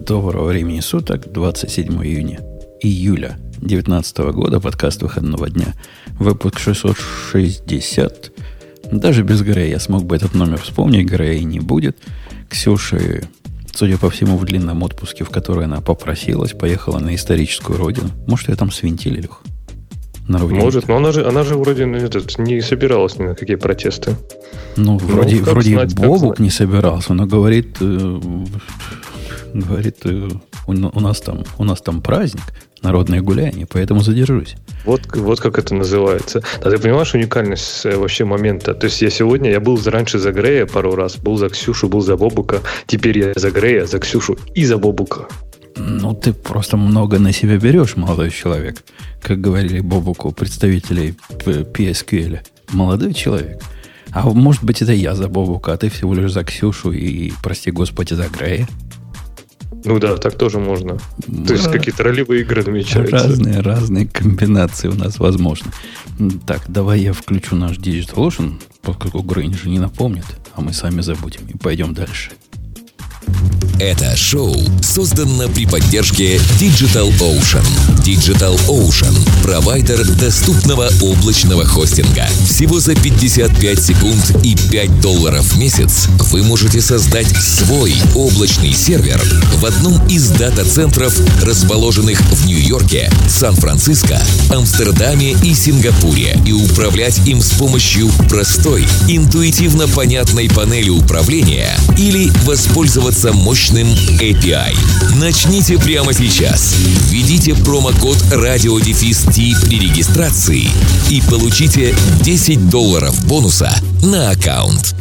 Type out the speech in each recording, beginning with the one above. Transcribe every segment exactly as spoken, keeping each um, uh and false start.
Доброго времени суток, двадцать седьмого июня, июля две тысячи девятнадцатого года, подкаст выходного дня, выпуск шестьсот шестьдесят. Даже без Грея я смог бы этот номер вспомнить, Грея не будет. Ксюша, судя по всему, в длинном отпуске, в который она попросилась, поехала на историческую родину. Может, ее там свинтили, Лех? Может, но она же, она же вроде этот, не собиралась ни на какие протесты. Ну, вроде, ну, вроде знать, Бобук не собирался, но говорит, э, говорит, э, у, у, нас там, у нас там праздник, народное гуляние, поэтому задержусь. Вот, вот как это называется. А ты понимаешь уникальность вообще момента? То есть я сегодня, я был раньше за Грея пару раз, был за Ксюшу, был за Бобука, теперь я за Грея, за Ксюшу и за Бобука. Ну, ты просто много на себя берешь, молодой человек. Как говорили Бобуку представителей пи эс кью эл. Молодой человек. А может быть, это я за Бобука, а ты всего лишь за Ксюшу и, прости господи, за Грея? Ну да, так тоже можно. Да. То есть какие-то ролевые игры намечаются. Разные, разные комбинации у нас возможны. Так, давай я включу наш DigitalOcean, поскольку Грей же не напомнит, а мы сами забудем, и пойдем дальше. Это шоу создано при поддержке DigitalOcean. DigitalOcean – провайдер доступного облачного хостинга. Всего за пятьдесят пять секунд и пять долларов в месяц вы можете создать свой облачный сервер в одном из дата-центров, расположенных в Нью-Йорке, Сан-Франциско, Амстердаме и Сингапуре, и управлять им с помощью простой, интуитивно понятной панели управления или воспользоваться мощным эй пи ай. Начните прямо сейчас. Введите промокод радиодефис-ти при регистрации и получите десять долларов бонуса на аккаунт.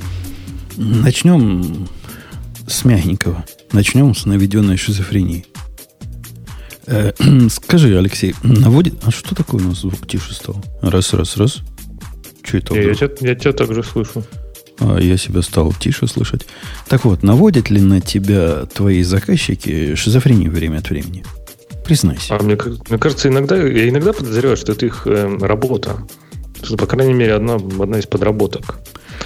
Начнем с мягенького. Начнем с наведенной шизофрении. Э, скажи, Алексей, наводит... А что такое у нас звук тише стал? Раз, раз, раз. Что это? Я, я, тебя, я тебя также слышу. А я себя стал тише слышать. Так вот, наводят ли на тебя твои заказчики шизофрению время от времени? Признайся. А мне, мне кажется, иногда я иногда подозреваю, что это их э, работа. Что, по крайней мере, одна, одна из подработок.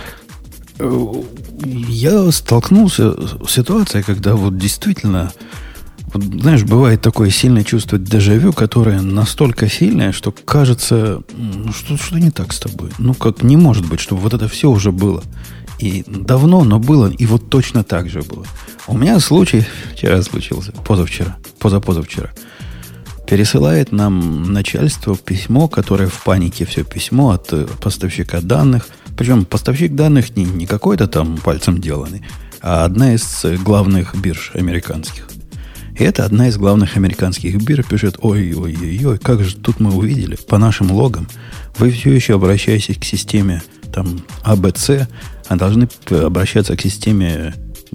Я столкнулся с ситуацией, когда вот действительно, вот, знаешь, бывает такое сильное чувство дежавю, которое настолько сильное, что кажется, ну, что, что не так с тобой. Ну, как не может быть, чтобы вот это все уже было. И давно, но было, и вот точно так же было. У меня случай вчера случился, позавчера, позапозавчера. Пересылает нам начальство письмо, которое в панике все письмо от поставщика данных. Причем поставщик данных не, не какой-то там пальцем деланный, а одна из главных бирж американских. И это одна из главных американских бирж пишет: ой-ой-ой, как же тут мы увидели по нашим логам, вы все еще обращаетесь к системе там эй би си, а должны обращаться к системе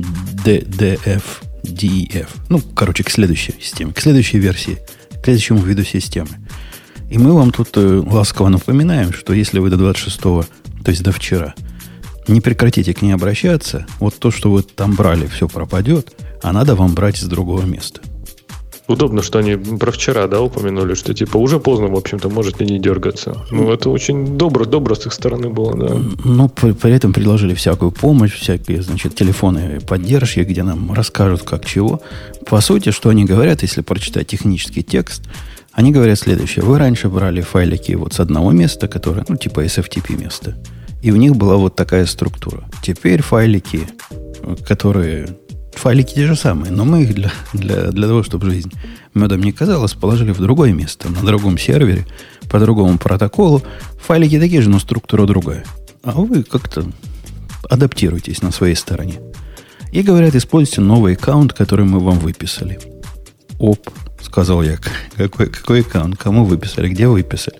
ди ди эф, ди и эф. Ну, короче, к следующей системе, к следующей версии, к следующему виду системы. И мы вам тут э, ласково напоминаем, что если вы до двадцать шестого, то есть до вчера, не прекратите к ней обращаться, вот то, что вы там брали, все пропадет, а надо вам брать из другого места. Удобно, что они про вчера, да, упомянули, что типа уже поздно, в общем-то, можете не дергаться. Ну, это очень добро, добро с их стороны было, да. Ну, при, при этом предложили всякую помощь, всякие, значит, телефоны поддержки, где нам расскажут, как чего. По сути, что они говорят, если прочитать технический текст, они говорят следующее. Вы раньше брали файлики вот с одного места, которое, ну, типа эс эф ти пи место, и в них была вот такая структура. Теперь файлики, которые... Файлики те же самые, но мы их для, для, для того, чтобы жизнь медом не казалась, положили в другое место, на другом сервере, по другому протоколу. Файлики такие же, но структура другая. А вы как-то адаптируйтесь на своей стороне. И говорят, используйте новый аккаунт, который мы вам выписали. Оп, сказал я, какой, какой аккаунт, кому выписали, где выписали.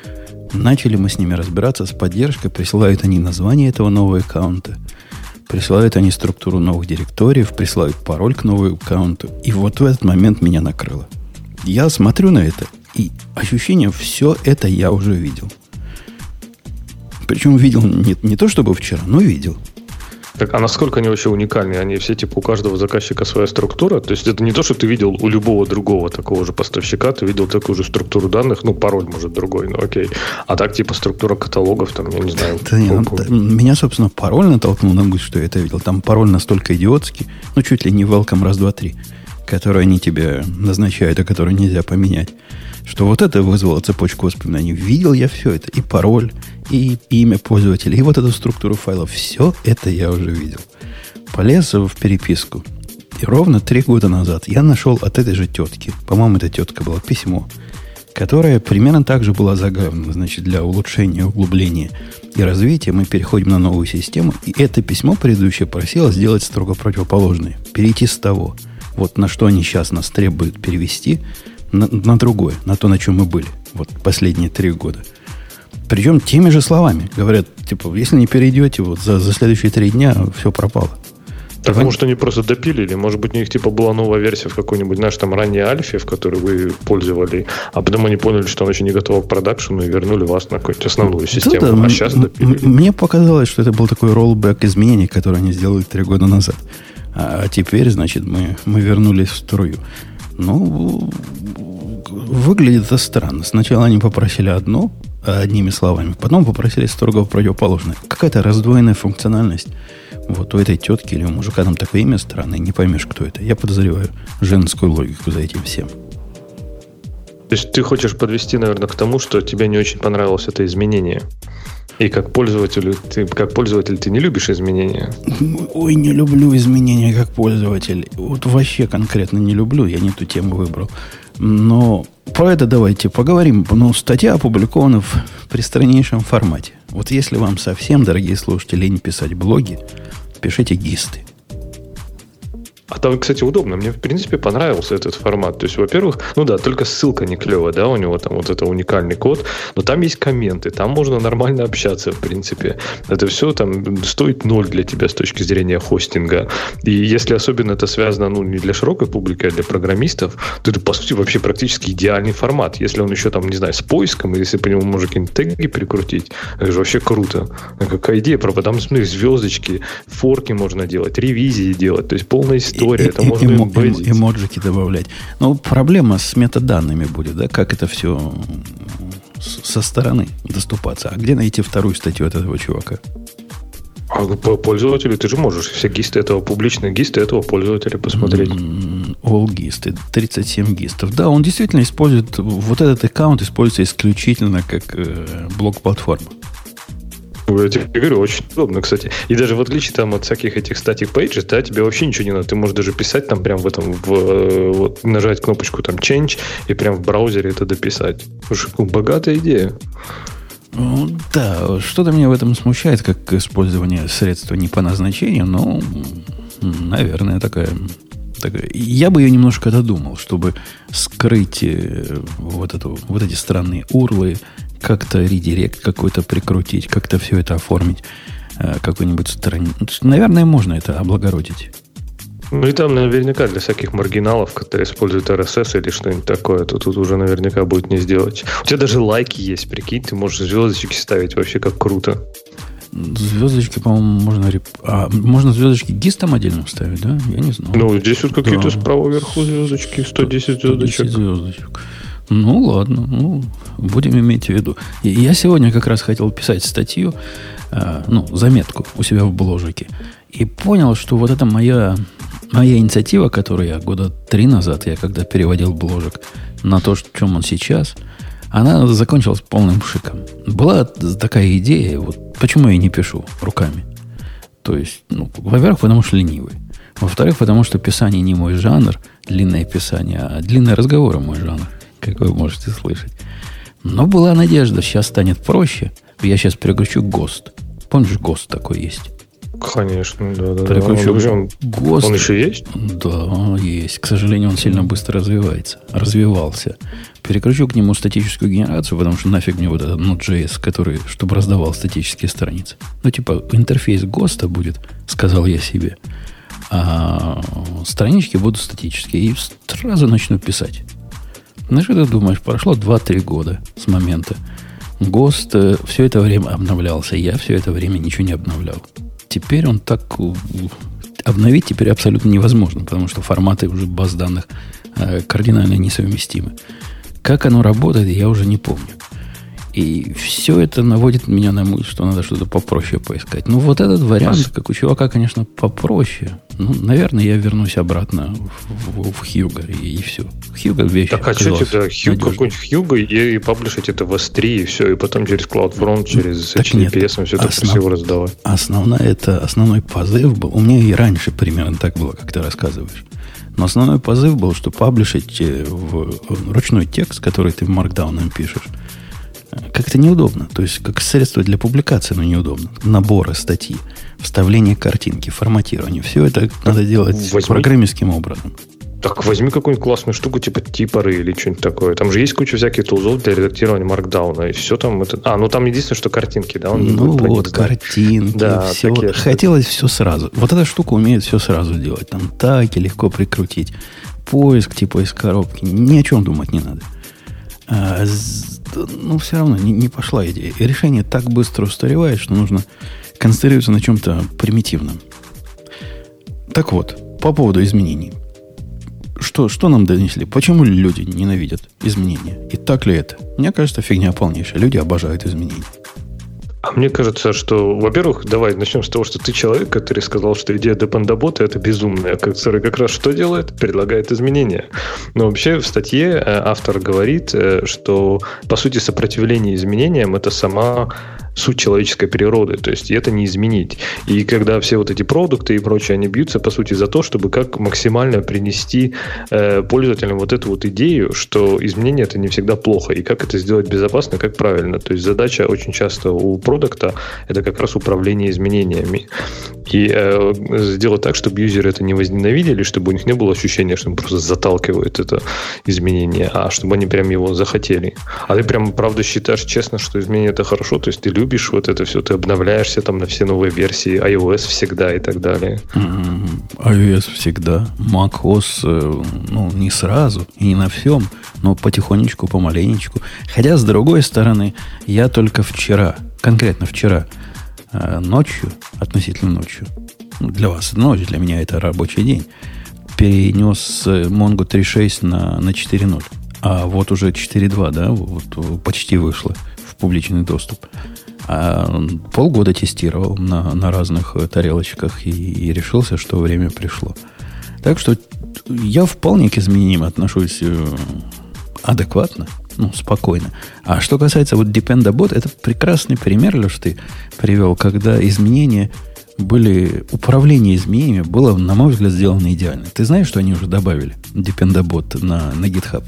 Начали мы с ними разбираться, с поддержкой, присылают они название этого нового аккаунта. Присылают они структуру новых директориев, присылают пароль к новому аккаунту. И вот в этот момент меня накрыло. Я смотрю на это, и ощущение, все это я уже видел. Причем видел не, не то чтобы вчера, но видел. Так, а насколько они вообще уникальны? Они все, типа, у каждого заказчика своя структура? То есть это не то, что ты видел у любого другого такого же поставщика, ты видел такую же структуру данных, ну, пароль, может, другой, ну, окей. А так, типа, структура каталогов, там, я не знаю. Да, не, меня, собственно, пароль натолкнул на мысль, что я это видел. Там пароль настолько идиотский, ну, чуть ли не welcome раз, два, три. которую они тебе назначают, а которую нельзя поменять, что вот это вызвало цепочку воспоминаний. Видел я все это, и пароль, и имя пользователя, и вот эту структуру файлов. Все это я уже видел. Полез в переписку. И ровно три года назад я нашел от этой же тетки, по-моему, эта тетка была, письмо, которое примерно так же было заглавлено. Значит, для улучшения, углубления и развития мы переходим на новую систему. И это письмо предыдущее просило сделать строго противоположное. Перейти с того, вот на что они сейчас нас требуют перевести, на, на другое, на то, на чем мы были вот последние три года. Причем теми же словами. Говорят, типа, если не перейдете, вот за, за следующие три дня все пропало. Так, Давай... может, они просто допилили? Может быть, у них типа была новая версия в какой-нибудь, знаешь, там ранней альфе, в которой вы пользовали, а потом они поняли, что она еще не готова к продакшену и вернули вас на какую-то основную систему. Да, а сейчас допилили. Мне показалось, что это был такой роллбэк изменений, которые они сделали три года назад. А теперь, значит, мы, мы вернулись в струю. Ну, выглядит это странно. Сначала они попросили одно, одними словами, потом попросили строго противоположное. Какая-то раздвоенная функциональность. Вот у этой тетки или у мужика там такое имя странное, не поймешь, кто это. Я подозреваю женскую логику за этим всем. То есть ты хочешь подвести, наверное, к тому, что тебе не очень понравилось это изменение. И как пользователь, ты, как пользователь ты не любишь изменения? Ой, не люблю изменения как пользователь. Вот вообще конкретно не люблю, я не ту тему выбрал. Но про это давайте поговорим. Ну, статья опубликована в пристраннейшем формате. Вот если вам совсем, дорогие слушатели, лень писать блоги, пишите гисты. А там, кстати, удобно. Мне, в принципе, понравился этот формат. То есть, во-первых, ну да, только ссылка не клевая, да, у него там вот это уникальный код, но там есть комменты, там можно нормально общаться, в принципе. Это все там стоит ноль для тебя с точки зрения хостинга. И если особенно это связано, ну, не для широкой публики, а для программистов, то это, по сути, вообще практически идеальный формат. Если он еще там, не знаю, с поиском, или если по нему можно какие-нибудь теги прикрутить, это же вообще круто. Какая идея, правда, там, смотри, звездочки, форки можно делать, ревизии делать, то есть полная история. История, и, это и, можно эмо, эмбеддить. Эможики добавлять. Но проблема с метаданными будет, да, как это все со стороны доступаться. А где найти вторую статью от этого чувака? А по пользователю ты же можешь все гисты этого, публичные гисты этого пользователя посмотреть. All гисты, тридцать семь гистов. Да, он действительно использует, вот этот аккаунт используется исключительно как э, блок-платформа. Я тебе говорю, очень удобно, кстати. И даже в отличие там от всяких этих static pages, да, тебе вообще ничего не надо. Ты можешь даже писать там прям в этом, в, вот, нажать кнопочку там change и прям в браузере это дописать. Слушай, богатая идея. Ну, да, что-то меня в этом смущает, как использование средства не по назначению, но, наверное, такая... такая. Я бы ее немножко додумал, чтобы скрыть вот, эту, вот эти странные урлы, как-то редирект какой-то прикрутить, как-то все это оформить, э, какой-нибудь страницу. Наверное, можно это облагородить. Ну и там наверняка для всяких маргиналов, которые используют эр эс эс или что-нибудь такое, то тут уже наверняка будет не сделать. У тебя даже лайки есть, прикинь, ты можешь звездочки ставить, вообще как круто. Звездочки, по-моему, можно... Реп... А, можно звездочки гистом отдельно ставить, да? Я не знаю. Ну, здесь вот какие-то да. Справа вверху звездочки, сто десять звездочек. сто десять звездочек. Ну, ладно, ну, будем иметь в виду. И я сегодня как раз хотел писать статью, э, ну, заметку у себя в бложике, и понял, что вот эта моя, моя инициатива, которую я года три назад, я когда переводил бложик на то, в чем он сейчас, она закончилась полным шиком. Была такая идея, вот почему я не пишу руками. То есть, ну, во-первых, потому что ленивый. Во-вторых, потому что писание не мой жанр, длинное писание, а длинные разговоры мой жанр, как вы можете слышать. Но была надежда, сейчас станет проще. Я сейчас переключу ГОСТ. Помнишь, ГОСТ такой есть? Конечно, да, да. Переключу да. Он, ГОСТ. Он еще есть? Да, есть. К сожалению, он сильно быстро развивается. Развивался. Переключу к нему статическую генерацию, потому что нафиг мне вот этот Node.js, который, чтобы раздавал статические страницы. Ну, типа, интерфейс ГОСТа будет, сказал я себе. А странички будут статические. И сразу начну писать. Ну, что ты думаешь, прошло два-три года с момента. ГОСТ все это время обновлялся. Я все это время ничего не обновлял. Теперь он так... Обновить теперь абсолютно невозможно, потому что форматы уже баз данных кардинально несовместимы. Как оно работает, я уже не помню. И все это наводит меня на мысль, что надо что-то попроще поискать. Ну, вот этот вариант, как у чувака, конечно, попроще. Ну, наверное, я вернусь обратно в, в, в Хьюго, и, и все. Хьюго вещь. Так, а что тебе, Хьюго, какой-нибудь Хьюго, и, и паблишить это в эс три, и все, и потом через CloudFront, через эйч ти ти пи эс, все это основ... красиво раздавать. Основная, это основной позыв был. У меня и раньше примерно так было, как ты рассказываешь. Но основной позыв был, что паблишить в ручной текст, который ты в Markdown пишешь, как-то неудобно. То есть, как средство для публикации, но неудобно. Наборы статьи, вставление картинки, форматирование. Все это надо делать возьми, программистским образом. Так возьми какую-нибудь классную штуку, типа типоры или что-нибудь такое. Там же есть куча всяких тулзов для редактирования маркдауна. И все там это... А, ну там единственное, что картинки, да? Он ну вот, картинки. Да, все. Вот. Хотелось все сразу. Вот эта штука умеет все сразу делать. Там таги легко прикрутить. Поиск типа из коробки. Ни о чем думать не надо. А, ну, все равно не, не пошла идея. И решение так быстро устаревает, что нужно концентрироваться на чем-то примитивном. Так вот, по поводу изменений. Что, что нам донесли? Почему люди ненавидят изменения? И так ли это? Мне кажется, фигня полнейшая. Люди обожают изменения. А мне кажется, что, во-первых, давай начнем с того, что ты человек, который сказал, что идея Depend-бота это безумная, который как раз что делает? Предлагает изменения. Но вообще в статье автор говорит, что, по сути, сопротивление изменениям это сама суть человеческой природы, то есть это не изменить. И когда все вот эти продукты и прочее, они бьются, по сути, за то, чтобы как максимально принести э, пользователям вот эту вот идею, что изменение это не всегда плохо, и как это сделать безопасно, как правильно. То есть задача очень часто у продукта это как раз управление изменениями. И э, сделать так, чтобы юзеры это не возненавидели, чтобы у них не было ощущения, что им просто заталкивают это изменение, а чтобы они прям его захотели. А ты прям правда считаешь честно, что изменение это хорошо, то есть ты любишь вот это все, ты обновляешься там на все новые версии, iOS всегда и так далее. Mm-hmm. iOS всегда. macOS, ну, не сразу и не на всем, но потихонечку, помаленечку. Хотя, с другой стороны, я только вчера, конкретно вчера, ночью, относительно ночью, для вас ночь, для меня это рабочий день, перенес Mongo три шесть на, на четыре ноль. А вот уже четыре два, да, вот почти вышло в публичный доступ. А полгода тестировал на, на разных тарелочках и, и решился, что время пришло. Так что я вполне к изменениям отношусь адекватно, ну, спокойно. А что касается вот Depend-бот, это прекрасный пример, Леш, ты привел, когда изменения были, управление изменениями было, на мой взгляд, сделано идеально. Ты знаешь, что они уже добавили Depend-бот на, на GitHub?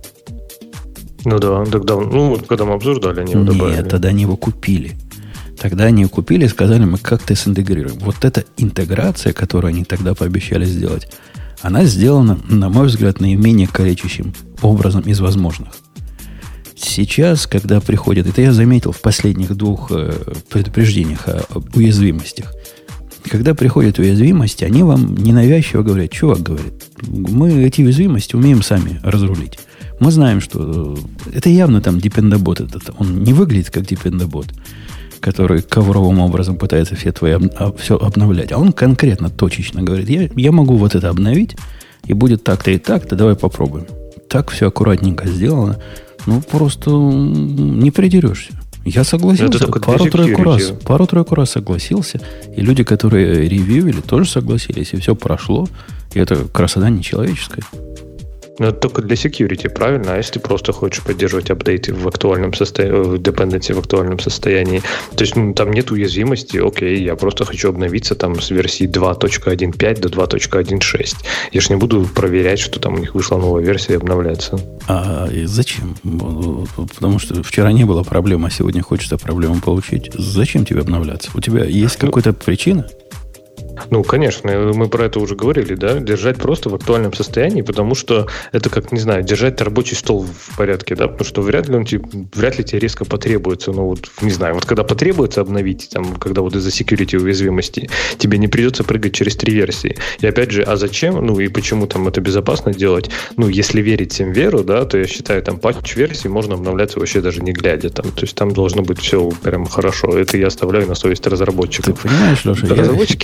Ну да, тогда, ну, когда мы обсуждали, они его добавили. Нет, тогда они его купили. Тогда они его купили и сказали, мы как-то синтегрируем. Вот эта интеграция, которую они тогда пообещали сделать, она сделана, на мой взгляд, наименее калечащим образом из возможных. Сейчас, когда приходят, это я заметил в последних двух э, предупреждениях о, о уязвимостях, когда приходят уязвимости, они вам ненавязчиво говорят, чувак говорит, мы эти уязвимости умеем сами разрулить. Мы знаем, что это явно там Depend-бот этот. Он не выглядит как Depend-бот, который ковровым образом пытается все твои об, все обновлять. А он конкретно, точечно говорит, я, я могу вот это обновить, и будет так-то и так-то, давай попробуем. Так все аккуратненько сделано. Ну, просто не придерешься. Я согласился пару-тройку раз. Пару-тройку раз согласился. И люди, которые ревьювили, тоже согласились. И все прошло. И это красота нечеловеческая. Но это только для security, правильно? А если ты просто хочешь поддерживать апдейты в актуальном состоянии, в dependency в актуальном состоянии, то есть ну, там нет уязвимости, окей, я просто хочу обновиться там с версии два точка один пять до два точка один шесть. Я же не буду проверять, что там у них вышла новая версия и обновляться. А зачем? Потому что вчера не было проблемы, а сегодня хочется проблему получить. Зачем тебе обновляться? У тебя есть ну, какая-то причина? Ну, конечно, мы про это уже говорили, да, держать просто в актуальном состоянии, потому что это как, не знаю, держать рабочий стол в порядке, да, потому что вряд ли он тебе, вряд ли тебе резко потребуется, ну, вот, не знаю, вот когда потребуется обновить, там, когда вот из-за security уязвимости, тебе не придется прыгать через три версии. И опять же, а зачем, ну, и почему там это безопасно делать? Ну, если верить всем веру, да, то я считаю, там, патч-версии можно обновляться вообще даже не глядя, там, то есть там должно быть все прям хорошо. Это я оставляю на совесть разработчиков. Ты понимаешь, Леша, разработчики я... разные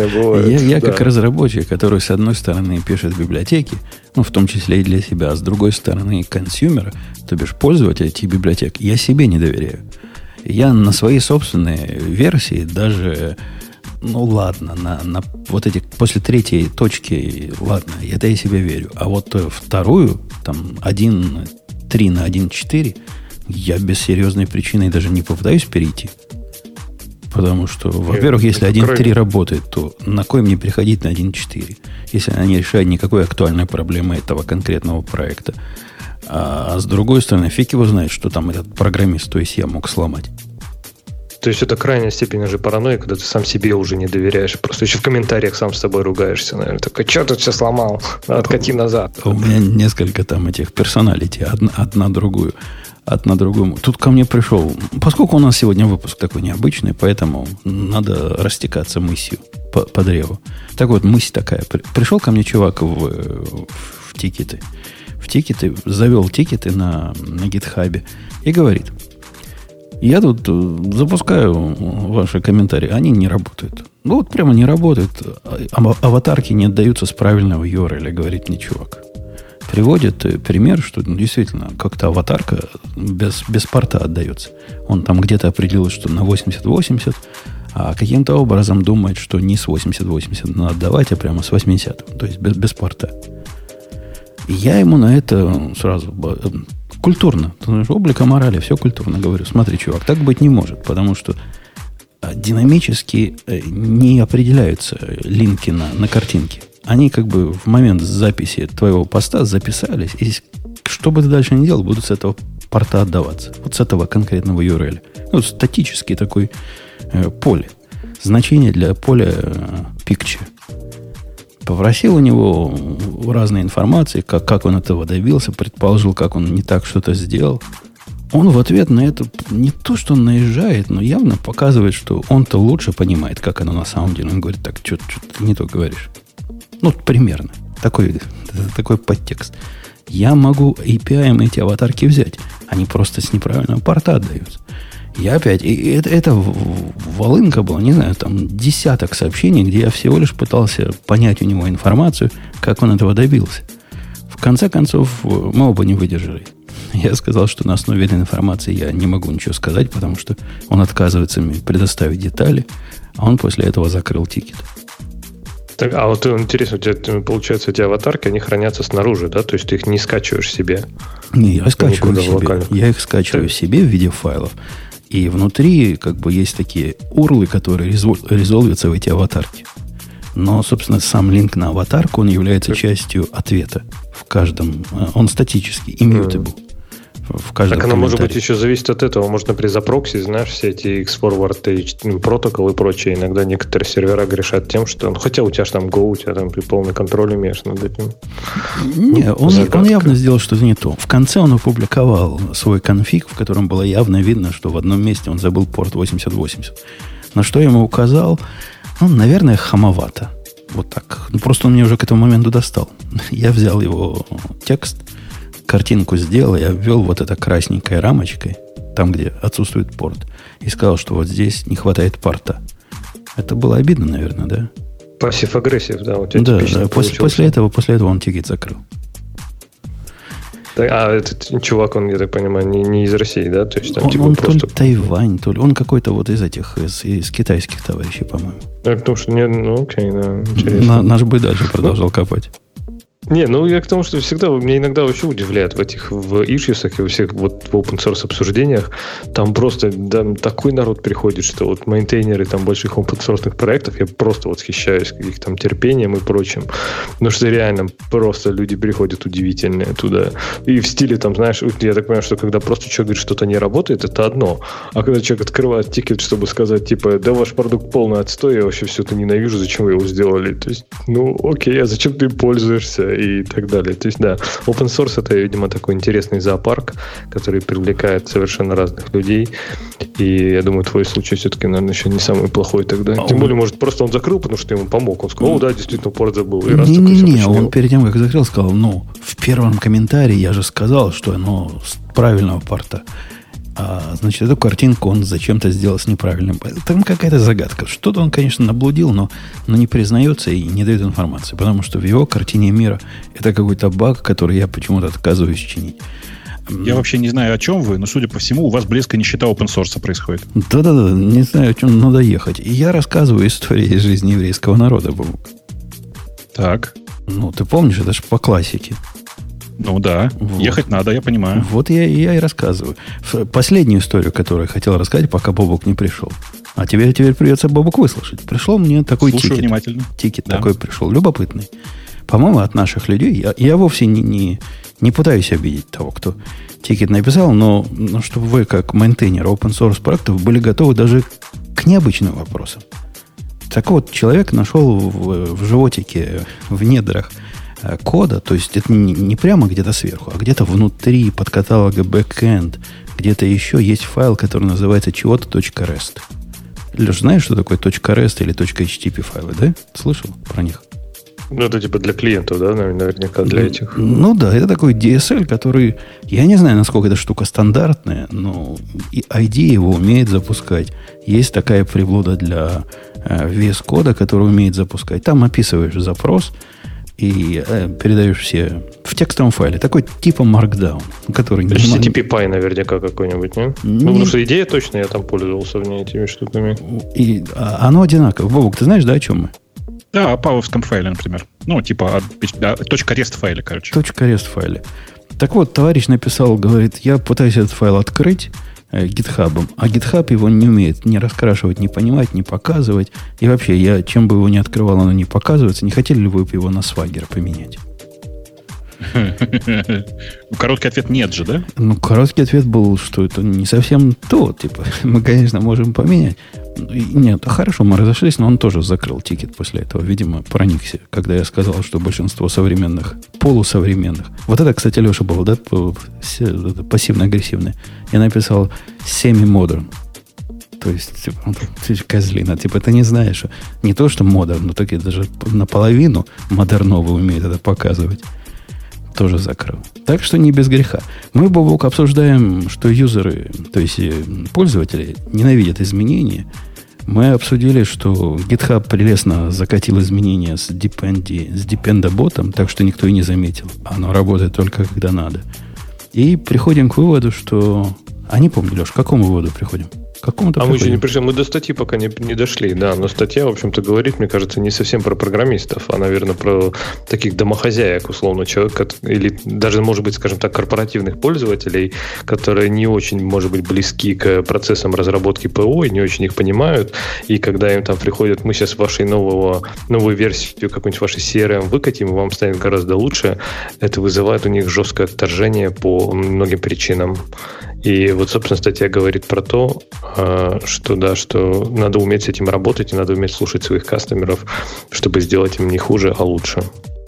бывает. Я, я да. как разработчик, который с одной стороны пишет библиотеки, ну, в том числе и для себя, а с другой стороны консюмера, то бишь пользователя этих библиотек, я себе не доверяю. Я на свои собственные версии даже, ну ладно, на, на вот эти, после третьей точки, ладно, это я себе верю. А вот вторую, там, один три на один четыре, я без серьезной причины даже не попытаюсь перейти. Потому что, во-первых, если один три работает, то на кой мне переходить на один четыре, если она не решает никакой актуальной проблемы этого конкретного проекта. А, а с другой стороны, фиг его знает, что там этот программист, то есть я мог сломать. То есть это крайняя степень уже паранойи, когда ты сам себе уже не доверяешь. Просто еще в комментариях сам с собой ругаешься, наверное. Так, а что тут все сломал? Откати назад. У меня несколько там этих персоналити, одна, одна другую. Одна другому. Тут ко мне пришел, поскольку у нас сегодня выпуск такой необычный, поэтому надо растекаться мысью по, по древу. Так вот, мысль такая. Пришел ко мне чувак в, в тикеты. В тикеты, завел тикеты на, на гитхабе и говорит: я тут запускаю ваши комментарии, они не работают. Ну вот прямо не работают. Аватарки не отдаются с правильного ю ар эл, говорит мне чувак. Приводит пример, что ну, действительно как-то аватарка без, без порта отдается. Он там где-то определил, что на восемьдесят восемьдесят, а каким-то образом думает, что не с восемьдесят восемьдесят надо отдавать, а прямо с восемьдесят, то есть без, без порта. И я ему на это сразу культурно, облика морали, все культурно говорю. Смотри, чувак, так быть не может, потому что динамически не определяются линки на, на картинке. Они как бы в момент записи твоего поста записались, и что бы ты дальше ни делал, будут с этого порта отдаваться. Вот с этого конкретного ю ар эл. Ну, статический такой э, поле. Значение для поля э, picture. Попросил у него разной информации, как, как он этого добился, предположил, как он не так что-то сделал. Он в ответ на это не то, что он наезжает, но явно показывает, что он-то лучше понимает, как оно на самом деле. Он говорит: так, что ты не то говоришь. Ну, примерно. Такой, такой подтекст. Я могу эй пи ай эти аватарки взять. Они просто с неправильного порта отдаются. Я опять... И это, это волынка была, не знаю, там десяток сообщений, где я всего лишь пытался понять у него информацию, как он этого добился. В конце концов, мы оба не выдержали. Я сказал, что на основе этой информации я не могу ничего сказать, потому что он отказывается мне предоставить детали, а он после этого закрыл тикет. Так, а вот интересно, у тебя, получается, эти аватарки, они хранятся снаружи, да? То есть ты их не скачиваешь себе? Не, я скачиваю себе. Я их скачиваю так. себе в виде файлов. И внутри как бы есть такие урлы, которые резолвятся в эти аватарки. Но, собственно, сам линк на аватарку, он является частью ответа в каждом. Он статический, immutable. В каждом так оно, может быть, еще зависит от этого. Может, например, за прокси, знаешь, все эти X-Forward протоколы и прочее. Иногда некоторые сервера грешат тем, что... Ну, хотя у тебя же там Go, у тебя там при полный контроль имеешь над этим. Не, он, он явно сделал что-то не то. В конце он опубликовал свой конфиг, в котором было явно видно, что в одном месте он забыл порт восемьдесят восемьдесят. На что я ему указал? Ну, наверное, хамовато. Вот так. Ну, просто он мне уже к этому моменту достал. Я взял его текст, картинку сделал и обвел вот это красненькой рамочкой, там, где отсутствует порт, и сказал, что вот здесь не хватает порта. Это было обидно, наверное, да? Пассив-агрессив, да. У тебя да, да. После, после, этого, после этого он тикет закрыл. Так, а этот чувак, он, я так понимаю, не, не из России, да? То есть, там, он типа, он просто... то ли Тайвань, то ли... Он какой-то вот из этих, из, из китайских товарищей, по-моему. Да, потому что, не, ну, окей, да, интересно. На, наш бы дальше продолжал копать. Не, ну я к тому, что всегда, меня иногда вообще удивляет в этих в ишьюсах и во всех вот в open source обсуждениях, там просто да, такой народ приходит, что вот мейнтейнеры там больших open source проектов, я просто восхищаюсь их там терпением и прочим. Потому что реально просто люди приходят удивительные туда. И в стиле там, знаешь, я так понимаю, что когда просто человек говорит, что-то не работает, это одно. А когда человек открывает тикет, чтобы сказать, типа, да ваш продукт полный отстой, я вообще все это ненавижу, зачем вы его сделали? То есть, ну окей, а зачем ты им пользуешься? И так далее. То есть, да, open source — это, видимо, такой интересный зоопарк, который привлекает совершенно разных людей. И я думаю, твой случай все-таки, наверное, еще не самый плохой тогда. А Тем он... более, может, просто он закрыл, потому что ему помог. Он сказал: о, да, действительно, порт забыл. И раз не, не, не, он перед тем, как закрыл, сказал: ну, в первом комментарии я же сказал, что оно с правильного порта. А, значит, эту картинку он зачем-то сделал с неправильным. Там какая-то загадка. Что-то он, конечно, наблудил, но, но не признается и не дает информации. Потому что в его картине мира это какой-то баг, который я почему-то отказываюсь чинить. Я вообще не знаю, о чем вы, но, судя по всему, у вас близкая нищета open source происходит. Да-да-да, не знаю, о чем надо ехать. И я рассказываю истории из жизни еврейского народа, Бог. Так. Ну, ты помнишь, это же по классике. Ну да, вот. Ехать надо, я понимаю. Вот я, я и рассказываю. Последнюю историю, которую я хотел рассказать, пока Бобок не пришел. А тебе теперь придется, Бобок, выслушать. Пришел мне такой Слушаю тикет. Внимательно. Тикет да. такой пришел, любопытный. По-моему, от наших людей. Я, я вовсе не, не, не пытаюсь обидеть того, кто тикет написал, но, но чтобы вы, как мейнтейнер open source проектов, были готовы даже к необычным вопросам. Так вот, человек нашел в, в животике, в недрах кода, то есть это не, не прямо где-то сверху, а где-то внутри, под каталога backend, где-то еще есть файл, который называется чего-то .rest. Леш, знаешь, что такое .rest или .http файлы, да? Слышал про них? Ну, это типа для клиентов, да, наверняка для этих. Ну да, это такой ди эс эл, который, я не знаю, насколько эта штука стандартная, но и ай ди его умеет запускать. Есть такая приблуда для э, ви эс-кода, который умеет запускать. Там описываешь запрос, и э, передаешь все в текстовом файле. Такой типа Markdown, который... эйч ти ти пи пай наверняка какой-нибудь, не? не... Ну, потому что идея точно, я там пользовался в ней этими штуками. И а, оно одинаково. Бобок, ты знаешь, да, о чем мы? Да, о павовском файле, например. Ну, типа .rest файле, короче. .rest файле. Так вот, товарищ написал, говорит, я пытаюсь этот файл открыть э, гитхабом, а гитхаб его не умеет ни раскрашивать, ни понимать, ни показывать. И вообще, я чем бы его ни открывал, оно не показывается. Не хотели ли вы его на Swagger поменять? Короткий ответ нет же, да? Ну, короткий ответ был, что это не совсем то. Типа, мы, конечно, можем поменять. Нет, хорошо, мы разошлись, но он тоже закрыл тикет после этого. Видимо, проникся, когда я сказал, что большинство современных, полусовременных. Вот это, кстати, Леша был, да, пассивно-агрессивный. Я написал semi-modern. То есть, типа, козлина. Типа, ты не знаешь, не то, что модерн, но таки даже наполовину модерновый умеет это показывать. Тоже закрыл. Так что не без греха. Мы, Бобок, обсуждаем, что юзеры, то есть пользователи, ненавидят изменения. Мы обсудили, что GitHub прелестно закатил изменения с Dependi, с Dependa-ботом, так что никто и не заметил. Оно работает только когда надо. И приходим к выводу, что... А не помню, Леш, к какому выводу приходим? Какому-то а приходим. мы еще не пришли, мы до статьи пока не, не дошли, да, но статья, в общем-то, говорит, мне кажется, не совсем про программистов, а, наверное, про таких домохозяек, условно, человека, или даже, может быть, скажем так, корпоративных пользователей, которые не очень, может быть, близки к процессам разработки ПО и не очень их понимают, и когда им там приходят, мы сейчас вашей нового, новую версию какую-нибудь вашей си ар эм выкатим, и вам станет гораздо лучше, это вызывает у них жесткое отторжение по многим причинам. И вот, собственно, статья говорит про то, что да, что надо уметь с этим работать и надо уметь слушать своих кастомеров, чтобы сделать им не хуже, а лучше.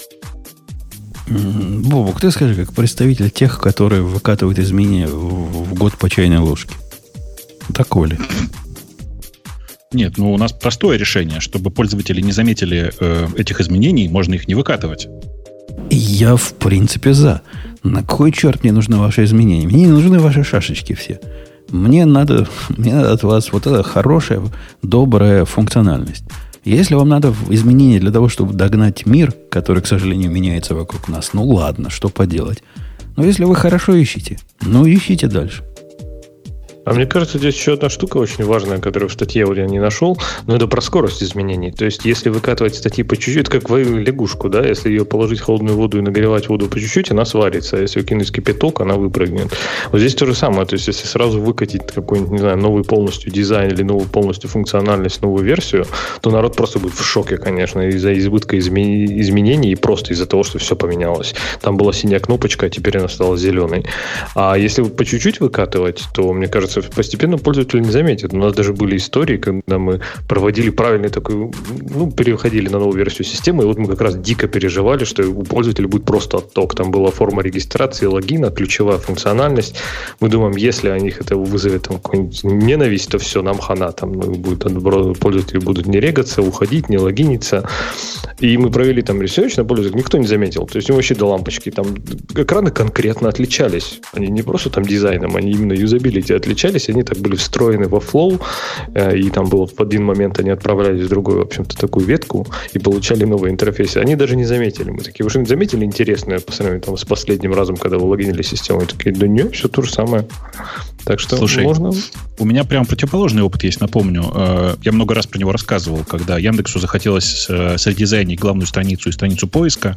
Бобок, ты скажи, как представитель тех, которые выкатывают изменения в, в год по чайной ложке. Такое ли? Нет, ну у нас простое решение, чтобы пользователи не заметили э, этих изменений, можно их не выкатывать. Я, в принципе, за. На кой черт мне нужны ваши изменения? Мне не нужны ваши шашечки все. Мне надо, мне надо от вас вот эта хорошая, добрая функциональность. Если вам надо изменения для того, чтобы догнать мир, который, к сожалению, меняется вокруг нас, ну ладно, что поделать. Но если вы хорошо ищете, ну ищите дальше. А мне кажется, здесь еще одна штука очень важная, которую в статье я не нашел, но это про скорость изменений. То есть, если выкатывать статьи по чуть-чуть, как в лягушку, да, если ее положить в холодную воду и нагревать воду по чуть-чуть, она сварится. А если кинуть кипяток, она выпрыгнет. Вот здесь то же самое. То есть, если сразу выкатить какой-нибудь, не знаю, новый полностью дизайн или новую полностью функциональность, новую версию, то народ просто будет в шоке, конечно, из-за избытка изме- изменений и просто из-за того, что все поменялось. Там была синяя кнопочка, а теперь она стала зеленой. А если по чуть-чуть выкатывать, то, мне кажется, регистрацию, постепенно пользователь не заметит. У нас даже были истории, когда мы проводили правильный такой, ну, переходили на новую версию системы, и вот мы как раз дико переживали, что у пользователя будет просто отток. Там была форма регистрации, логина, ключевая функциональность. Мы думаем, если о них это вызовет там какую-нибудь ненависть, то все, нам хана. Там ну, будет, пользователи будут не регаться, уходить, не логиниться. И мы провели там ресерч на пользователя, никто не заметил. То есть у него вообще до лампочки там экраны конкретно отличались. Они не просто там дизайном, они именно юзабилити отличались, они так были встроены во Flow, и там было в один момент они отправлялись в другую, в общем-то, такую ветку и получали новые интерфейсы. Они даже не заметили. Мы такие, вы что-нибудь заметили интересное по сравнению там, с последним разом, когда вы логинили систему? Мы такие, да нет, все то же самое. Так что Слушай, можно... у меня прям противоположный опыт есть, напомню. Я много раз про него рассказывал, когда Яндексу захотелось средизайнить главную страницу и страницу поиска.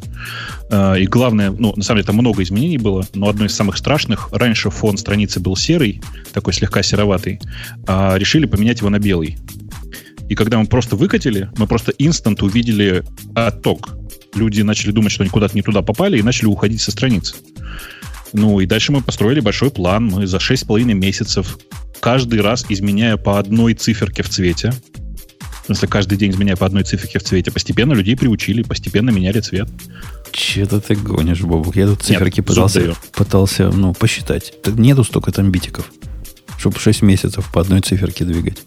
И главное, ну, на самом деле, там много изменений было, но одно из самых страшных, раньше фон страницы был серый, такой слегка сероватый, а решили поменять его на белый. И когда мы просто выкатили, мы просто инстант увидели отток. Люди начали думать, что они куда-то не туда попали, и начали уходить со страницы. Ну, и дальше мы построили большой план. Мы за шесть с половиной месяцев, каждый раз изменяя по одной циферке в цвете, в смысле, каждый день изменяя по одной циферке в цвете, постепенно людей приучили, постепенно меняли цвет. Че-то ты гонишь, Бобук. Я тут циферки Нет, пытался, пытался ну, посчитать. Нету столько там битиков, чтобы шесть месяцев по одной циферке двигать.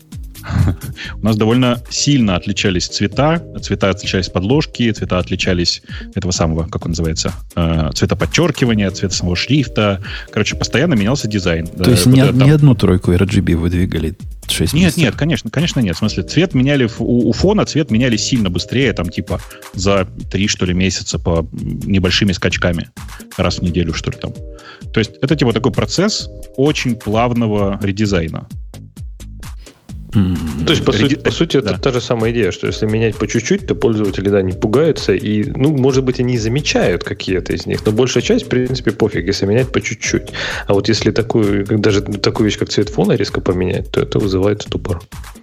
У нас довольно сильно отличались цвета. Цвета отличались подложки, цвета отличались этого самого, как он называется, цвета подчеркивания, цвета самого шрифта. Короче, постоянно менялся дизайн. То есть ни, там... ни одну тройку эр джи би вы двигали шесть нет, месяцев? Нет, конечно, конечно нет. В смысле, цвет меняли у, у фона, цвет меняли сильно быстрее, там типа за три, что ли, месяца по небольшими скачками. Раз в неделю, что ли, там. То есть это типа такой процесс очень плавного редизайна. То есть, по, Реди... сути, по сути, да. Это та же самая идея, что если менять по чуть-чуть, то пользователи, да, не пугаются, и, ну, может быть, они замечают какие-то из них, но большая часть, в принципе, пофиг, если менять по чуть-чуть. А вот если такую, даже такую вещь, как цвет фона резко поменять, то это вызывает ступор.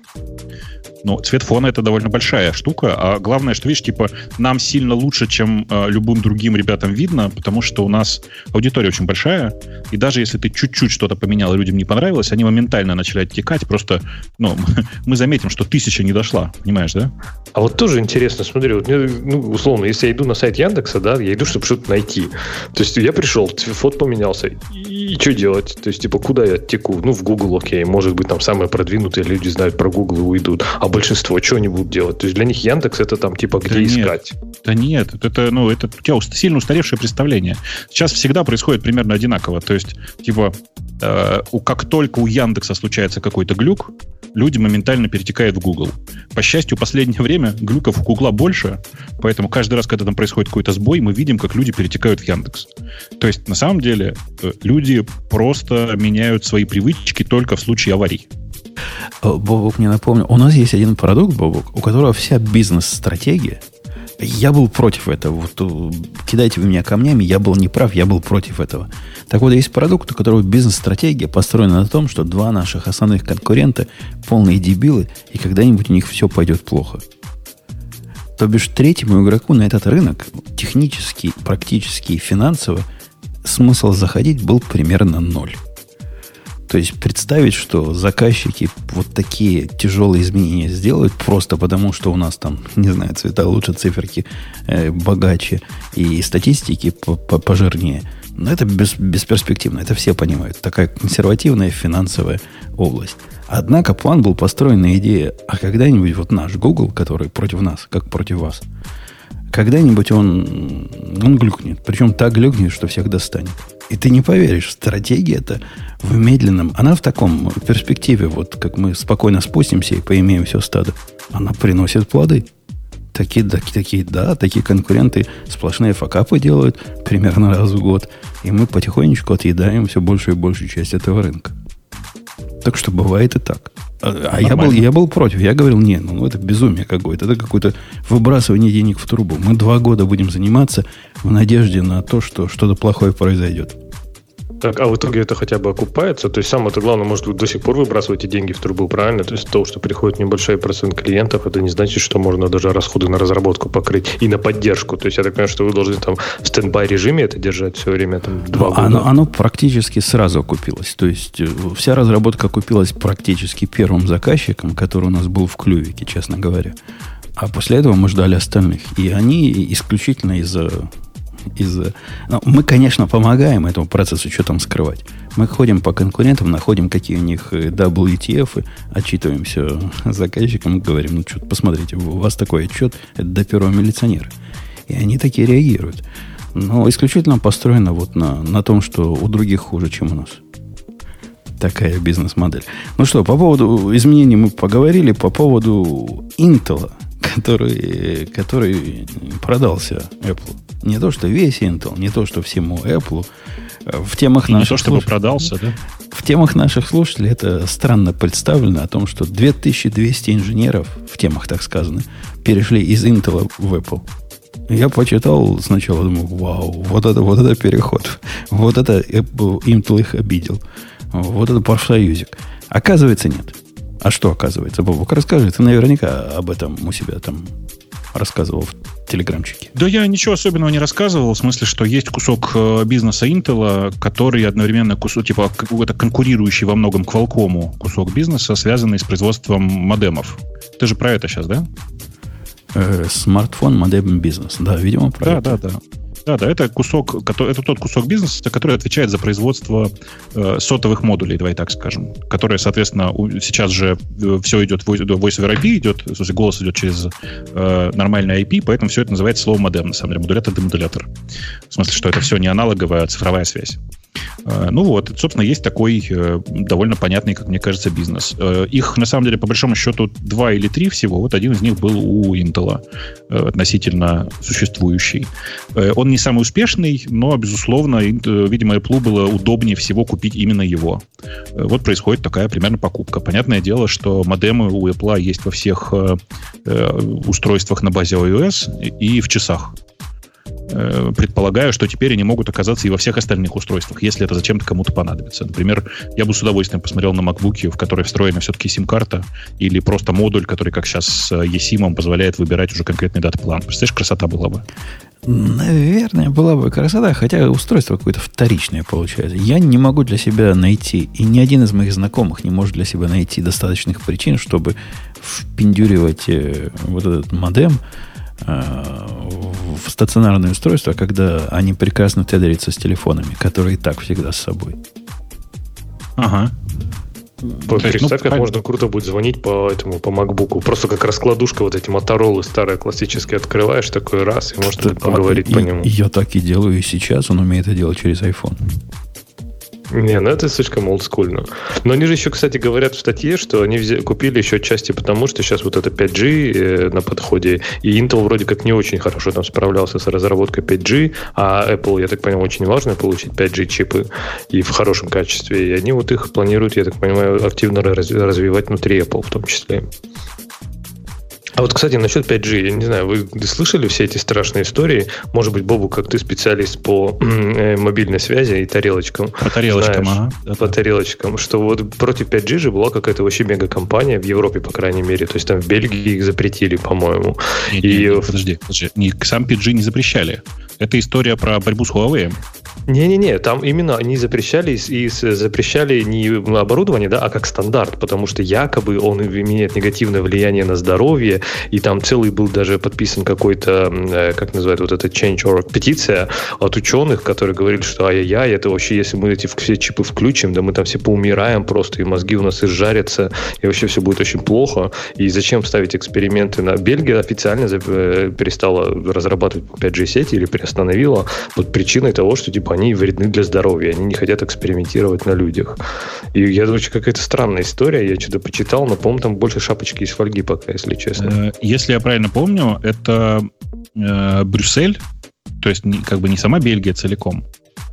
Ну, цвет фона — это довольно большая штука, а главное, что, видишь, типа, нам сильно лучше, чем э, любым другим ребятам видно, потому что у нас аудитория очень большая, и даже если ты чуть-чуть что-то поменял, и людям не понравилось, они моментально начали оттекать, просто, ну, мы заметим, что тысяча не дошла, понимаешь, да? А вот тоже интересно, смотри, вот мне, ну, условно, если я иду на сайт Яндекса, да, я иду, чтобы что-то найти. То есть я пришел, фото поменялся, и, и что делать? То есть, типа, куда я теку? Ну, в Google, окей, может быть, там самые продвинутые люди знают про Google и уйдут, а большинство что они будут делать? То есть для них Яндекс это там типа где да искать? Нет, да нет, это, ну, это у тебя сильно устаревшее представление. Сейчас всегда происходит примерно одинаково. То есть, типа, э, у, как только у Яндекса случается какой-то глюк, люди моментально перетекают в Google. По счастью, в последнее время глюков у Гугла больше, поэтому каждый раз, когда там происходит какой-то сбой, мы видим, как люди перетекают в Яндекс. То есть, на самом деле, люди просто меняют свои привычки только в случае аварий. Бобок мне напомнил, у нас есть один продукт, Бобок, у которого вся бизнес-стратегия. Я был против этого. Вот, кидайте вы меня камнями, я был неправ, я был против этого. Так вот, есть продукт, у которого бизнес-стратегия построена на том, что два наших основных конкурента полные дебилы, и когда-нибудь у них все пойдет плохо. То бишь, третьему игроку на этот рынок технически, практически, финансово смысл заходить был примерно ноль. То есть представить, что заказчики вот такие тяжелые изменения сделают просто потому, что у нас там, не знаю, цвета лучше, циферки э, богаче и статистики пожирнее. Но это без, бесперспективно, это все понимают. Такая консервативная финансовая область. Однако план был построен на идее, а когда-нибудь вот наш Google, который против нас, как против вас, когда-нибудь он, он глюкнет. Причем так глюкнет, что всех достанет. И ты не поверишь, стратегия-то в медленном, она в таком перспективе, вот как мы спокойно спустимся и поимеем все стадо, она приносит плоды. Такие, такие, такие, да, такие конкуренты сплошные факапы делают примерно раз в год, и мы потихонечку отъедаем все большую и большую часть этого рынка. Так что бывает и так. А, а я, был, я был против. Я говорил, не, ну это безумие какое-то. Это какое-то выбрасывание денег в трубу. Мы два года будем заниматься в надежде на то, что что-то плохое произойдет. Так, а в итоге это хотя бы окупается? То есть самое-то главное, может, вы до сих пор выбрасываете деньги в трубу, правильно? То есть то, что приходит небольшой процент клиентов, это не значит, что можно даже расходы на разработку покрыть и на поддержку. То есть я так понимаю, что вы должны там в стендбай режиме это держать все время, там, два года. Оно, оно практически сразу окупилось. То есть вся разработка окупилась практически первым заказчиком, который у нас был в клювике, честно говоря. А после этого мы ждали остальных. И они исключительно из-за... из-за... Ну, мы, конечно, помогаем этому процессу, что там скрывать. Мы ходим по конкурентам, находим, какие у них дабл ю ти эф, отчитываемся заказчикам, говорим, ну, что, посмотрите, у вас такой отчет, это до первого милиционера. И они такие реагируют. Но исключительно построено вот на, на том, что у других хуже, чем у нас. Такая бизнес-модель. Ну что, по поводу изменений мы поговорили, по поводу Intel, который, который продался Apple. Не то, что весь Intel, не то, что всему Apple. В темах И наших не то, чтобы слуш... продался, да? В темах наших слушателей это странно представлено о том, что две тысячи двести инженеров, в темах так сказано, перешли из Intel в Apple. Я почитал сначала, думаю, вау, вот это, вот это переход. Вот это Apple, Intel их обидел. Вот это профсоюзик. Оказывается, нет. А что оказывается, Бобок? Расскажи, ты наверняка об этом у себя там рассказывал в телеграмчике. Да я ничего особенного не рассказывал, в смысле, что есть кусок бизнеса Intel, который одновременно кусок, типа, это конкурирующий во многом Qualcomm кусок бизнеса, связанный с производством модемов. Ты же про это сейчас, да? Э, смартфон, модем, бизнес. Да, видимо, про да, это. Да, да, да. Да, да, это кусок, это тот кусок бизнеса, который отвечает за производство э, сотовых модулей, давай так скажем, которые, соответственно, у, сейчас же все идет, Voice over ай пи идет, в смысле, голос идет через э, нормальный ай пи, поэтому все это называется слово модем, на самом деле, модулятор, демодулятор. В смысле, что это все не аналоговая, а цифровая связь. Э, ну вот, это, собственно, есть такой э, довольно понятный, как мне кажется, бизнес. Э, их, на самом деле, по большому счету, два или три всего. Вот один из них был у Intel, э, относительно существующий. Э, он не самый успешный, но, безусловно, видимо, Apple было удобнее всего купить именно его. Вот происходит такая примерно покупка. Понятное дело, что модемы у Apple есть во всех э, устройствах на базе iOS и в часах. Э, предполагаю, что теперь они могут оказаться и во всех остальных устройствах, если это зачем-то кому-то понадобится. Например, я бы с удовольствием посмотрел на MacBook, в которой встроена все-таки сим-карта, или просто модуль, который, как сейчас с eSIM, позволяет выбирать уже конкретный дата-план. Представляешь, красота была бы. Наверное, была бы красота, хотя устройство какое-то вторичное получается. Я не могу для себя найти, и ни один из моих знакомых не может для себя найти достаточных причин, чтобы впендюривать э, вот этот модем э, в стационарное устройство, когда они прекрасно тедерятся с телефонами, которые и так всегда с собой. Ага. Представь, есть, ну, как правильно. Можно круто будет звонить по этому, по MacBook. Просто как раскладушка, вот эти Motorola старые классические, открываешь такой раз, и можно будет поговорить а, по и, нему. Я так и делаю и сейчас, он умеет это делать через iPhone. Не, ну это слишком олдскульно. Но они же еще, кстати, говорят в статье, что они взяли, купили еще отчасти потому, что сейчас вот это пять джи э, на подходе, и Intel вроде как не очень хорошо там справлялся с разработкой пять джи, а Apple, я так понимаю, очень важно получить пять джи чипы и в хорошем качестве, и они вот их планируют, я так понимаю, активно раз, развивать внутри Apple в том числе. А вот, кстати, насчет пять джи, я не знаю, вы слышали все эти страшные истории? Может быть, Бобу, как ты специалист по э, мобильной связи и тарелочкам. По тарелочкам, знаешь, ага. По тарелочкам, что вот против пять джи же была какая-то вообще мегакомпания в Европе, по крайней мере. То есть там в Бельгии их запретили, по-моему. Нет, и... нет, нет, подожди, подожди. Не, сам пять джи не запрещали. Это история про борьбу с Huawei. Не-не-не, там именно они запрещали и запрещали не оборудование, да, а как стандарт, потому что якобы он имеет негативное влияние на здоровье, и там целый был даже подписан какой-то, как называют, вот это change org, петиция от ученых, которые говорили, что ай-яй-яй, это вообще, если мы эти все чипы включим, да мы там все поумираем просто, и мозги у нас изжарятся, и вообще все будет очень плохо, и зачем ставить эксперименты на... Бельгия официально перестала разрабатывать пять джи сети или приостановила под причиной того, что типа они вредны для здоровья, они не хотят экспериментировать на людях. И я думаю, что какая-то странная история, я что-то почитал, но, по-моему, там больше шапочки из фольги пока, если честно. Если я правильно помню, это э, Брюссель, то есть не, как бы не сама Бельгия целиком,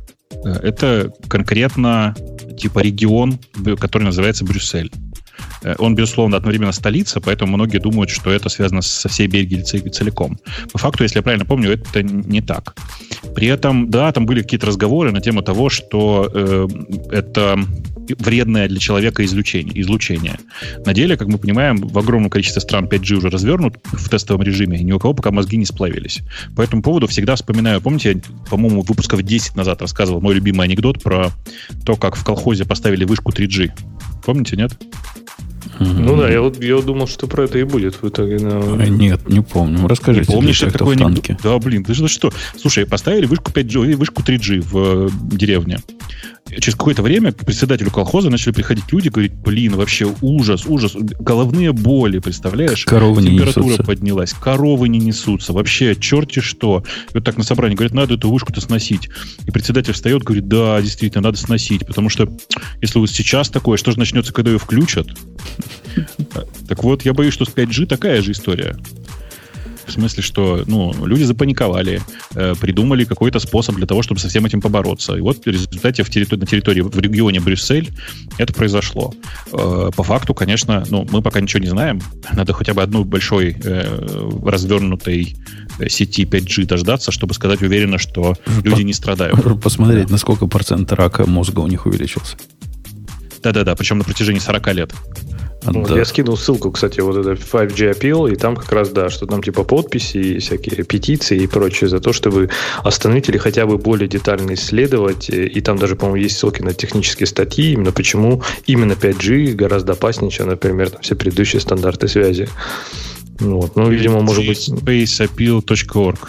это конкретно типа регион, который называется Брюссель. Он, безусловно, одновременно столица, поэтому многие думают, что это связано со всей Бельгией целиком. По факту, если я правильно помню, это не так. При этом, да, там были какие-то разговоры на тему того, что э, это вредное для человека излучение, излучение. На деле, как мы понимаем, в огромном количестве стран пять джи уже развернут в тестовом режиме, и ни у кого пока мозги не сплавились. По этому поводу всегда вспоминаю, помните, я, по-моему, выпусков десять назад рассказывал мой любимый анекдот про то, как в колхозе поставили вышку три джи. Помните, нет? Ну да, я вот я думал, что про это и будет в итоге. Но... Нет, не помню. Расскажите. Не помнишь, как такой в танке? Да, блин, ты что? Слушай, поставили вышку пять джи, вышку три джи в э, деревне. Через какое-то время к председателю колхоза начали приходить люди, говорить, блин, вообще ужас, ужас, головные боли, представляешь? Коровы Температура не несутся. поднялась, коровы не несутся, вообще черти что. И вот так на собрании говорят, надо эту вышку-то сносить. И председатель встает, говорит, да, действительно, надо сносить, потому что если вот сейчас такое, что же начнется, когда ее включат? Так вот, я боюсь, что с пять джи такая же история. В смысле, что ну, люди запаниковали, э, придумали какой-то способ для того, чтобы со всем этим побороться. И вот в результате в территори- на территории, в регионе Брюссель это произошло. Э, по факту, конечно, ну, мы пока ничего не знаем. Надо хотя бы одной большой э, развернутой сети пять джи дождаться, чтобы сказать уверенно, что люди По- не страдают. Посмотреть, на сколько процентов рака мозга у них увеличился. Да-да-да, причем на протяжении сорок лет. Вот, Да. я скинул ссылку, кстати, вот это пять джи Appeal, и там как раз, да, что там типа подписи, всякие петиции и прочее за то, чтобы остановить или хотя бы более детально исследовать, и там даже, по-моему, есть ссылки на технические статьи, именно почему именно пять джи гораздо опаснее, чем, например, там, все предыдущие стандарты связи. Вот. Ну, видимо, может быть... space appeal точка org.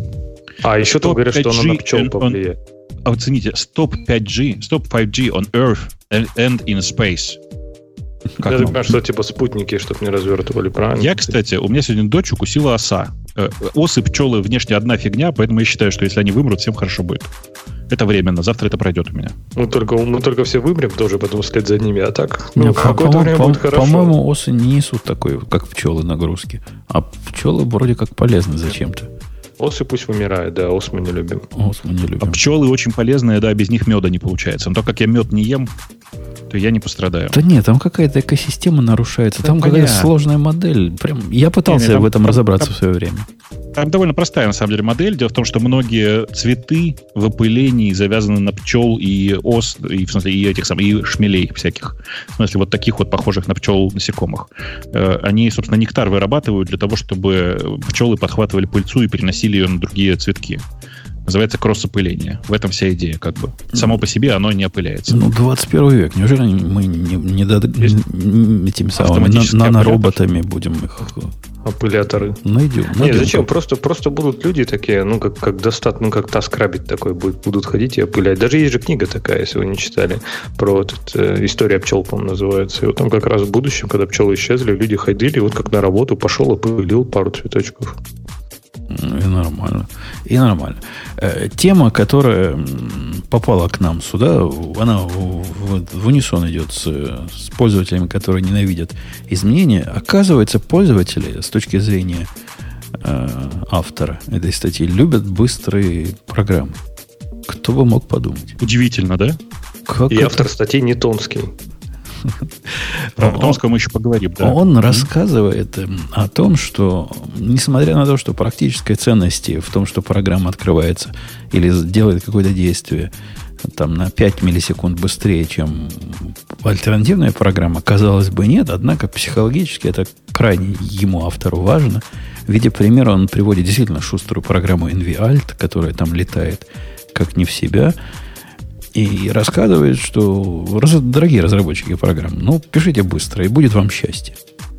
А, еще там говорят, что оно на пчел and on- повлияет. Оцените, Stop пять джи, Stop пять джи on Earth and in Space. Как Я вам? понимаю, что типа спутники, чтобы не развертывали, правильно? Я, кстати, у меня сегодня дочь укусила оса. Э, Осы, пчелы внешне одна фигня, поэтому я считаю, что если они вымрут, всем хорошо будет. Это временно, завтра это пройдет у меня. Мы только, мы только все вымрем тоже, потом вслед за ними, а так, Не, ну, по- какое-то по-моему, время по- будет хорошо. По-моему, осы не несут такой, как пчелы, нагрузки. А пчелы вроде как полезны зачем-то. Осы пусть вымирают, да, ос мы не любим. Ос мы не А любим. пчелы очень полезные, да, без них меда не получается. Но так как я мед не ем, то я не пострадаю. Да нет, там какая-то экосистема нарушается. Да Там какая-то понятно. сложная модель. Прям, я пытался Не, не, там- в этом там- разобраться там- в свое время. Там довольно простая, на самом деле, модель. Дело в том, что многие цветы в опылении завязаны на пчел и ос, и, в смысле, и этих самых, и шмелей всяких. В смысле, вот таких вот похожих на пчел насекомых. Э, Они, собственно, нектар вырабатывают для того, чтобы пчелы подхватывали пыльцу и переносили ее на другие цветки. Называется кросс-опыление. В этом вся идея, как бы. Само по себе оно не опыляется. Ну, двадцать первый век. Неужели мы не, не до- не- этими самыми автоматический на- нанороботами будем их Опыляторы. найдем? Нет, найдем зачем? как. Просто, просто будут люди такие, ну, как, как достат, ну, как таскрабит такой будет, будут ходить и опылять. Даже есть же книга такая, если вы не читали, про этот, э, «История пчел», по-моему, называется. И вот там как раз в будущем, когда пчелы исчезли, люди ходили, вот как на работу пошел, опылил пару цветочков. Ну, И нормально. И нормально. Э, Тема, которая м, попала к нам сюда, она в, в- в унисон идет с, с пользователями, которые ненавидят изменения. Оказывается, пользователи с точки зрения э, автора этой статьи любят быстрые программы. Кто бы мог подумать? Удивительно, да? Как И это? автор статьи не Томский. Про Он- Томского мы еще поговорим, да. Он рассказывает м, о том, что, несмотря на то, что практической ценности в том, что программа открывается или делает какое-то действие там, на пять миллисекунд быстрее, чем альтернативная программа, казалось бы, нет. Однако психологически это крайне ему, автору, важно. В виде примера он приводит действительно шуструю программу NVAlt, которая там летает как не в себя. И рассказывает, что раз- дорогие разработчики программ, ну, пишите быстро, и будет вам счастье.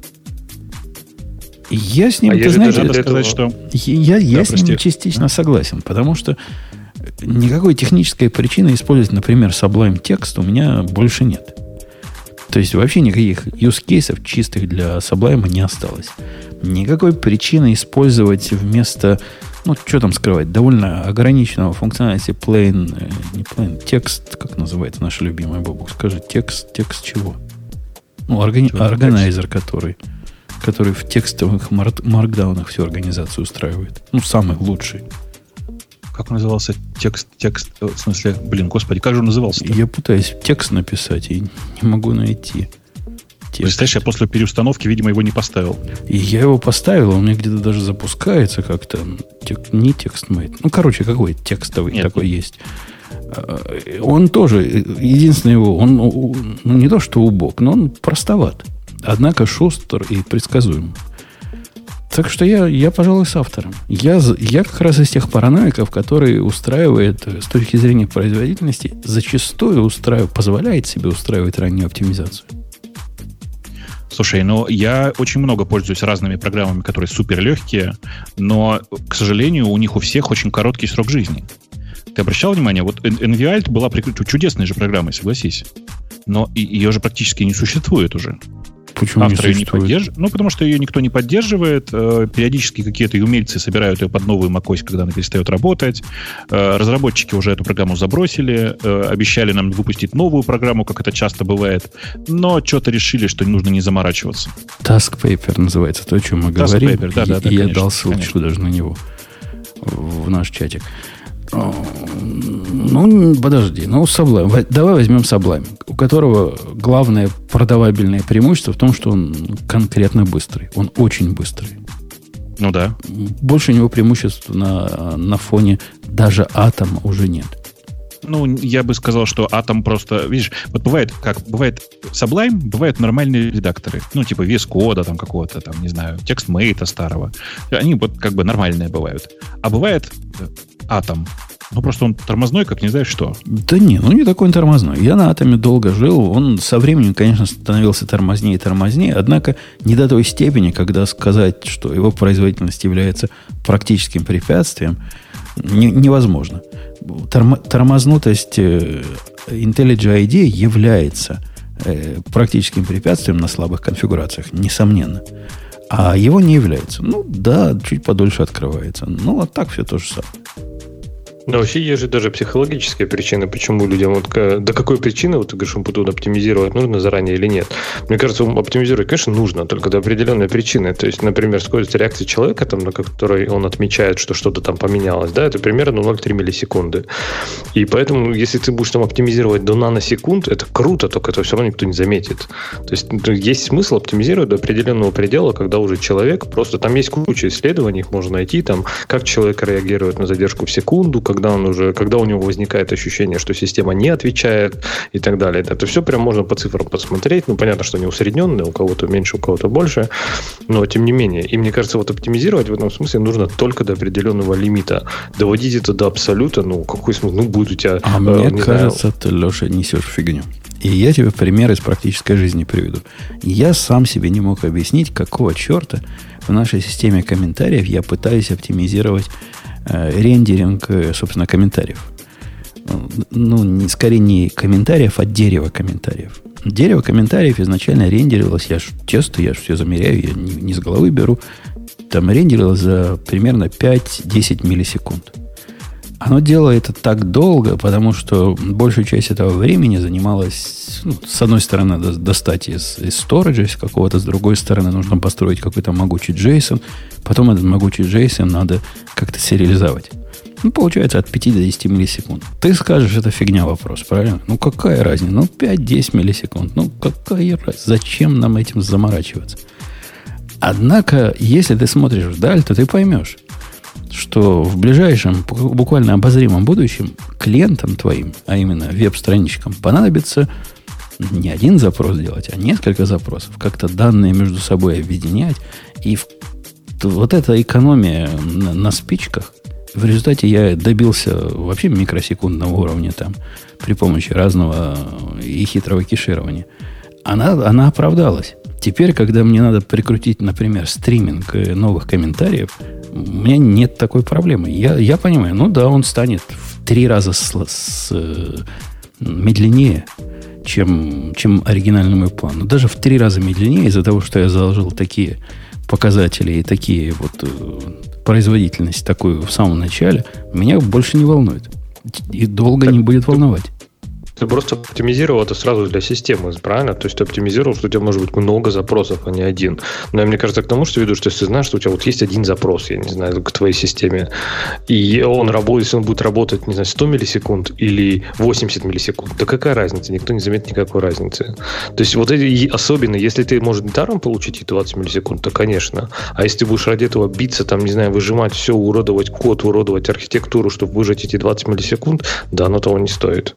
И я с ним, А ты я же знаете, даже Надо для сказать, этого- что... я, я Да, с ним прости. частично согласен, потому что никакой технической причины использовать, например, Sublime Text у меня больше нет. То есть вообще никаких use cases чистых для Sublime не осталось. Никакой причины использовать вместо, ну, что там скрывать, довольно ограниченного функциональности plain, э, не plain, текст, как называется наша любимая бабук, скажи, текст, текст чего? Ну, органи- Чего? органайзер, который, который в текстовых мар- маркдаунах всю организацию устраивает. Ну, самый лучший. Как он назывался? Текст, текст, э, в смысле, блин, господи, как же он назывался-то? Я пытаюсь текст написать и не могу найти. Представляешь, я после переустановки, видимо, его не поставил. И я его поставил, он у меня где-то даже запускается как-то. Тек, не TextMate. Ну, короче, какой текстовый Нет. такой есть. Он тоже, единственное его, он ну, не то что убог, но он простоват. Однако шустр и предсказуем. Так что я, я, пожалуй, с автором. Я, я как раз из тех параноиков, которые устраивают, с точки зрения производительности, зачастую устраивает, позволяет себе устраивать раннюю оптимизацию. Слушай, ну я очень много пользуюсь разными программами, которые супер легкие, но, к сожалению, у них у всех очень короткий срок жизни. Ты обращал внимание, вот NVALT была чудесной же программой, согласись. Но ее же практически не существует уже. Почему Авторы не ее не поддерживают? Ну, потому что ее никто не поддерживает. Периодически какие-то умельцы собирают ее под новую macOS, когда она перестает работать. Разработчики уже эту программу забросили. Обещали нам выпустить новую программу, как это часто бывает. Но что-то решили, что нужно не заморачиваться. Task Paper называется, то, о чем мы Task говорим. Paper, да, да, да, и конечно, я дал ссылочку конечно. даже на него в наш чатик. Ну, подожди. Ну, Sublime. Давай возьмем Sublime, у которого главное продавабельное преимущество в том, что он конкретно быстрый. Он очень быстрый. Ну да. Больше у него преимуществ на, на фоне даже Atom уже нет. Ну, я бы сказал, что Atom просто... Видишь, вот бывает, как бывает Sublime, бывают нормальные редакторы. Ну, типа VS Code там какого-то, там, не знаю, TextMate старого. Они вот как бы нормальные бывают. А бывает Atom. Ну, просто он тормозной, как не знаешь что. Да не, ну не такой он тормозной. Я на Атоме долго жил. Он со временем, конечно, становился тормознее и тормознее. Однако не до той степени, когда сказать, что его производительность является практическим препятствием, не, невозможно. Торм, тормознутость IntelliJ ай ди является э, практическим препятствием на слабых конфигурациях, несомненно. А его не является. Ну да, чуть подольше открывается. Ну, а так все то же самое. Но вообще есть же даже психологическая причина, почему людям, вот, до какой причины, вот ты говоришь, Умпутун, оптимизировать нужно заранее или нет. Мне кажется, оптимизировать, конечно, нужно, только до определенной причины. То есть, например, скорость реакции человека, там, на которой он отмечает, что что-то там поменялось, да, это примерно ноль целых три миллисекунды. И поэтому, если ты будешь там оптимизировать до наносекунд, это круто, только это все равно никто не заметит. То есть, есть смысл оптимизировать до определенного предела, когда уже человек, просто там есть куча исследований, их можно найти, там, как человек реагирует на задержку в секунду, когда он уже, когда у него возникает ощущение, что система не отвечает и так далее. Это все прям можно по цифрам посмотреть. Ну, понятно, что они усредненные, у кого-то меньше, у кого-то больше, но тем не менее. И мне кажется, вот оптимизировать в этом смысле нужно только до определенного лимита. Доводить это до абсолюта, ну, какой смысл? Ну, будет у тебя... А э, мне кажется, знаю... ты, Леша, несешь фигню. И я тебе пример из практической жизни приведу. Я сам себе не мог объяснить, какого черта в нашей системе комментариев я пытаюсь оптимизировать рендеринг, собственно, комментариев. Ну, не, скорее не комментариев, а дерево комментариев. Дерево комментариев изначально рендерилось, я ж часто, я ж все замеряю, я не, не с головы беру, там рендерилось за примерно пять-десять миллисекунд. Оно делает это так долго, потому что большую часть этого времени занималось, ну, с одной стороны, достать из, из сториджа из какого-то, с другой стороны, нужно построить какой-то могучий JSON, потом этот могучий JSON надо как-то сериализовать. Ну, получается от пяти до десяти миллисекунд. Ты скажешь, это фигня вопрос, правильно? Ну, какая разница? Ну, пять-десять миллисекунд. Ну, какая разница? Зачем нам этим заморачиваться? Однако, если ты смотришь вдаль, то ты поймешь, что в ближайшем, буквально обозримом будущем клиентам твоим, а именно веб-страничкам, понадобится не один запрос делать, а несколько запросов, как-то данные между собой объединять. И в, вот эта экономия на, на спичках, в результате я добился вообще микросекундного уровня там при помощи разного и хитрого кеширования. Она, она оправдалась. Теперь, когда мне надо прикрутить, например, стриминг новых комментариев, у меня нет такой проблемы. Я, я понимаю, ну да, он станет в три раза с, с, медленнее, чем, чем оригинальный мой план. Но даже в три раза медленнее из-за того, что я заложил такие показатели и такие вот производительность такую в самом начале, меня больше не волнует. И долго так, не будет волновать. ты просто оптимизировал это сразу для системы, правильно? То есть ты оптимизировал, что у тебя может быть много запросов, а не один. Но мне кажется, к тому, что веду, что если ты знаешь, что у тебя вот есть один запрос, я не знаю, к твоей системе, и он работает, если он будет работать, не знаю, сто миллисекунд или восемьдесят миллисекунд, то какая разница? Никто не заметит никакой разницы. То есть вот эти, особенно, если ты, может, даром получить эти двадцать миллисекунд, то, конечно. А если ты будешь ради этого биться, там, не знаю, выжимать все, уродовать код, уродовать архитектуру, чтобы выжать эти двадцать миллисекунд, да, оно того не стоит.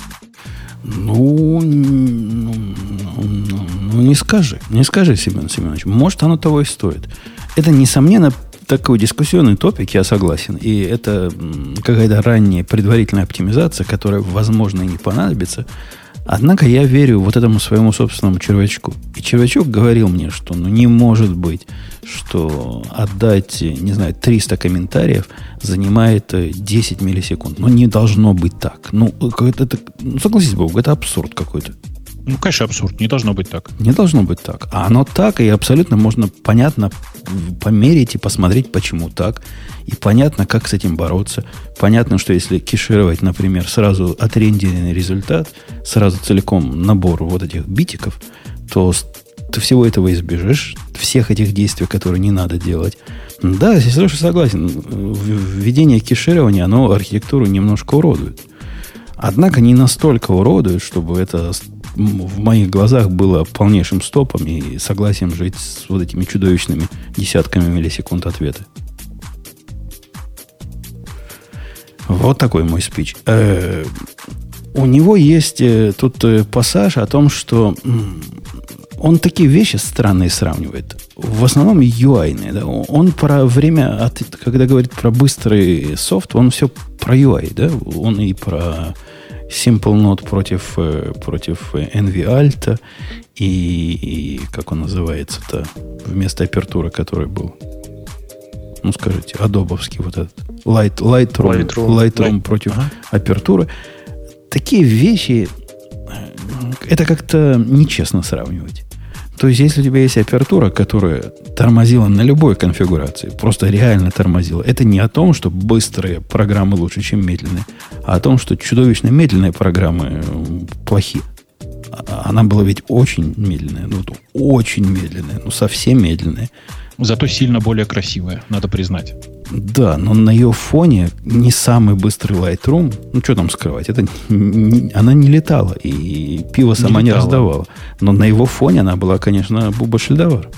Ну, ну, ну, ну, не скажи. Не скажи, Семен Семенович. Может, оно того и стоит. Это, несомненно, такой дискуссионный топик, я согласен. И это какая-то ранняя предварительная оптимизация, которая, возможно, и не понадобится. Однако я верю вот этому своему собственному червячку. И червячок говорил мне, что ну, не может быть, что отдать, не знаю, триста комментариев занимает десять миллисекунд. Ну, не должно быть так. Ну, это, это, ну согласитесь, Бог, это абсурд какой-то. Ну, конечно, абсурд. Не должно быть так. Не должно быть так. А оно так, и абсолютно можно понятно померить и посмотреть, почему так. И понятно, как с этим бороться. Понятно, что если кешировать, например, сразу отрендеренный результат, сразу целиком набор вот этих битиков, то ты всего этого избежишь, всех этих действий, которые не надо делать. Да, я совершенно согласен. Введение кеширования, оно архитектуру немножко уродует. Однако не настолько уродует, чтобы это в моих глазах было полнейшим стопом и согласием жить с вот этими чудовищными десятками миллисекунд ответа. Вот такой мой спич. Э-э- у него есть э, тут э, пассаж о том, что м- он такие вещи странные сравнивает. В основном ю ай-ные. Да? Он про время, от, когда говорит про быстрый софт, он все про ю ай. Да? Он и про SimpleNode против, против NVAlta и, и как он называется-то вместо апертуры, который был. Ну, скажите, адобовский вот этот. Light, Lightroom, Lightroom, Lightroom Light. против ага. апертуры. Такие вещи, это как-то нечестно сравнивать. То есть, если у тебя есть апертура, которая тормозила на любой конфигурации, просто реально тормозила, это не о том, что быстрые программы лучше, чем медленные, а о том, что чудовищно медленные программы плохие. Она была ведь очень медленная, ну, очень медленная, ну, совсем медленная. Зато сильно более красивая, надо признать. Да, но на ее фоне не самый быстрый Lightroom, ну, что там скрывать, это не, она не летала, и пиво сама не, не раздавала. Но на его фоне она была, конечно, буба-шельдовар.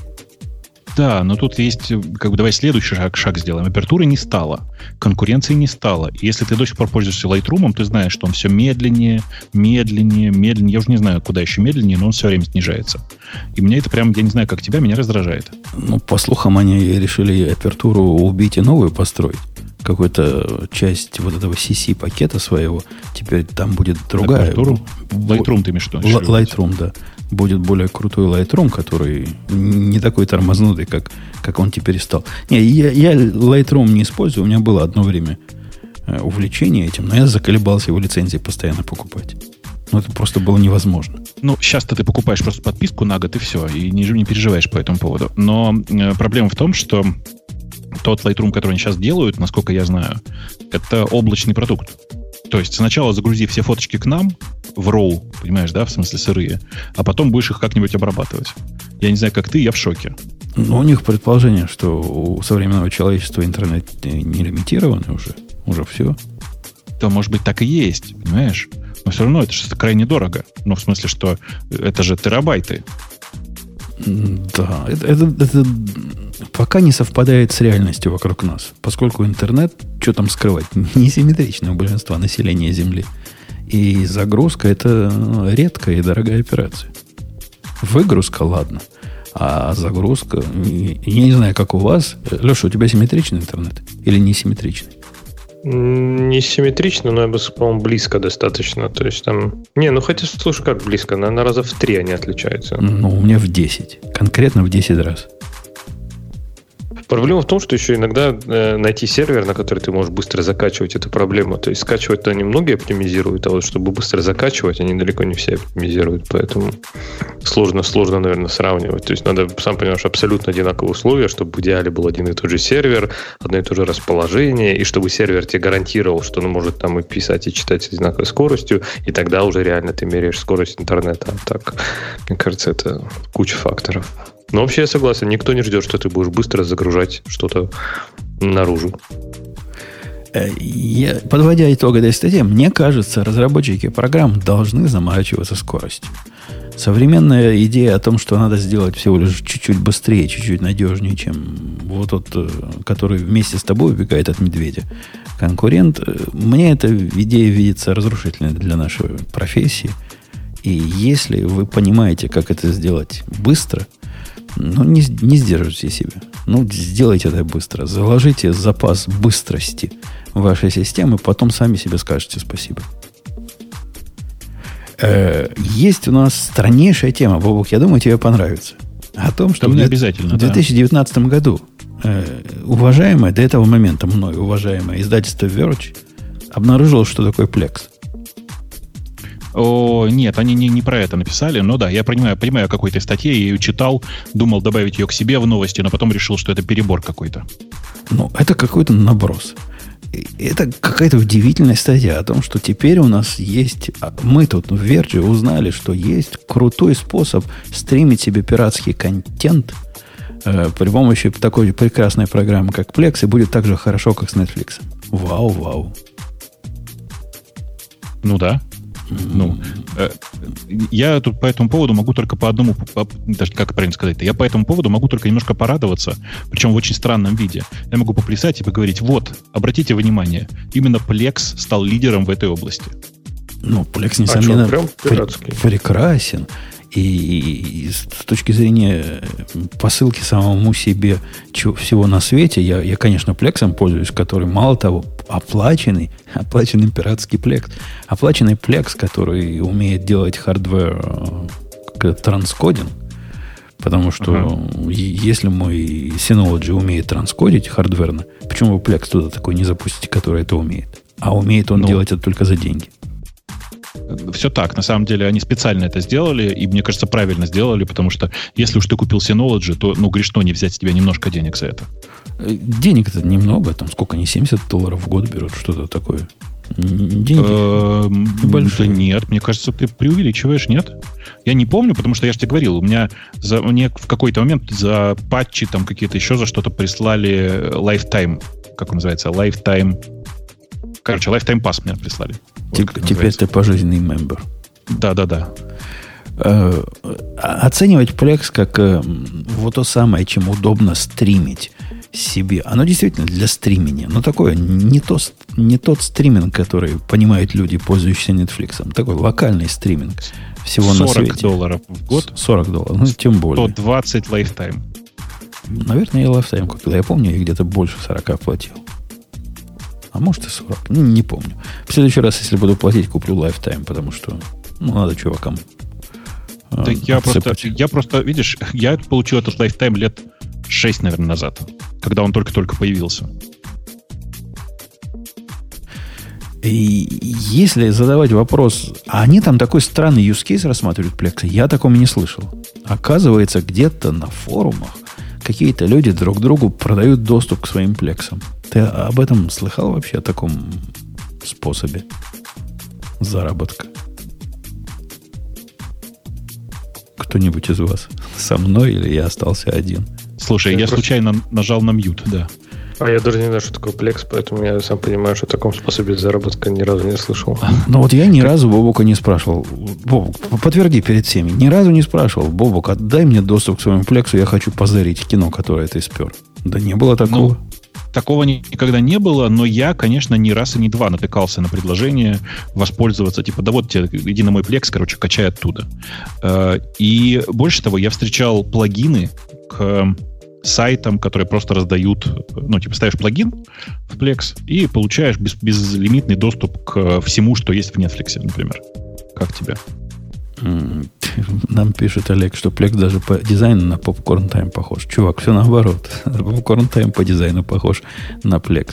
Да, но тут есть, как бы, давай следующий шаг, шаг сделаем. Апертуры не стало, конкуренции не стало. И если ты до сих пор пользуешься Lightroom, ты знаешь, что он все медленнее, медленнее, медленнее. Я уже не знаю, куда еще медленнее, но он все время снижается. И мне это прям, я не знаю, как тебя, меня раздражает. Ну, по слухам, они решили апертуру убить и новую построить. Какую-то часть вот этого си си-пакета своего. Теперь там будет другая. Апертуру? Lightroom ты имеешь в виду? Lightroom, да. Будет более крутой Lightroom, который не такой тормознутый, как, как он теперь стал. Не, я, я Lightroom не использую. У меня было одно время увлечение этим, но я заколебался его лицензии постоянно покупать. Ну, это просто было невозможно. Ну, сейчас-то ты покупаешь просто подписку на год, и все, и не, не переживаешь по этому поводу. Но э, проблема в том, что тот Lightroom, который они сейчас делают, насколько я знаю, это облачный продукт. То есть сначала загрузи все фоточки к нам в роу, понимаешь, да, в смысле сырые, а потом будешь их как-нибудь обрабатывать. Я не знаю, как ты, я в шоке. Ну, у них предположение, что у современного человечества интернет не лимитированный уже. Уже все. То, может быть, так и есть, понимаешь? Но все равно это же крайне дорого. Ну, в смысле, что это же терабайты. Да, это, это, это пока не совпадает с реальностью вокруг нас. Поскольку интернет, что там скрывать, несимметричный у большинства населения Земли. И загрузка – это редкая и дорогая операция. Выгрузка, ладно. А загрузка... Я не знаю, как у вас. Леша, у тебя симметричный интернет? Или несимметричный? Не симметрично, но я бы сказал, по-моему, близко достаточно. То есть там... Не, ну хотя, слушай, как близко? Наверное, раза в три они отличаются. Ну, у меня в десять. Конкретно в десять раз. Проблема в том, что еще иногда э, найти сервер, на который ты можешь быстро закачивать, это проблема. То есть скачивать-то они многие оптимизируют, а вот чтобы быстро закачивать, они далеко не все оптимизируют. Поэтому сложно, сложно, наверное, сравнивать. То есть надо, сам понимаешь, абсолютно одинаковые условия, чтобы в идеале был один и тот же сервер, одно и то же расположение, и чтобы сервер тебе гарантировал, что он может там и писать, и читать с одинаковой скоростью, и тогда уже реально ты меряешь скорость интернета. Так, мне кажется, это куча факторов. Но вообще я согласен, никто не ждет, что ты будешь быстро загружать что-то наружу. Я, подводя итог этой статьи, мне кажется, разработчики программ должны заморачиваться скоростью. Современная идея о том, что надо сделать всего лишь чуть-чуть быстрее, чуть-чуть надежнее, чем вот тот, который вместе с тобой убегает от медведя, конкурент, мне эта идея видится разрушительной для нашей профессии. И если вы понимаете, как это сделать быстро, ну, не, не сдерживайте себя. Ну, сделайте это быстро. Заложите запас быстрости в вашей системе, потом сами себе скажете спасибо. Э, есть у нас страннейшая тема, Бобок, я думаю, тебе понравится. О том, что не обязательно, в две тысячи девятнадцатом да. году э, уважаемое, до этого момента мной уважаемое издательство Verge обнаружило, что такое Plex. О, нет, они не, не про это написали, но да, я понимаю, понимаю о какой-то статье, я ее читал, думал добавить ее к себе в новости, но потом решил, что это перебор какой-то. Ну, это какой-то наброс. Это какая-то удивительная статья о том, что теперь у нас есть... Мы тут в Verge узнали, что есть крутой способ стримить себе пиратский контент э, при помощи такой прекрасной программы, как Plex, и будет так же хорошо, как с Netflix. Вау, вау. Ну да. Ну, э, я тут по этому поводу могу только по одному, по, даже как правильно сказать, я по этому поводу могу только немножко порадоваться, причем в очень странном виде. Я могу поплясать и поговорить, вот, обратите внимание, именно Plex стал лидером в этой области. Ну, Plex, несомненно, а что, прям прекрасен. И, и, и с точки зрения посылки самому себе чего, всего на свете, я, я, конечно, Plex'ом пользуюсь, который, мало того, оплаченный, оплаченный пиратский Plex. Оплаченный Plex, который умеет делать хардвер транскодинг, потому что uh-huh. если мой Synology умеет транскодить хардверно, почему вы Plex туда такой не запустите, который это умеет? А умеет он ну. делать это только за деньги. Все так. На самом деле они специально это сделали, и, мне кажется, правильно сделали, потому что если уж ты купил Synology, то, ну, грешно не взять с тебя немножко денег за это. Денег-то немного, там сколько они, семьдесят долларов в год берут, что-то такое. Деньги большие. Да нет, мне кажется, ты преувеличиваешь, нет? Я не помню, потому что я же тебе говорил, у меня за, мне в какой-то момент за патчи, там какие-то еще за что-то прислали Lifetime, как он называется, Lifetime... Короче, Lifetime Pass мне прислали. Вот теперь ты пожизненный мембер. Да-да-да. Э, оценивать Plex как э, вот то самое, чем удобно стримить себе. Оно действительно для стримения. Но такое не, то, не тот стриминг, который понимают люди, пользующиеся Netflix. Такой локальный стриминг. Всего на свете. сорок долларов в год? сорок долларов. Ну, тем более. сто двадцать Lifetime. Наверное, я Lifetime купил. Я помню, я где-то больше сорок платил. А может и сорок. Ну, не помню. В следующий раз, если буду платить, куплю Lifetime, потому что ну, надо чувакам да я просто, я просто, видишь, я получил этот Lifetime лет шесть, наверное, назад, когда он только-только появился. И если задавать вопрос, а они там такой странный use case рассматривают Plex, я такого не слышал. Оказывается, где-то на форумах какие-то люди друг другу продают доступ к своим Plex'ам. Ты об этом слыхал вообще, о таком способе заработка? Кто-нибудь из вас со мной или я остался один? Слушай, я, я просто... случайно нажал на мьют, да. А я даже не знаю, что такое Plex, поэтому я сам понимаю, что о таком способе заработка ни разу не слышал. Ну вот я ни разу Бобука не спрашивал. Бобук, подтверди перед всеми. Ни разу не спрашивал. Бобук, отдай мне доступ к своему Plex'у, я хочу позырить кино, которое ты спер. Да не было такого. Ну, такого никогда не было, но я, конечно, ни раз и ни два натыкался на предложение воспользоваться. Типа, да вот тебе, иди на мой Plex, короче, качай оттуда. И больше того, я встречал плагины к сайтам, которые просто раздают, ну, типа, ставишь плагин в Plex и получаешь без, безлимитный доступ к всему, что есть в Netflix, например. Как тебе? Нам пишет Олег, что Plex даже по дизайну на Popcorn Time похож. Чувак, все наоборот. Popcorn Time по дизайну похож на Plex.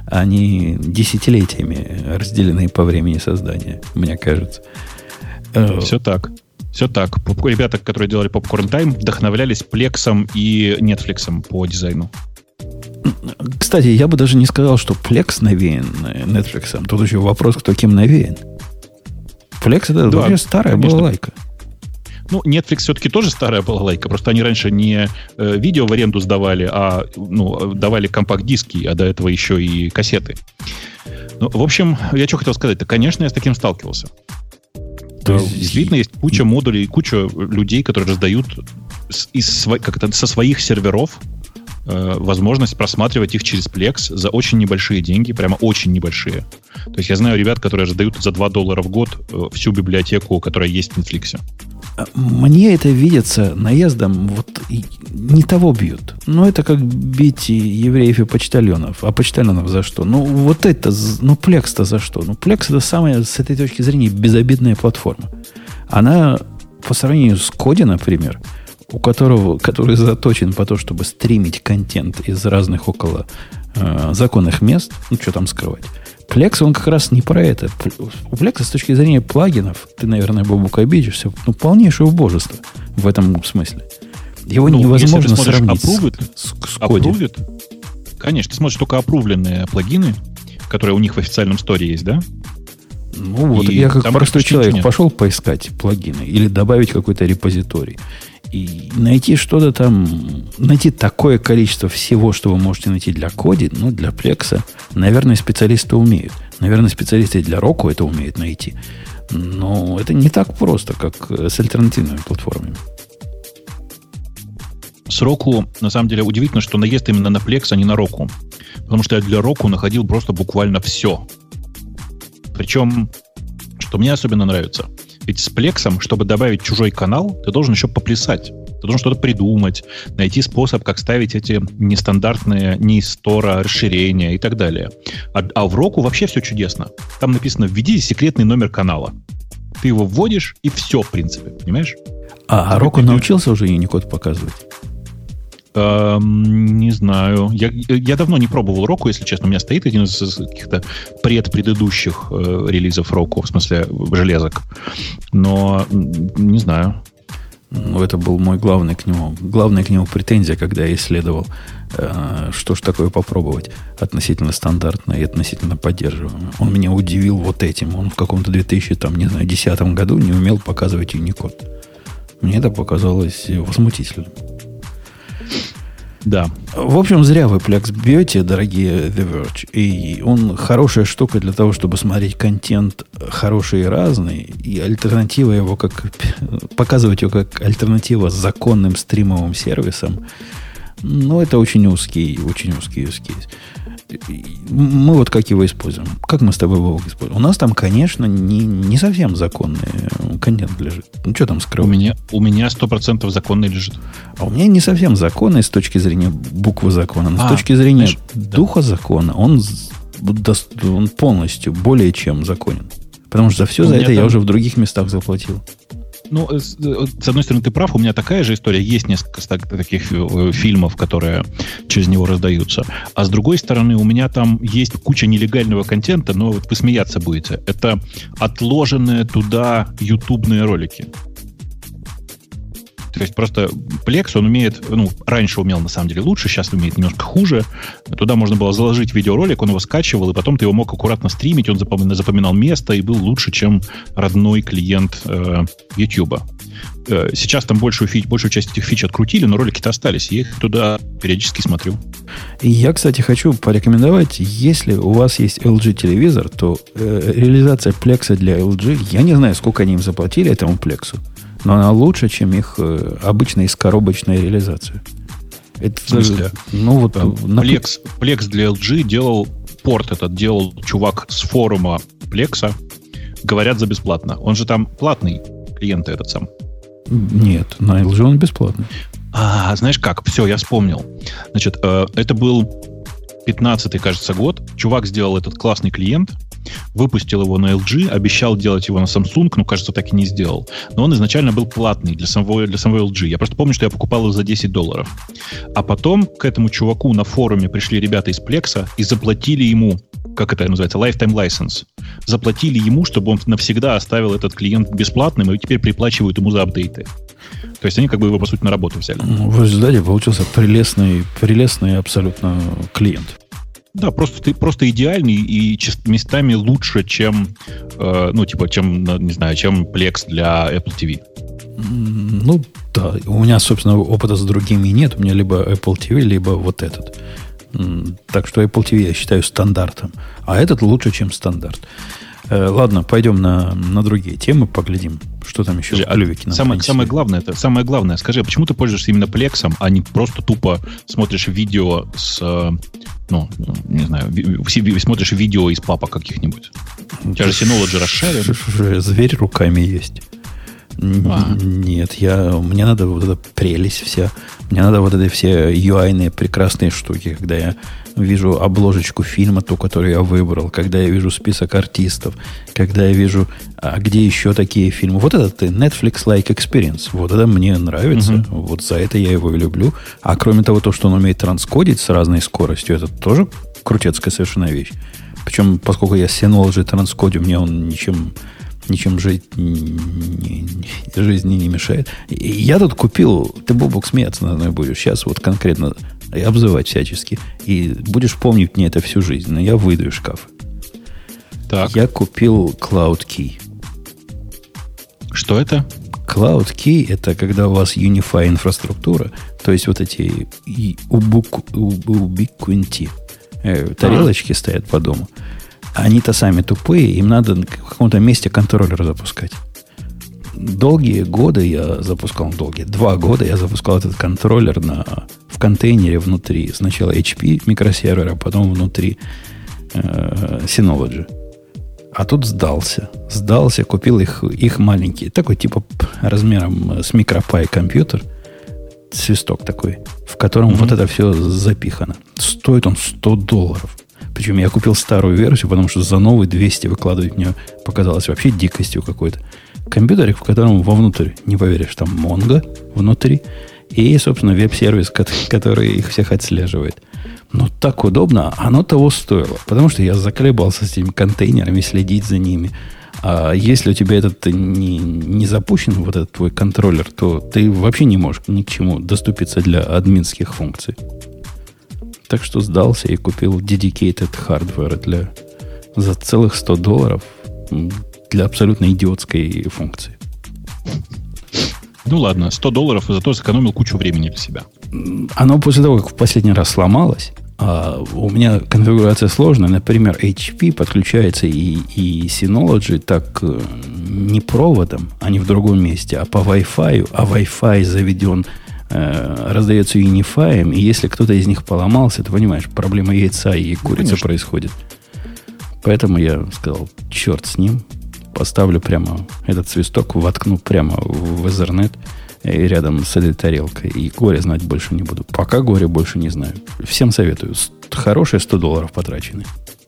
Они десятилетиями разделены по времени создания, мне кажется. Все так. Все так. Ребята, которые делали Popcorn Time, вдохновлялись Plex и Netflix по дизайну. Кстати, я бы даже не сказал, что Plex навеян Netflix. Тут еще вопрос, кто кем навеян. Plex это да, вообще старая конечно. балалайка. Ну, Netflix все-таки тоже старая балалайка. Просто они раньше не э, видео в аренду сдавали, а ну, давали компакт-диски, а до этого еще и кассеты. Ну, в общем, я что хотел сказать-то. Конечно, я с таким сталкивался. То есть, действительно, есть куча модулей, куча людей, которые раздают с, из, как-то со своих серверов э, возможность просматривать их через Plex за очень небольшие деньги, прямо очень небольшие. То есть я знаю ребят, которые раздают за два доллара в год э, всю библиотеку, которая есть в Netflix. Мне это видится наездом, вот не того бьют. Ну, это как бить евреев и почтальонов. А почтальонов за что? Ну, вот это, ну, Plex-то за что? Ну, Plex это самая, с этой точки зрения, безобидная платформа. Она, по сравнению с Коди, например, у которого, который заточен по то, чтобы стримить контент из разных около э, законных мест, ну, что там скрывать. Plex, он как раз не про это. У Plex с точки зрения плагинов, ты, наверное, Бобук, обидишься, ну, полнейшее убожество в этом смысле. Его ну, невозможно сравнить approved, с, с Коди. Конечно, ты смотришь только опрувленные плагины, которые у них в официальном сторе есть, да? Ну, вот я как простой человек нет. пошел поискать плагины или добавить какой-то репозиторий. И найти что-то там, найти такое количество всего, что вы можете найти для Коди, ну, для Plex, наверное, специалисты умеют. Наверное, специалисты для Roku это умеют найти. Но это не так просто, как с альтернативными платформами. С Roku, на самом деле, удивительно, что наезд именно на Plex, а не на Roku. Потому что я для Roku находил просто буквально все. Причем, что мне особенно нравится, ведь с Plex, чтобы добавить чужой канал, ты должен еще поплясать. Ты должен что-то придумать, найти способ, как ставить эти нестандартные, не из стора, расширения и так далее. А, а в Roku вообще все чудесно. Там написано «Введи секретный номер канала». Ты его вводишь, и все, в принципе. Понимаешь? А, а Roku научился уже Unicode показывать? Не знаю. Я, я давно не пробовал Roku, если честно. У меня стоит один из каких-то предпредыдущих э, релизов Roku, в смысле железок. Но не знаю. Ну, это был мой главный к нему, главная к нему претензия, когда я исследовал, э, что ж такое попробовать относительно стандартное и относительно поддерживаемое. Он меня удивил вот этим. Он в каком-то две тысячи десятом году не умел показывать Unicode. Мне это показалось возмутительным. Да. В общем, зря вы Plex бьете, дорогие The Verge. И он хорошая штука для того, чтобы смотреть контент хороший и разный. И альтернатива его, как показывать его как альтернатива законным стримовым сервисам. Ну, это очень узкий, очень узкий use case. Мы вот как его используем? Как мы с тобой его используем? У нас там, конечно, не, не совсем законный контент лежит. Ну, что там скрывать? У меня, у меня сто процентов законный лежит. А у меня не совсем законный с точки зрения буквы закона, но а, с точки зрения знаешь, духа да. закона он, он полностью более чем законен. Потому что за все у за это там... я уже в других местах заплатил. Ну, с, с одной стороны, ты прав, у меня такая же история. Есть несколько таких фильмов, которые через него раздаются. А с другой стороны, у меня там есть куча нелегального контента, но вот вы смеяться будете. Это отложенные туда ютубные ролики. То есть просто Plex, он умеет, ну, раньше умел на самом деле лучше, сейчас умеет немножко хуже. Туда можно было заложить видеоролик, он его скачивал, и потом ты его мог аккуратно стримить, он запоминал, запоминал место и был лучше, чем родной клиент э, YouTube. Э, сейчас там большую, фич, большую часть этих фич открутили, но ролики-то остались, я их туда периодически смотрю. И я, кстати, хочу порекомендовать, если у вас есть эл джи телевизор, то э, реализация Plex для эл джи, я не знаю, сколько они им заплатили, этому Plex, но она лучше, чем их э, обычная искоробочная реализация. Это, в смысле? Ну, вот, на... Plex, Plex для эл джи делал, порт этот делал чувак с форума Plex, говорят, за бесплатно. Он же там платный клиент этот сам. Нет, на эл джи он бесплатный. А, знаешь как? Все, я вспомнил. Значит, э, это был пятнадцатый, кажется, год. Чувак сделал этот классный клиент, выпустил его на эл джи, обещал делать его на Samsung, но, кажется, так и не сделал. Но он изначально был платный для самого, для самого эл джи. Я просто помню, что я покупал его за десять долларов. А потом к этому чуваку на форуме пришли ребята из Plex и заплатили ему, как это называется, lifetime license. Заплатили ему, чтобы он навсегда оставил этот клиент бесплатным, и теперь приплачивают ему за апдейты. То есть они как бы его, по сути, на работу взяли. В результате получился прелестный, прелестный абсолютно клиент. Да, просто, просто идеальный и местами лучше, чем, э, ну, типа, чем, не знаю, чем Plex для Apple ти ви. Ну, да. У меня, собственно, опыта с другими нет. У меня либо Apple ти ви, либо вот этот. Так что Apple ти ви я считаю стандартом. А этот лучше, чем стандарт. Э, ладно, пойдем на, на другие темы, поглядим, что там еще Скажи, в клювике. Самое, самое главное, это самое главное. Скажи, почему ты пользуешься именно Plex'ом, а не просто тупо смотришь видео с, ну, не знаю, смотришь видео из папок каких-нибудь? У тебя же Synology расшарен. Зверь руками есть. А. Нет, я, мне надо вот эта прелесть вся. Мне надо вот эти все ю ай-ные прекрасные штуки, когда я вижу обложечку фильма, ту, которую я выбрал, когда я вижу список артистов, когда я вижу, а где еще такие фильмы. Вот этот Netflix-like experience. Вот это мне нравится. Uh-huh. Вот за это я его и люблю. А кроме того, то, что он умеет транскодить с разной скоростью, это тоже крутецкая совершенно вещь. Причем, поскольку я Synology транскодю, мне он ничем... Ничем жить не, не, не, жизни не мешает. И я тут купил, ты, Бобок, смеяться надо мной будешь сейчас вот конкретно и обзывать всячески. И будешь помнить мне это всю жизнь. Но я выйду из шкафа. Так. Я купил Cloud Key. Что это? Cloud Key – это когда у вас Unify инфраструктура, то есть вот эти Ubiquiti э, тарелочки ага. стоят по дому. Они-то сами тупые, им надо в каком-то месте контроллер запускать. Долгие годы я запускал, долгие, два года я запускал этот контроллер на, в контейнере внутри. Сначала эйч пи микросервера, потом внутри э, Synology. А тут сдался. Сдался, купил их, их маленький, такой типа размером с микропай компьютер, свисток такой, в котором mm-hmm. вот это все запихано. Стоит он сто долларов. Причем я купил старую версию, потому что за новый двести выкладывать мне показалось вообще дикостью какой-то. Компьютерик, в котором вовнутрь, не поверишь, там Mongo внутри, и, собственно, веб-сервис, который их всех отслеживает. Но так удобно, оно того стоило. Потому что я заколебался с этими контейнерами, следить за ними. А если у тебя этот не, не запущен, вот этот твой контроллер, то ты вообще не можешь ни к чему доступиться для админских функций. Так что сдался и купил dedicated hardware для, за целых сто долларов для абсолютно идиотской функции. Ну ладно, сто долларов, зато сэкономил кучу времени для себя. Оно после того, как в последний раз сломалось, а у меня конфигурация сложная. Например, эйч пи подключается и, и Synology так не проводом, а не в другом месте, а по Wi-Fi, а Wi-Fi заведен, э, раздается Unify, и если кто-то из них поломался, ты понимаешь, проблема яйца и курицы ну, происходит. Поэтому я сказал, черт с ним, поставлю прямо этот свисток, воткну прямо в Ethernet рядом с этой тарелкой. И горе знать больше не буду. Пока горе больше не знаю. Всем советую. Хорошие сто долларов потрачены.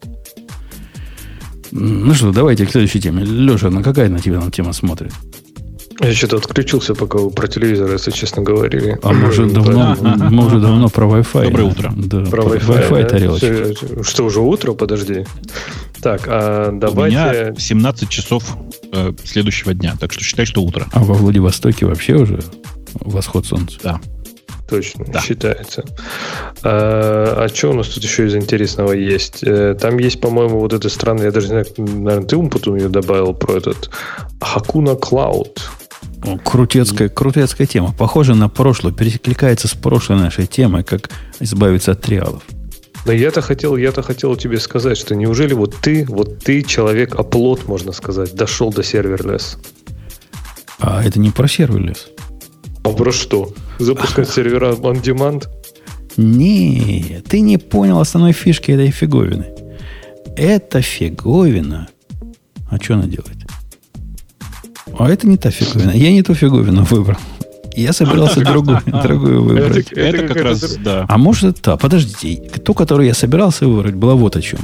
Ну что, давайте к следующей теме. Леша, на какая на тебя на тема смотрит? Я что-то отключился, пока вы про телевизор, если честно говорили. А мы уже давно, мы уже давно про Wi-Fi. Доброе утро. Да, про про Wi-Fi, Wi-Fi да? тарелочка. Что, уже утро? Подожди. Так, а давайте... У меня семнадцать часов э, следующего дня, так что считай, что утро. А во Владивостоке вообще уже восход солнца? Да. Точно, да. считается. А, а что у нас тут еще из интересного есть? Там есть, по-моему, вот эта странная, я даже не знаю, наверное, ты ум потом ее добавил про этот Hakuna Cloud. О, крутецкая, крутецкая тема. Похоже на прошлую, перекликается с прошлой нашей темой, как избавиться от триалов. Но я-то хотел, я-то хотел тебе сказать, что неужели вот ты, вот ты, человек-оплот, можно сказать, дошел до серверлесс? А это не про серверлесс. А про что? Запускать сервера on demand? Не, ты не понял основной фишки этой фиговины. Эта фиговина... А что она делает? А это не та фиговина. Я не ту фиговину выбрал. Я собирался другую, другую выбрать. Это, это как раз, да. А может, это та. Подождите. Ту, которую я собирался выбрать, была вот о чем.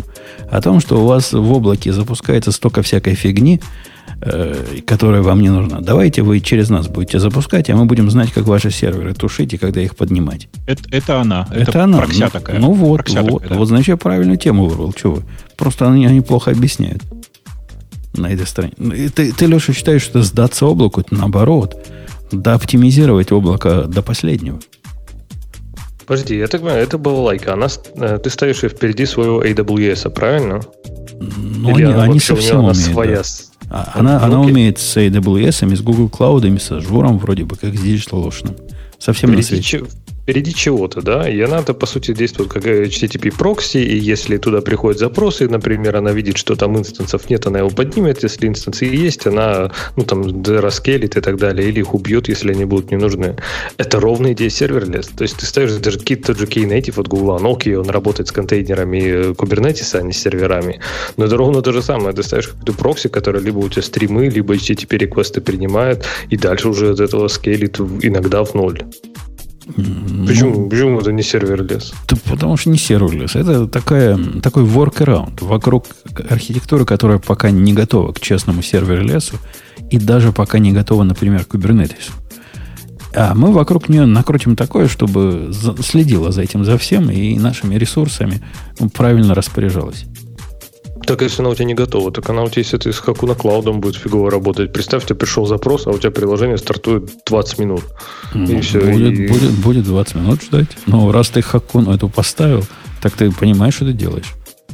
о том, что у вас в облаке запускается столько всякой фигни, э, которая вам не нужна. Давайте вы через нас будете запускать, а мы будем знать, как ваши серверы тушить и когда их поднимать. Это, это она. Это, это она. Прокся ну, такая. Ну вот, Прокся вот, такая, да. вот, значит, я правильную тему выбрал. Чего вы? Просто они, они плохо объясняют на этой стороне. И ты, ты, Леша, считаешь, что сдаться облаку, это наоборот. Да оптимизировать облако до последнего. Подожди, я так понимаю, это балалайка. Она, ты ставишь ее впереди своего эй дабл ю эс, правильно? Ну, они, она они вообще, совсем она умеют. своя. Да. А, она, она умеет с эй дабл ю эс, с Google Cloud, с Azure, вроде бы, как с DigitalOcean. Совсем на свете. Че, впереди чего-то, да? И она-то, по сути, действует как эйч ти ти пи прокси, и если туда приходят запросы, например, она видит, что там инстансов нет, она его поднимет, если инстансы есть, она, ну, там, раскелит и так далее, или их убьет, если они будут не нужны. Это ровная идея серверлесс. То есть ты ставишь даже тот же Knative от Google, ну, окей, он работает с контейнерами Kubernetes, а не с серверами, но это ровно то же самое. Ты ставишь какую-то прокси, которая либо у тебя стримы, либо эйч ти ти пи реквесты принимает, и дальше уже от этого скейлит иногда в ноль. Почему, ну, почему это не серверлесс? Потому что не серверлесс. Это такая, такой workaround вокруг архитектуры, которая пока не готова к честному серверлессу и даже пока не готова, например, к Kubernetes. А мы вокруг нее накрутим такое, чтобы следила за этим, за всем и нашими ресурсами правильно распоряжалась. Так, если она у тебя не готова, так она у тебя, если ты с Hakuna Cloud будет фигово работать. Представь, у тебя пришел запрос, а у тебя приложение стартует двадцать минут. Ну, и все, будет, и... будет, будет двадцать минут ждать. Но раз ты Hakuna эту поставил, так ты понимаешь, что ты делаешь.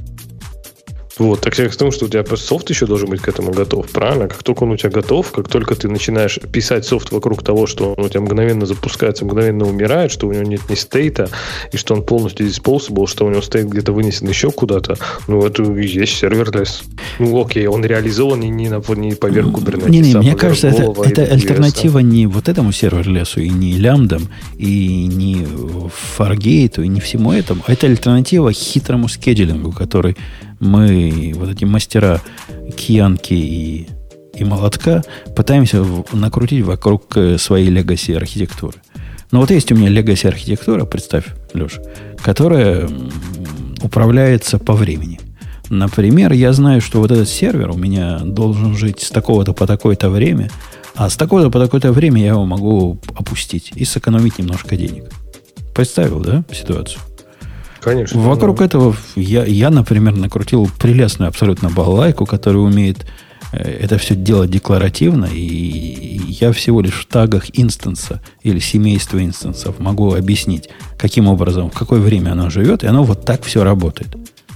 Вот, так я к тому, что у тебя софт еще должен быть к этому готов, правильно? Как только он у тебя готов, как только ты начинаешь писать софт вокруг того, что он у тебя мгновенно запускается, мгновенно умирает, что у него нет ни стейта, и что он полностью disposable, что у него стейт где-то вынесен еще куда-то, ну, это и есть серверлесс. Ну, окей, он реализован не, на, не поверх Kubernetes. Не, не, мне кажется, это, это альтернатива не вот этому серверлессу, и не лямбдам, и не Fargate, и не всему этому, а это альтернатива хитрому скеджулингу, который мы, вот эти мастера киянки и, и молотка, пытаемся в, накрутить вокруг своей легаси архитектуры. Но вот есть у меня легаси архитектура, представь, Леша, которая управляется по времени. Например, я знаю, что вот этот сервер у меня должен жить с такого-то по такое-то время, а с такого-то по такое-то время я его могу опустить и сэкономить немножко денег. Представил, да, ситуацию? Конечно. Вокруг да. этого я, я, например, накрутил прелестную абсолютно балалайку, которая умеет э, это все делать декларативно, и, и я всего лишь в тагах инстанса или семейства инстансов могу объяснить, каким образом, в какое время оно живет, и оно вот так все работает.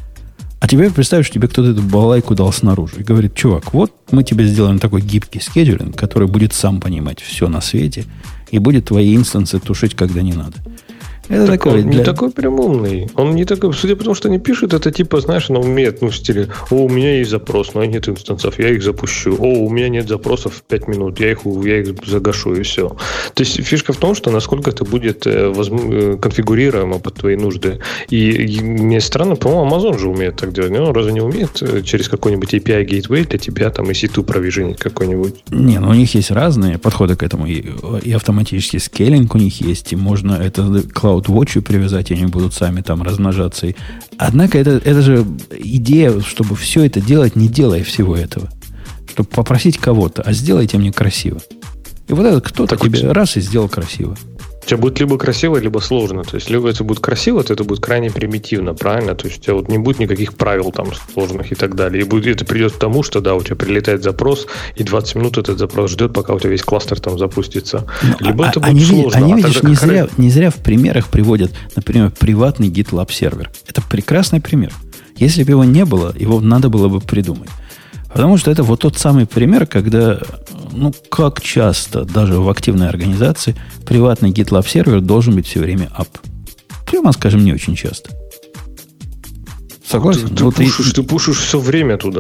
А тебе представь, что тебе кто-то эту балалайку дал снаружи и говорит: чувак, вот мы тебе сделаем такой гибкий скеджулинг, который будет сам понимать все на свете и будет твои инстансы тушить, когда не надо. Это так такой он для... не такой прям умный. Он не такой, судя по тому, что они пишут, это типа, знаешь, он умеет, ну, в стиле: о, у меня есть запрос, но нет инстансов, я их запущу. О, у меня нет запросов в пять минут, я их, я их загашу, и все. То есть фишка в том, что насколько это будет возможно, конфигурируемо под твои нужды. И, и мне странно, по-моему, Amazon же умеет так делать. Он разве не умеет через какой-нибудь эй пи ай Gateway для тебя там и си два провиженить какой-нибудь? Не, ну у них есть разные подходы к этому. И, и автоматический скейлинг у них есть, и можно это CloudWatch привязать, и они будут сами там размножаться. Однако это, это же идея, чтобы все это делать, не делая всего этого. Чтобы попросить кого-то, а сделайте мне красиво. И вот этот кто-то так тебе вот раз и сделал красиво. У тебя будет либо красиво, либо сложно. То есть, либо это будет красиво, то это будет крайне примитивно, правильно? То есть, у тебя вот не будет никаких правил там сложных и так далее. И будет, это придет к тому, что, да, у тебя прилетает запрос, и двадцать минут этот запрос ждет, пока у тебя весь кластер там запустится. Но, либо а, это они, будет сложно. Они, а видишь, тогда не, какая... зря, не зря в примерах приводят, например, приватный GitLab сервер. Это прекрасный пример. Если бы его не было, его надо было бы придумать. Потому что это вот тот самый пример, когда, ну, как часто даже в активной организации приватный GitLab сервер должен быть все время up. Прямо скажем, не очень часто. Согласен? Ты, ты, вот пушишь, и, ты пушишь все время туда.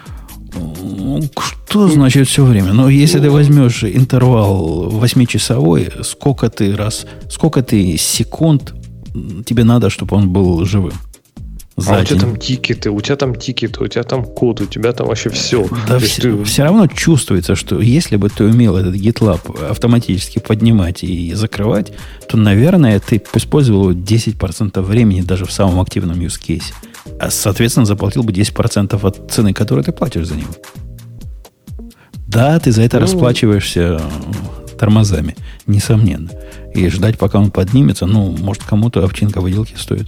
Ну, что значит все время? Ну, если ты возьмешь интервал восьмичасовой, сколько ты раз, сколько ты секунд тебе надо, чтобы он был живым? А у тебя там тикеты, у тебя там тикеты, у тебя там код, у тебя там вообще все. Да, все, ты... все равно чувствуется, что если бы ты умел этот GitLab автоматически поднимать и закрывать, то, наверное, ты использовал десять процентов времени даже в самом активном use case. А, соответственно, заплатил бы десять процентов от цены, которую ты платишь за него. Да, ты за это ну, расплачиваешься тормозами, несомненно. И ждать, пока он поднимется, ну, может, кому-то овчинка выделки стоит.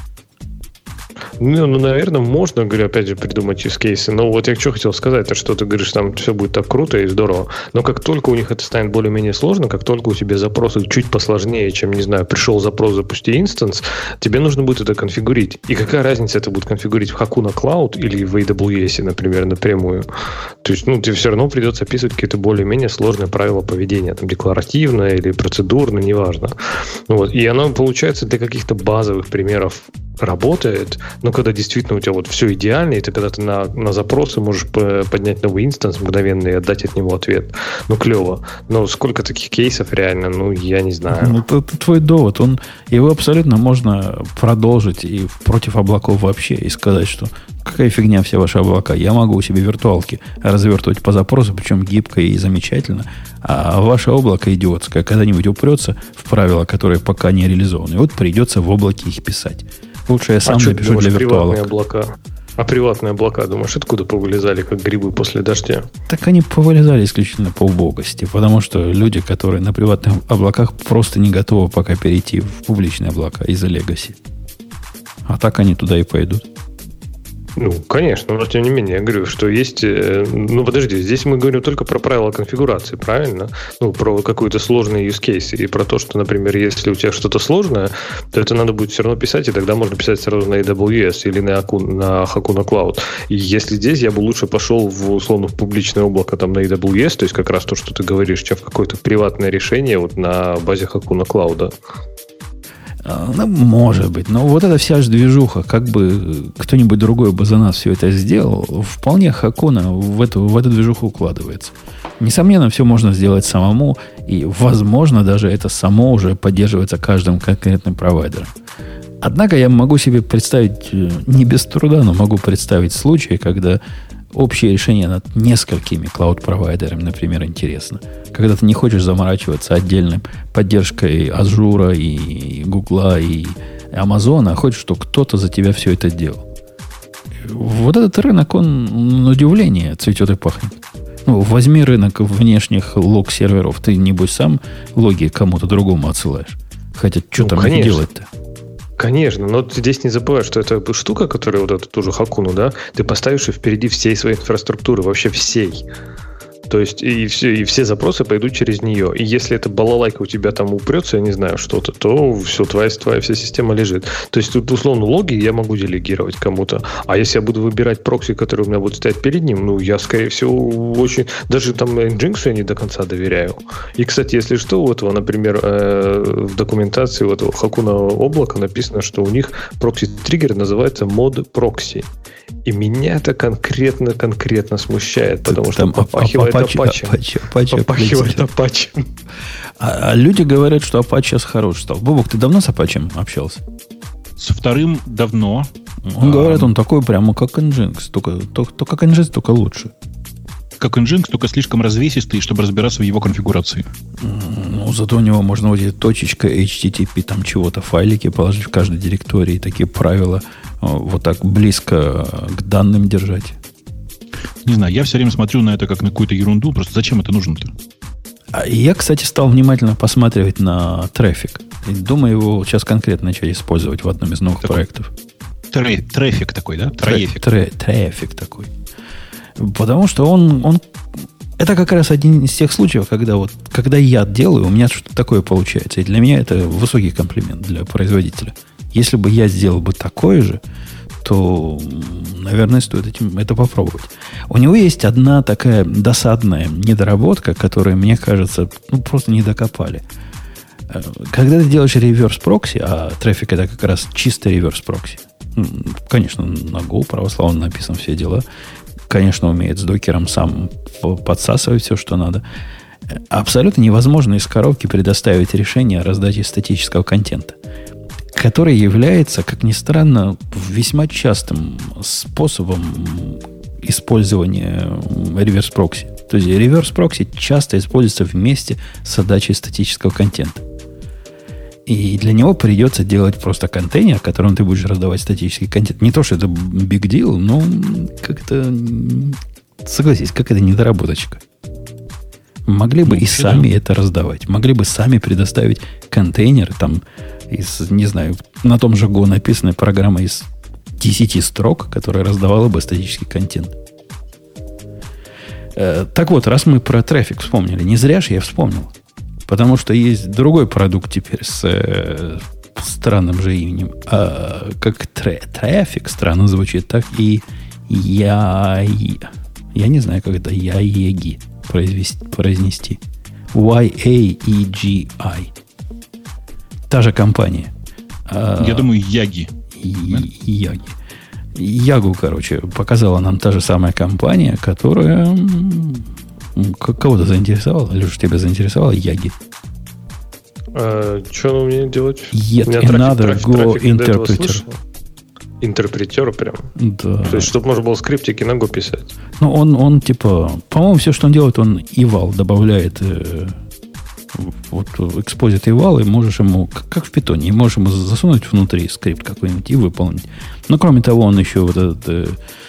Ну, ну, наверное, можно, говорю, опять же, придумать юзкейсы. Но вот я что хотел сказать, то что ты говоришь, там все будет так круто и здорово. Но как только у них это станет более-менее сложно, как только у тебя запросы чуть посложнее, чем, не знаю, пришел запрос, запусти инстанс, тебе нужно будет это конфигурить. И какая разница, это будет конфигурить в Hakuna Cloud или в эй дабл ю эс, например, напрямую. То есть, ну, тебе все равно придется описывать какие-то более-менее сложные правила поведения, там, декларативное или процедурное, неважно. Вот. И оно, получается, для каких-то базовых примеров работает, но когда действительно у тебя вот все идеально, и ты когда ты на, на запросы можешь поднять новый инстанс мгновенно и отдать от него ответ. Ну, клево. Но сколько таких кейсов реально, ну, я не знаю. Ну, это, это твой довод. Он, его абсолютно можно продолжить и против облаков вообще, и сказать, что какая фигня все ваши облака. Я могу у себя виртуалки развертывать по запросу, причем гибко и замечательно, а ваше облако идиотское когда-нибудь упрется в правила, которые пока не реализованы. И вот придется в облаке их писать. Лучше я сам а напишу думаешь, для виртуалок. Приватные облака? А приватные облака, думаешь, откуда повылезали, как грибы после дождя? Так они повылезали исключительно по убогости, потому что люди, которые на приватных облаках, просто не готовы пока перейти в публичные облака из-за легаси. А так они туда и пойдут. Ну, конечно, но тем не менее, я говорю, что есть... Ну, подожди, здесь мы говорим только про правила конфигурации, правильно? Ну, про какой-то сложный use case и про то, что, например, если у тебя что-то сложное, то это надо будет все равно писать, и тогда можно писать сразу на эй дабл ю эс или на, на Hakuna Cloud. И если здесь, я бы лучше пошел в, условно, в публичное облако там на эй дабл ю эс, то есть как раз то, что ты говоришь, чем в какое-то приватное решение вот на базе Hakuna Cloud. Ну, может быть. Но вот эта вся же движуха, как бы кто-нибудь другой бы за нас все это сделал, вполне Hakuna в эту, в эту движуху укладывается. Несомненно, все можно сделать самому, и, возможно, даже это само уже поддерживается каждым конкретным провайдером. Однако я могу себе представить, не без труда, но могу представить случаи, когда общее решение над несколькими клауд-провайдерами, например, интересно. Когда ты не хочешь заморачиваться отдельной поддержкой Azure и Google и Amazon, а хочешь, чтобы кто-то за тебя все это делал. Вот этот рынок, он, на удивление, цветет и пахнет. Ну, возьми рынок внешних лог-серверов. Ты, небось, сам логи кому-то другому отсылаешь. Хотя, что ну, там конечно. делать-то? Конечно, но ты здесь не забывай, что это штука, которая вот эту тоже Hakuna, да, ты поставишь ее впереди всей своей инфраструктуры, вообще всей. То есть и все, и все запросы пойдут через нее. И если эта балалайка у тебя там упрется, я не знаю, что-то, то все, твоя, твоя вся система лежит. То есть тут, условно, логи я могу делегировать кому-то. А если я буду выбирать прокси, которые у меня будут стоять перед ним, ну, я, скорее всего, очень... Даже там Nginx я не до конца доверяю. И, кстати, если что, у этого, например, в документации у этого Hakuna облака написано, что у них прокси-триггер называется mod-прокси. И меня это конкретно-конкретно смущает, потому что попахивает Apache. Попахивает Apache. А, а люди говорят, что Apache сейчас хорош стал. Бобок, ты давно с Apache общался? Со вторым давно. Он а, говорит, он такой прямо как Nginx. Только, только, только как Nginx, только лучше. Как Nginx, только слишком развесистый, чтобы разбираться в его конфигурации. Ну, зато у него можно вот эти точечка эйч ти ти пи, там чего-то, файлики положить в каждой директории, такие правила вот так близко к данным держать. Не знаю, я все время смотрю на это как на какую-то ерунду. Просто зачем это нужно-то? А я, кстати, стал внимательно посматривать на трафик. И думаю, его сейчас конкретно начать использовать в одном из новых такой проектов. Тре- трафик такой, да? Трафик. Тре- трафик такой. Потому что он, он... Это как раз один из тех случаев, когда, вот, когда я делаю, у меня что-то такое получается. И для меня это высокий комплимент для производителя. Если бы я сделал бы такое же, то, наверное, стоит этим, это попробовать. У него есть одна такая досадная недоработка, которая, мне кажется, ну, просто не докопали. Когда ты делаешь реверс-прокси, а трафик это как раз чистый реверс-прокси, конечно, на Go православно написано все дела, конечно, умеет с докером сам подсасывать все, что надо. Абсолютно невозможно из коробки предоставить решение о раздаче статического контента, который является, как ни странно, весьма частым способом использования реверс-прокси. То есть реверс-прокси часто используется вместе с отдачей статического контента. И для него придется делать просто контейнер, в котором ты будешь раздавать статический контент. Не то, что это big deal, но как-то, согласись, как это недоработочка. Могли бы ну, и сами да. это раздавать. Могли бы сами предоставить контейнер, там, из, не знаю, на том же Go написанная программа из десяти строк, которая раздавала бы статический контент. Э, так вот, раз мы про трафик вспомнили, не зря же я вспомнил. Потому что есть другой продукт теперь с э, странным же именем. А, как тре, трафик странно звучит, так и я... Я не знаю, как это яеги произнести. уай эй и джи ай. Та же компания. Я а, думаю, Яги. Яги. Ягу, короче, показала нам та же самая компания, которая кого-то заинтересовала. Леша, тебя заинтересовала Яги? А, что она умеет делать? Yet another Go interpreter. Интерпретер прям. Да. То есть, чтобы можно было скриптики на Go писать. Ну, он, он типа, по-моему, все, что он делает, он eval добавляет, э, вот экспозит eval, и можешь ему, как, как в питоне, и можешь ему засунуть внутри скрипт какой-нибудь и выполнить. Но, кроме того, он еще вот этот э,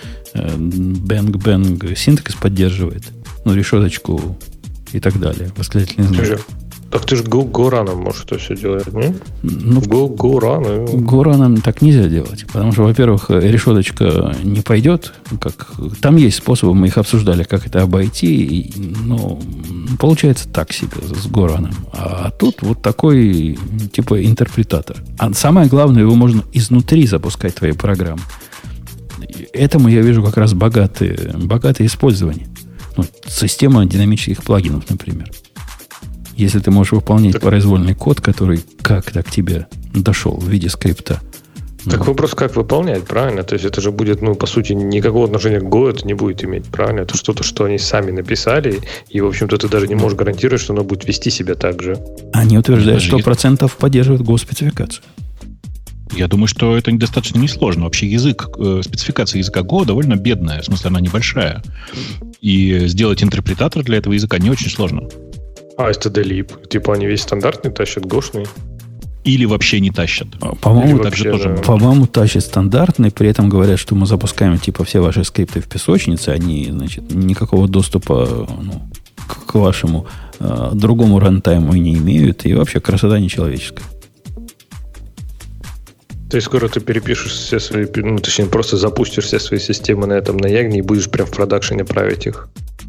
bang-bang синтекс поддерживает, ну, решеточку и так далее. Восклицательный знак. Так ты же Go-Run можешь это все делать, не? Ну, Go-Run. Go-Run так нельзя делать. Потому что, во-первых, решеточка не пойдет. Как... Там есть способы, мы их обсуждали, как это обойти. Но получается так себе с Go-Run. А тут вот такой типа интерпретатор. А самое главное, его можно изнутри запускать, твои программы. Этому я вижу как раз богатое, богатое использование. Ну, система динамических плагинов, например. Если ты можешь выполнять так, произвольный код, который как-то к тебе дошел в виде скрипта. Так ну. вопрос, как выполнять, правильно? То есть это же будет, ну, по сути, никакого отношения к Go это не будет иметь, правильно? Это что-то, что они сами написали, и, в общем-то, ты даже не можешь гарантировать, что оно будет вести себя так же. Они утверждают, что сто процентов поддерживают Go-спецификацию. Я думаю, что это достаточно несложно. Вообще язык, спецификация языка Go довольно бедная, в смысле, она небольшая. И сделать интерпретатор для этого языка не очень сложно. А, эс ти ди-либ. Типа они весь стандартный тащат, гошный? Или вообще не тащат. По-моему, вообще, тоже да. По-моему, тащат стандартный, при этом говорят, что мы запускаем типа все ваши скрипты в песочнице, они, значит, никакого доступа ну, к, к вашему э, другому рантайму не имеют, и вообще красота нечеловеческая. То есть скоро ты перепишешь все свои, ну, точнее, просто запустишь все свои системы на этом, на Ягне, и будешь прям в продакшене править их?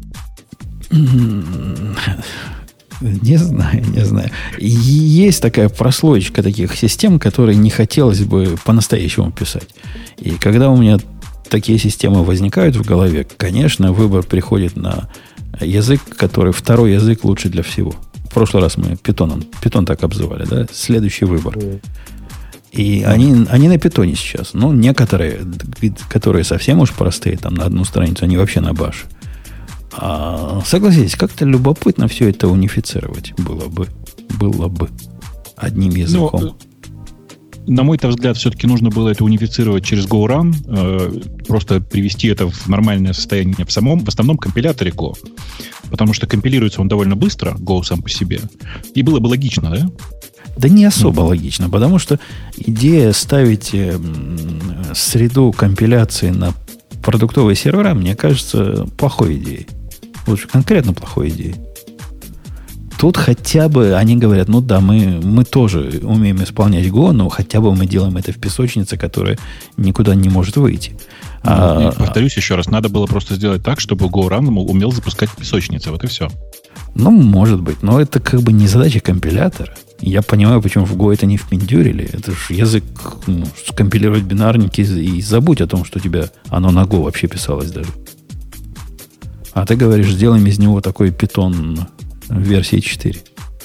Не знаю, не знаю. Есть такая прослоечка таких систем, которые не хотелось бы по-настоящему писать. И когда у меня такие системы возникают в голове, конечно, выбор приходит на язык, который второй язык лучше для всего. В прошлый раз мы питоном, питон так обзывали, да? Следующий выбор. И они, они на питоне сейчас. Ну, некоторые, которые совсем уж простые, там на одну страницу, они вообще на баше. А, согласитесь, как-то любопытно все это унифицировать было бы. Было бы одним языком. Но, на мой взгляд, все-таки нужно было это унифицировать через Go-Run, э, просто привести это в нормальное состояние в самом, в основном компиляторе Go. Потому что компилируется он довольно быстро, Go сам по себе. И было бы логично, да? Да не особо mm-hmm. логично, потому что идея ставить э, среду компиляции на продуктовые сервера, мне кажется, плохой идеей. Лучше конкретно плохой идеей. Тут хотя бы они говорят, ну да, мы, мы тоже умеем исполнять Go, но хотя бы мы делаем это в песочнице, которая никуда не может выйти. Ну, а, повторюсь еще раз, надо было просто сделать так, чтобы Go-Run умел запускать в песочнице. Вот и все. Ну, может быть, но это как бы не задача компилятора. Я понимаю, почему в Go это не впендюрили. Это же язык, ну, скомпилировать бинарники и забудь о том, что у тебя оно на Go вообще писалось даже. А ты говоришь, сделаем из него такой питон версии четыре.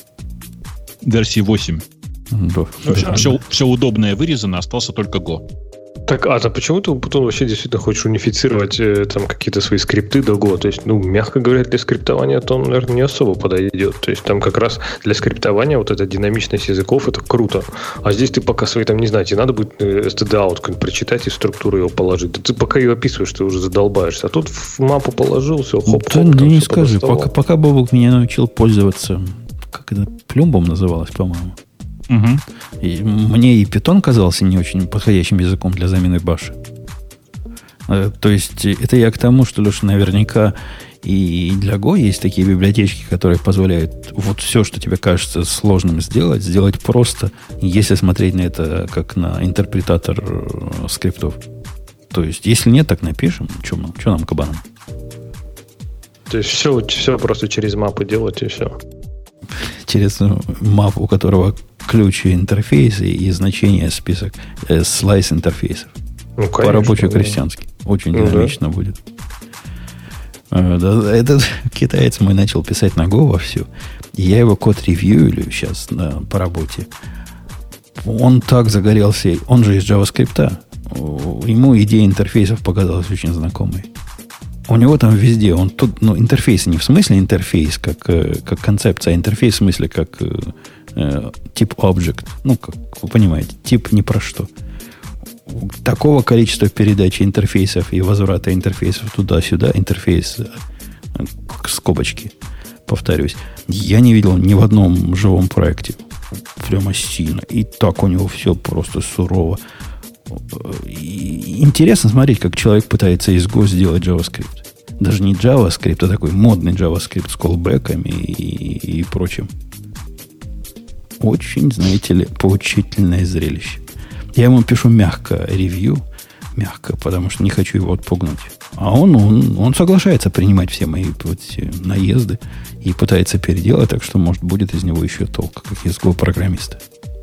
Версии восемь. Да, все, да, все, да. все удобное вырезано, остался только Go. Так, а то почему ты потом вообще действительно хочешь унифицировать э, там какие-то свои скрипты до Go? То есть, ну, мягко говоря, для скриптования то он, наверное, не особо подойдет. То есть, там как раз для скриптования вот эта динамичность языков, это круто. А здесь ты пока свои, там, не знаю, тебе надо будет эс ти ди-аут прочитать и структуру его положить. Да ты пока ее описываешь, ты уже задолбаешься. А тут в мапу положил, все, хоп-хоп. Да, да не скажи, пока, пока Бобок меня научил пользоваться, как это, плюмбом называлось, по-моему. Угу. И мне и Python казался не очень подходящим языком для замены баша. То есть это я к тому, что, Леша, наверняка и для Go есть такие библиотечки, которые позволяют вот все, что тебе кажется сложным сделать, сделать просто, если смотреть на это как на интерпретатор скриптов. То есть, если нет, так напишем. Что нам, что нам кабанам? То есть все, все просто через мапы делать и все. Через мапу, у которого ключи интерфейса и значение список, э, слайс интерфейсов. Ну, по-рабоче-крестьянски. Очень ну, динамично да. будет. Этот китаец мой начал писать на Go вовсю. И я его код ревьюю сейчас на, по работе. Он так загорелся. Он же из JavaScript. Ему идея интерфейсов показалась очень знакомой. У него там везде, он тут, ну, интерфейс не в смысле интерфейс, как, как концепция, а интерфейс в смысле как э, тип object. Ну, как вы понимаете, тип ни про что. Такого количества передачи интерфейсов и возврата интерфейсов туда-сюда, интерфейс скобочки, повторюсь, я не видел ни в одном живом проекте. Прямо сильно. И так у него все просто сурово. И интересно смотреть, как человек пытается из Go сделать JavaScript. Даже не JavaScript, а такой модный JavaScript с callback'ами и, и прочим. Очень, знаете ли, поучительное зрелище. Я ему пишу мягко ревью, мягко, потому что не хочу его отпугнуть. А он, он, он соглашается принимать все мои вот, наезды и пытается переделать, так что, может, будет из него еще толк, как из Go-программиста.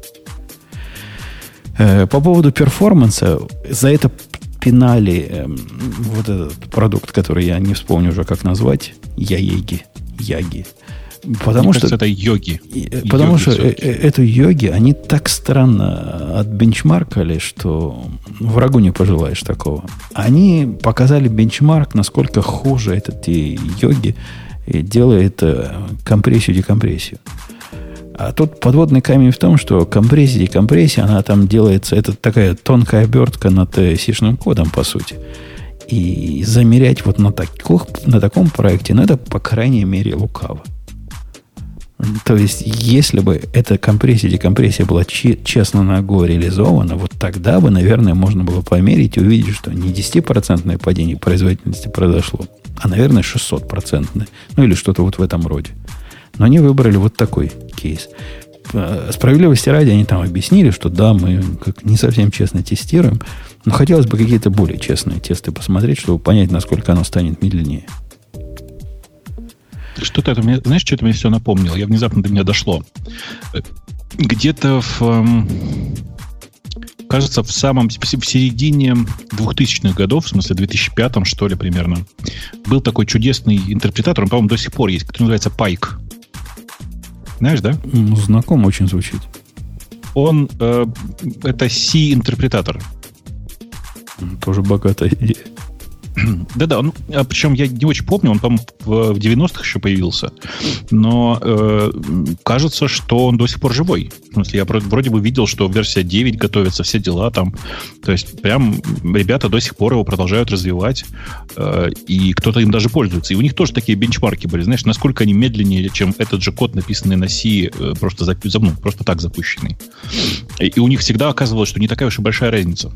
По поводу перформанса, за это пинали э, вот этот продукт, который я не вспомню уже, как назвать, Яеги, Яги. Потому Мне что кажется, это йоги. Потому йоги что э, эту йоги, они так странно отбенчмаркали, что врагу не пожелаешь такого. Они показали бенчмарк, насколько хуже этот йоги делает компрессию-декомпрессию. А тут подводный камень в том, что компрессия, декомпрессия, она там делается, это такая тонкая обертка над си-шным кодом, по сути. И замерять вот на, таких, на таком проекте надо, по крайней мере, лукаво. То есть, если бы эта компрессия, декомпрессия была че- честно на Go реализована, вот тогда бы, наверное, можно было померить и увидеть, что не десятипроцентное падение производительности произошло, а, наверное, шестьсот процентное. Ну, или что-то вот в этом роде. Но они выбрали вот такой кейс. Справедливости ради, они там объяснили, что да, мы как не совсем честно тестируем, но хотелось бы какие-то более честные тесты посмотреть, чтобы понять, насколько оно станет медленнее. Что-то это мне, знаешь, что-то мне все напомнило. Я внезапно до меня дошло. Где-то в, кажется, в самом, в середине двухтысячных годов, в смысле в две тысячи пятом, что ли, примерно, был такой чудесный интерпретатор, он, по-моему, до сих пор есть, который называется Pike. Знаешь, да? Ну, знакомо очень звучит. Он, э, это C-интерпретатор. Тоже богатая идея. Да-да, он, а причем я не очень помню, он, по-моему, в девяностых еще появился, но э, кажется, что он до сих пор живой. В смысле, я вроде бы видел, что версия девять готовится, все дела там. То есть прям ребята до сих пор его продолжают развивать, э, и кто-то им даже пользуется. И у них тоже такие бенчмарки были, знаешь, насколько они медленнее, чем этот же код, написанный на C, э, просто, запу- ну, просто так запущенный. И, и у них всегда оказывалось, что не такая уж и большая разница.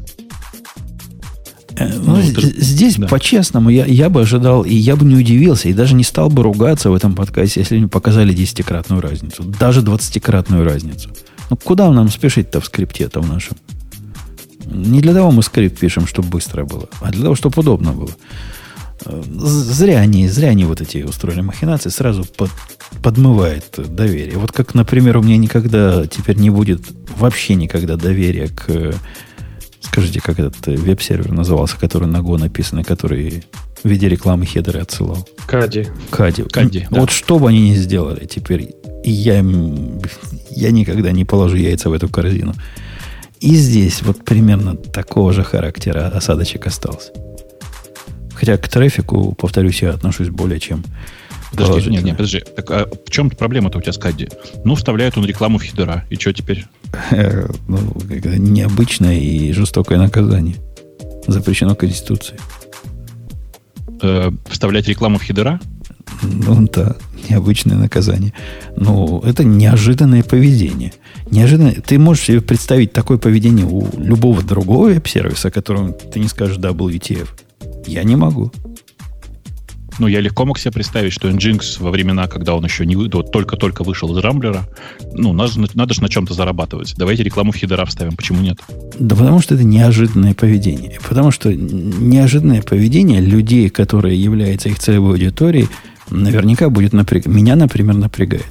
Ну, ну, здесь, да. По-честному, я, я бы ожидал, и я бы не удивился, и даже не стал бы ругаться в этом подкасте, если они показали десятикратную разницу, даже двадцатикратную разницу. Ну, куда нам спешить-то в скрипте-то в нашем? Не для того мы скрипт пишем, чтобы быстро было, а для того, чтобы удобно было. Зря они, зря они вот эти устроили махинации, сразу под, подмывает доверие. Вот как, например, у меня никогда теперь не будет, вообще никогда доверия к... Скажите, как этот веб-сервер назывался, который на Go написан, который в виде рекламы хедеры отсылал? Кади. Кади. Кади, вот да. Что бы они ни сделали теперь, я, я никогда не положу яйца в эту корзину. И здесь вот примерно такого же характера осадочек остался. Хотя к трафику, повторюсь, я отношусь более чем Подожди, нет, нет, подожди. Так, а в чем проблема-то у тебя с Кадди? Ну, вставляют он рекламу в хедера. И что теперь? Ну, необычное и жестокое наказание. Запрещено Конституцией. Э, вставлять рекламу в хедера? Ну, да. необычное наказание. Ну, это неожиданное поведение. Неожиданно. Ты можешь себе представить такое поведение у любого другого веб-сервиса, которому ты не скажешь дабл ю ти эф? Я не могу. Ну, я легко мог себе представить, что Nginx во времена, когда он еще не вы, вот, только-только вышел из Рамблера, ну, надо, надо же на чем-то зарабатывать. Давайте рекламу в хедера вставим. Почему нет? Да потому что это неожиданное поведение. Потому что неожиданное поведение людей, которые являются их целевой аудиторией, наверняка будет напрягать. Меня, например, напрягает.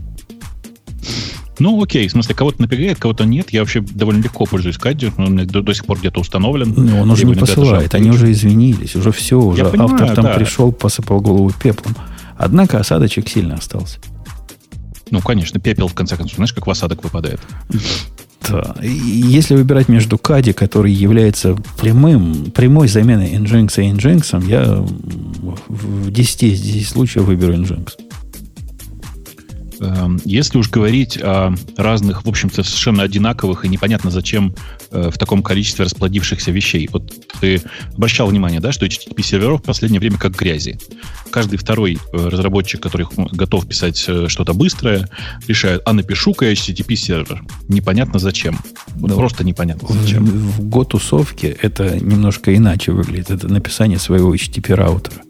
Ну, окей, в смысле, кого-то напрягает, кого-то нет. Я вообще довольно легко пользуюсь Кадди, он до, до сих пор где-то установлен. Ну, он уже не посылает, они уже извинились, уже все, уже я автор понимаю, там да. пришел, посыпал голову пеплом. Однако осадочек сильно остался. Ну, конечно, пепел, в конце концов, знаешь, как в осадок выпадает. Да. И если выбирать между Кадди, который является прямым, прямой заменой Nginx и Nginx, я в десяти из десяти случаев выберу Nginx. Если уж говорить о разных, в общем-то, совершенно одинаковых и непонятно зачем в таком количестве расплодившихся вещей. Вот ты обращал внимание, да, что эйч ти ти пи-серверов в последнее время как грязи. Каждый второй разработчик, который готов писать что-то быстрое, решает, а напишу-ка я эйч ти ти пи-сервер. Непонятно зачем. Вот да, просто непонятно зачем. В, в Go-тусовке это немножко иначе выглядит. Это написание своего эйч ти ти пи-раутера.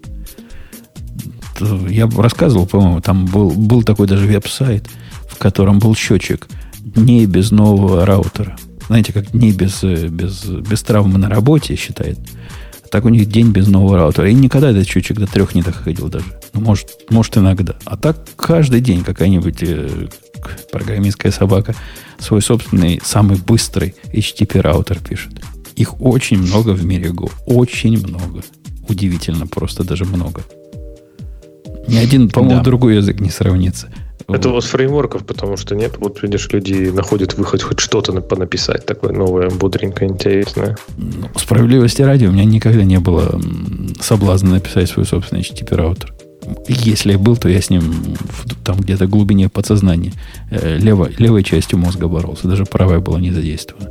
Я рассказывал, по-моему, там был, был такой даже веб-сайт, в котором был счетчик дней без нового раутера. Знаете, как дней без, без, без травмы на работе считает. Так у них день без нового раутера. И никогда этот счетчик до трех не доходил даже. Ну, может, может иногда. А так каждый день какая-нибудь э, программистская собака свой собственный, самый быстрый эйч ти ти пи-раутер пишет. Их очень много в мире Go. Очень много. Удивительно, просто даже много. Ни один, по-моему, да. другой язык не сравнится. Это вот. У вас фреймворков, потому что нет. Вот, видишь, люди находят выход хоть что-то понаписать такое новое, бодренькое, интересное. Ну, справедливости ради, у меня никогда не было соблазна написать свой собственный эйч ти ти пи-раутер. Если был, то я с ним в, там где-то в глубине подсознания э, левой, левой частью мозга боролся. Даже правая была не задействована.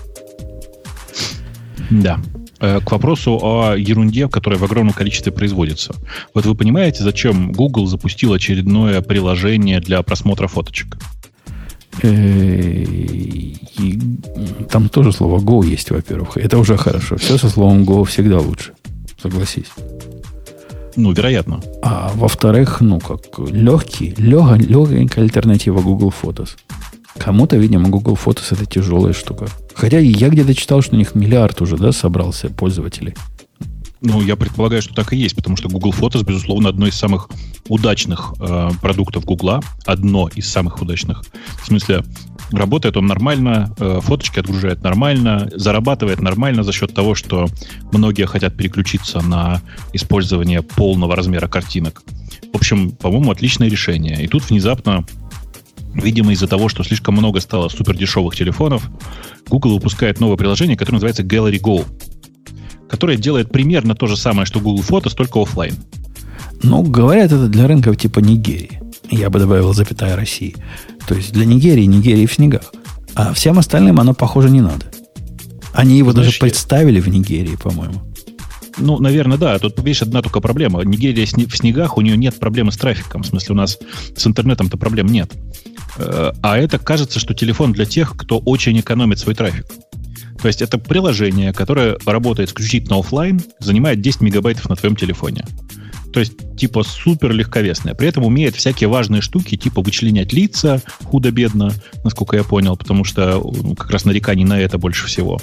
Да. К вопросу о ерунде, которая в огромном количестве производится. Вот вы понимаете, зачем Google запустил очередное приложение для просмотра фоточек? Там тоже слово Go есть, во-первых. Это уже хорошо. Все со словом Go всегда лучше. Согласись. Ну, вероятно. А во-вторых, ну, как легкий, лег, легенькая альтернатива Google Photos. Кому-то, видимо, Google Photos это тяжелая штука. Хотя я где-то читал, что у них миллиард уже, да, собрался пользователей. Ну, я предполагаю, что так и есть, потому что Google Photos, безусловно, одно из самых удачных э, продуктов Google. Одно из самых удачных. В смысле, работает он нормально, э, фоточки отгружает нормально, зарабатывает нормально за счет того, что многие хотят переключиться на использование полного размера картинок. В общем, по-моему, отличное решение. И тут внезапно, видимо, из-за того, что слишком много стало супердешевых телефонов, Google выпускает новое приложение, которое называется Gallery Go, которое делает примерно то же самое, что Google Photos, только офлайн. Ну, говорят, это для рынков типа Нигерии. Я бы добавил запятая России. То есть для Нигерии, Нигерии в снегах. А всем остальным оно, похоже, не надо. Они его Знаешь, даже представили в Нигерии, по-моему. Ну, наверное, да. Тут, видишь, одна только проблема. Нигерия в снегах, у нее нет проблемы с трафиком. В смысле, у нас с интернетом-то проблем нет. А это кажется, что телефон для тех, кто очень экономит свой трафик. То есть это приложение, которое работает исключительно офлайн, занимает десять мегабайтов на твоем телефоне. То есть типа супер легковесное. При этом умеет всякие важные штуки, типа вычленять лица худо-бедно, насколько я понял, потому что как раз нареканий на это больше всего.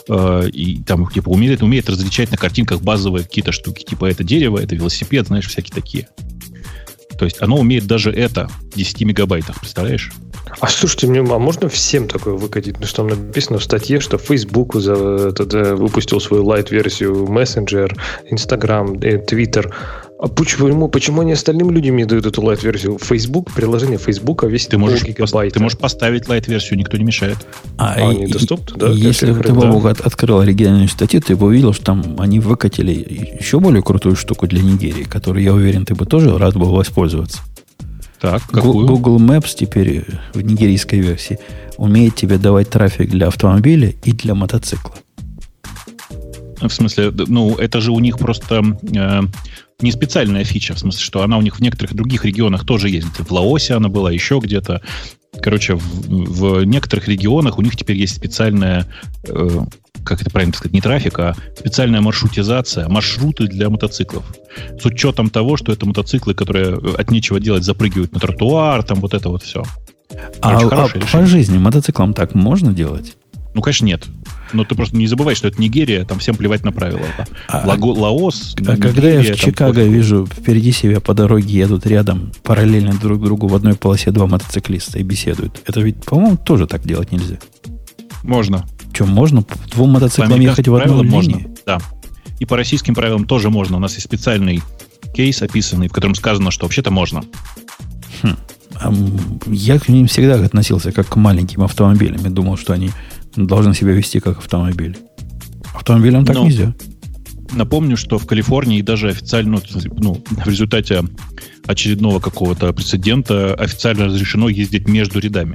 И там типа умеет, умеет различать на картинках базовые какие-то штуки, типа это дерево, это велосипед, знаешь, всякие такие. То есть оно умеет даже это в десяти мегабайтах, представляешь? А слушайте, мне, а можно всем такое выкатить? Потому что там написано в статье, что Facebook за, тогда выпустил свою лайт-версию Messenger, Instagram, Twitter. А почему, почему они остальным людям не дают эту лайт-версию? Facebook, приложение Facebook весит ты можешь гигабайта. Ты можешь поставить лайт-версию, никто не мешает. А, а они доступны, да? Если ты бы да. открыл оригинальную статью, ты бы увидел, что там они выкатили еще более крутую штуку для Нигерии, которую, я уверен, ты бы тоже рад был воспользоваться. Так, какую? Google Maps теперь в нигерийской версии умеет тебе давать трафик для автомобиля и для мотоцикла. В смысле, ну, это же у них просто... Э, не специальная фича, в смысле, что она у них в некоторых других регионах тоже есть. В Лаосе она была, еще где-то. Короче, в, в некоторых регионах у них теперь есть специальная, э, как это правильно сказать, не трафик, а специальная маршрутизация, маршруты для мотоциклов. С учетом того, что это мотоциклы, которые от нечего делать запрыгивают на тротуар, там вот это вот все. А, а по жизни мотоциклам так можно делать? Ну, конечно, нет. Но ты просто не забывай, что это Нигерия, там всем плевать на правила. А, Лаго, Лаос, а Нигерия, когда я в Чикаго пофиг. Вижу впереди себя по дороге едут рядом параллельно друг другу в одной полосе два мотоциклиста и беседуют. Это ведь, по-моему, тоже так делать нельзя. Можно. Что, можно двум мотоциклам ехать в одной линии? Можно, да. И по российским правилам тоже можно. У нас есть специальный кейс описанный, в котором сказано, что вообще-то можно. Хм. Я к ним всегда относился как к маленьким автомобилям. Я думал, что они должны себя вести как автомобили. Автомобилям так Но нельзя. Напомню, что в Калифорнии даже официально, ну, в результате очередного какого-то прецедента официально разрешено ездить между рядами.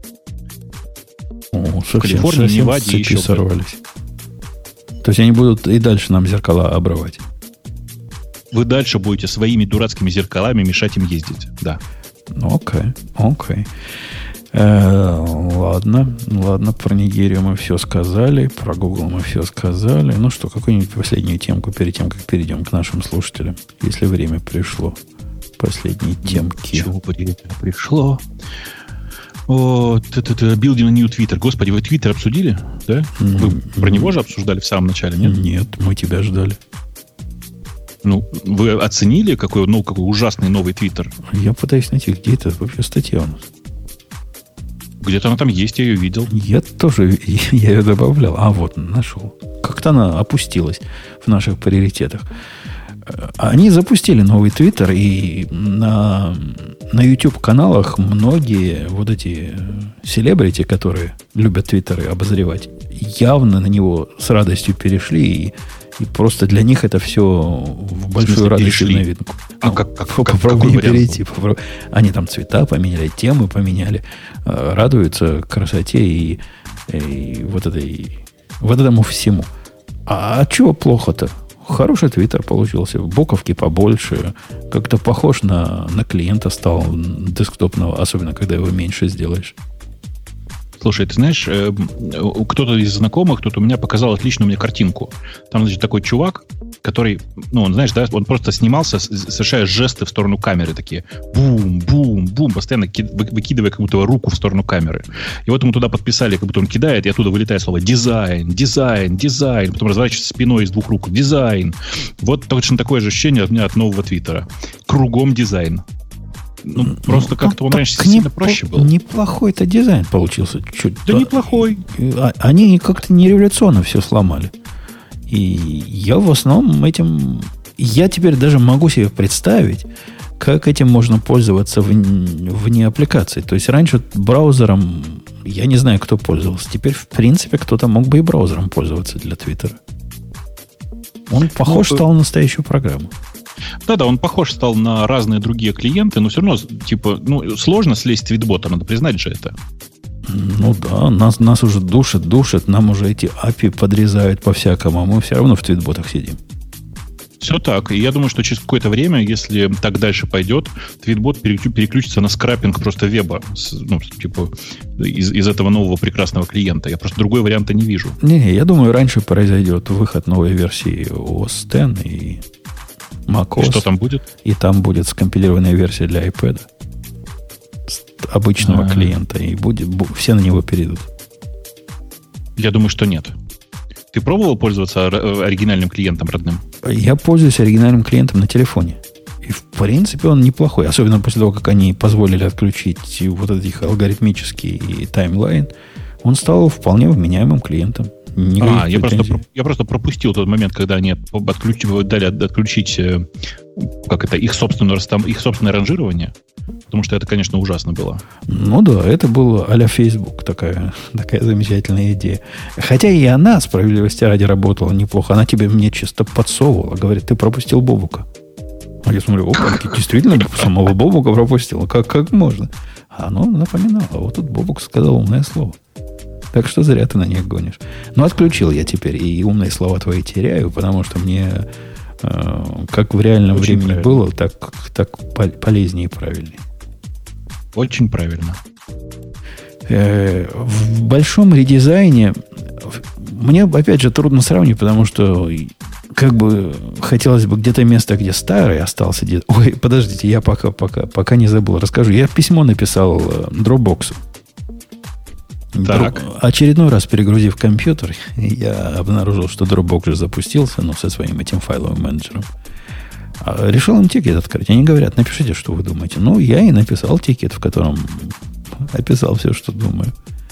О, совсем, в Калифорнии, совсем Неваде еще сорвались. То есть они будут и дальше нам зеркала обрывать. Вы дальше будете своими дурацкими зеркалами мешать им ездить. Да. Окей, окей. Э, ладно, ладно, про Нигерию мы все сказали, про Google мы все сказали. Ну что, какую-нибудь последнюю темку перед тем, как перейдем к нашим слушателям, если время пришло. Последние темки. Чего пришло? О, Building New Twitter. Господи, вы Twitter обсудили? Да? Вы mm-hmm. про него же обсуждали в самом начале, нет? Нет, мы тебя ждали. Ну, вы оценили, какой, ну, какой ужасный новый Twitter? Я пытаюсь найти, где это вообще статья у нас. Где-то она там есть, я ее видел. Я тоже, я ее добавлял. А вот, нашел. Как-то она опустилась в наших приоритетах. Они запустили новый Твиттер, и на, на YouTube-каналах многие вот эти селебрити, которые любят Твиттеры обозревать, явно на него с радостью перешли, и, и просто для них это все в большую в радость и новинку. А ну, как, как, попробуй как, перейти. Попробуй. Они там цвета поменяли, темы поменяли, радуются красоте и, и вот, этой, вот этому всему. А, а чего плохо-то? Хороший твиттер получился. Буковки побольше. Как-то похож на, на клиента стал десктопного, особенно когда его меньше сделаешь. Слушай, ты знаешь, кто-то из знакомых, кто-то у меня показал отличную мне картинку. Там, значит, такой чувак, который, ну, он, знаешь, да, он просто снимался, совершая жесты в сторону камеры, такие бум, бум, бум, постоянно выкидывая как будто руку в сторону камеры. И вот ему туда подписали, как будто он кидает, и оттуда вылетает слово дизайн, дизайн, дизайн, потом разворачивается спиной из двух рук, дизайн. Вот точно такое же ощущение от меня от нового Твиттера. Кругом дизайн. Ну, ну, просто как-то он раньше сильно проще был. Неплохой-то дизайн получился. Чуть да, да неплохой. Они как-то не революционно все сломали. И я в основном этим... Я теперь даже могу себе представить, как этим можно пользоваться вне, вне аппликации. То есть раньше браузером, я не знаю, кто пользовался. Теперь, в принципе, кто-то мог бы и браузером пользоваться для Твиттера. Он похож ну, стал на настоящую программу. Да-да, он похож стал на разные другие клиенты, но все равно, типа, ну, сложно слезть с твитбота, надо признать же это. Ну да, нас, нас уже душат, душат, нам уже эти эй пи ай подрезают по-всякому, а мы все равно в твитботах сидим. Все так. И я думаю, что через какое-то время, если так дальше пойдет, твитбот переключится на скрапинг просто веба, ну, типа, из, из этого нового прекрасного клиента. Я просто другой варианта не вижу. Не, я думаю, раньше произойдет выход новой версии о эс десять и macOS. И что там будет? И там будет скомпилированная версия для iPad. Обычного А-а-а. клиента. И будет, все на него перейдут. Я думаю, что нет. Ты пробовал пользоваться оригинальным клиентом родным? Я пользуюсь оригинальным клиентом на телефоне. И, в принципе, он неплохой. Особенно после того, как они позволили отключить вот этих алгоритмический таймлайн. Он стал вполне вменяемым клиентом. Никаких а, я просто, я просто пропустил тот момент, когда они отключ, дали отключить как это, их, собственное, их собственное ранжирование. Потому что это, конечно, ужасно было. Ну да, это было а-ля Facebook. Такая, такая замечательная идея. Хотя и она, справедливости ради, работала неплохо. Она тебе мне чисто подсовывала. Говорит, ты пропустил Бобука. А я смотрю, опа, ты действительно самого Бобука пропустил. Как, как можно? А оно напоминало. А вот тут Бобук сказал умное слово. Так что зря ты на них гонишь. Но отключил я теперь, и умные слова твои теряю, потому что мне Как в реальном Очень времени правильно. было, так, так полезнее и правильнее. Очень правильно. В большом редизайне мне, опять же, трудно сравнивать, потому что как бы хотелось бы где-то место, где старый остался. Где... Ой, подождите, я пока, пока, пока не забыл, расскажу. Я письмо написал Dropbox. Так. Дроп... Очередной раз перегрузив компьютер, я обнаружил, что Dropbox же запустился, ну, со своим этим файловым менеджером. А решил им тикет открыть. Они говорят, напишите, что вы думаете. Ну, я и написал тикет, в котором описал все, что думаю.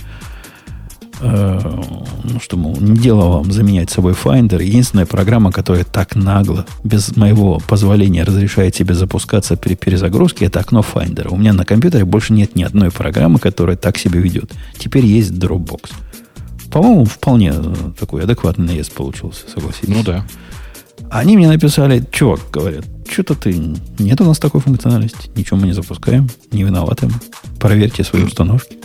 Ну, что, мол, не дело вам заменять собой Finder. Единственная программа, которая так нагло, без моего позволения, разрешает себе запускаться при перезагрузке, это окно Finder. У меня на компьютере больше нет ни одной программы, которая так себя ведет. Теперь есть Dropbox. По-моему, вполне такой адекватный наезд получился, согласитесь. Ну да. Они мне написали, чувак, говорят, что-то ты, нет у нас такой функциональности, ничего мы не запускаем, не виноваты мы. Проверьте свои установки.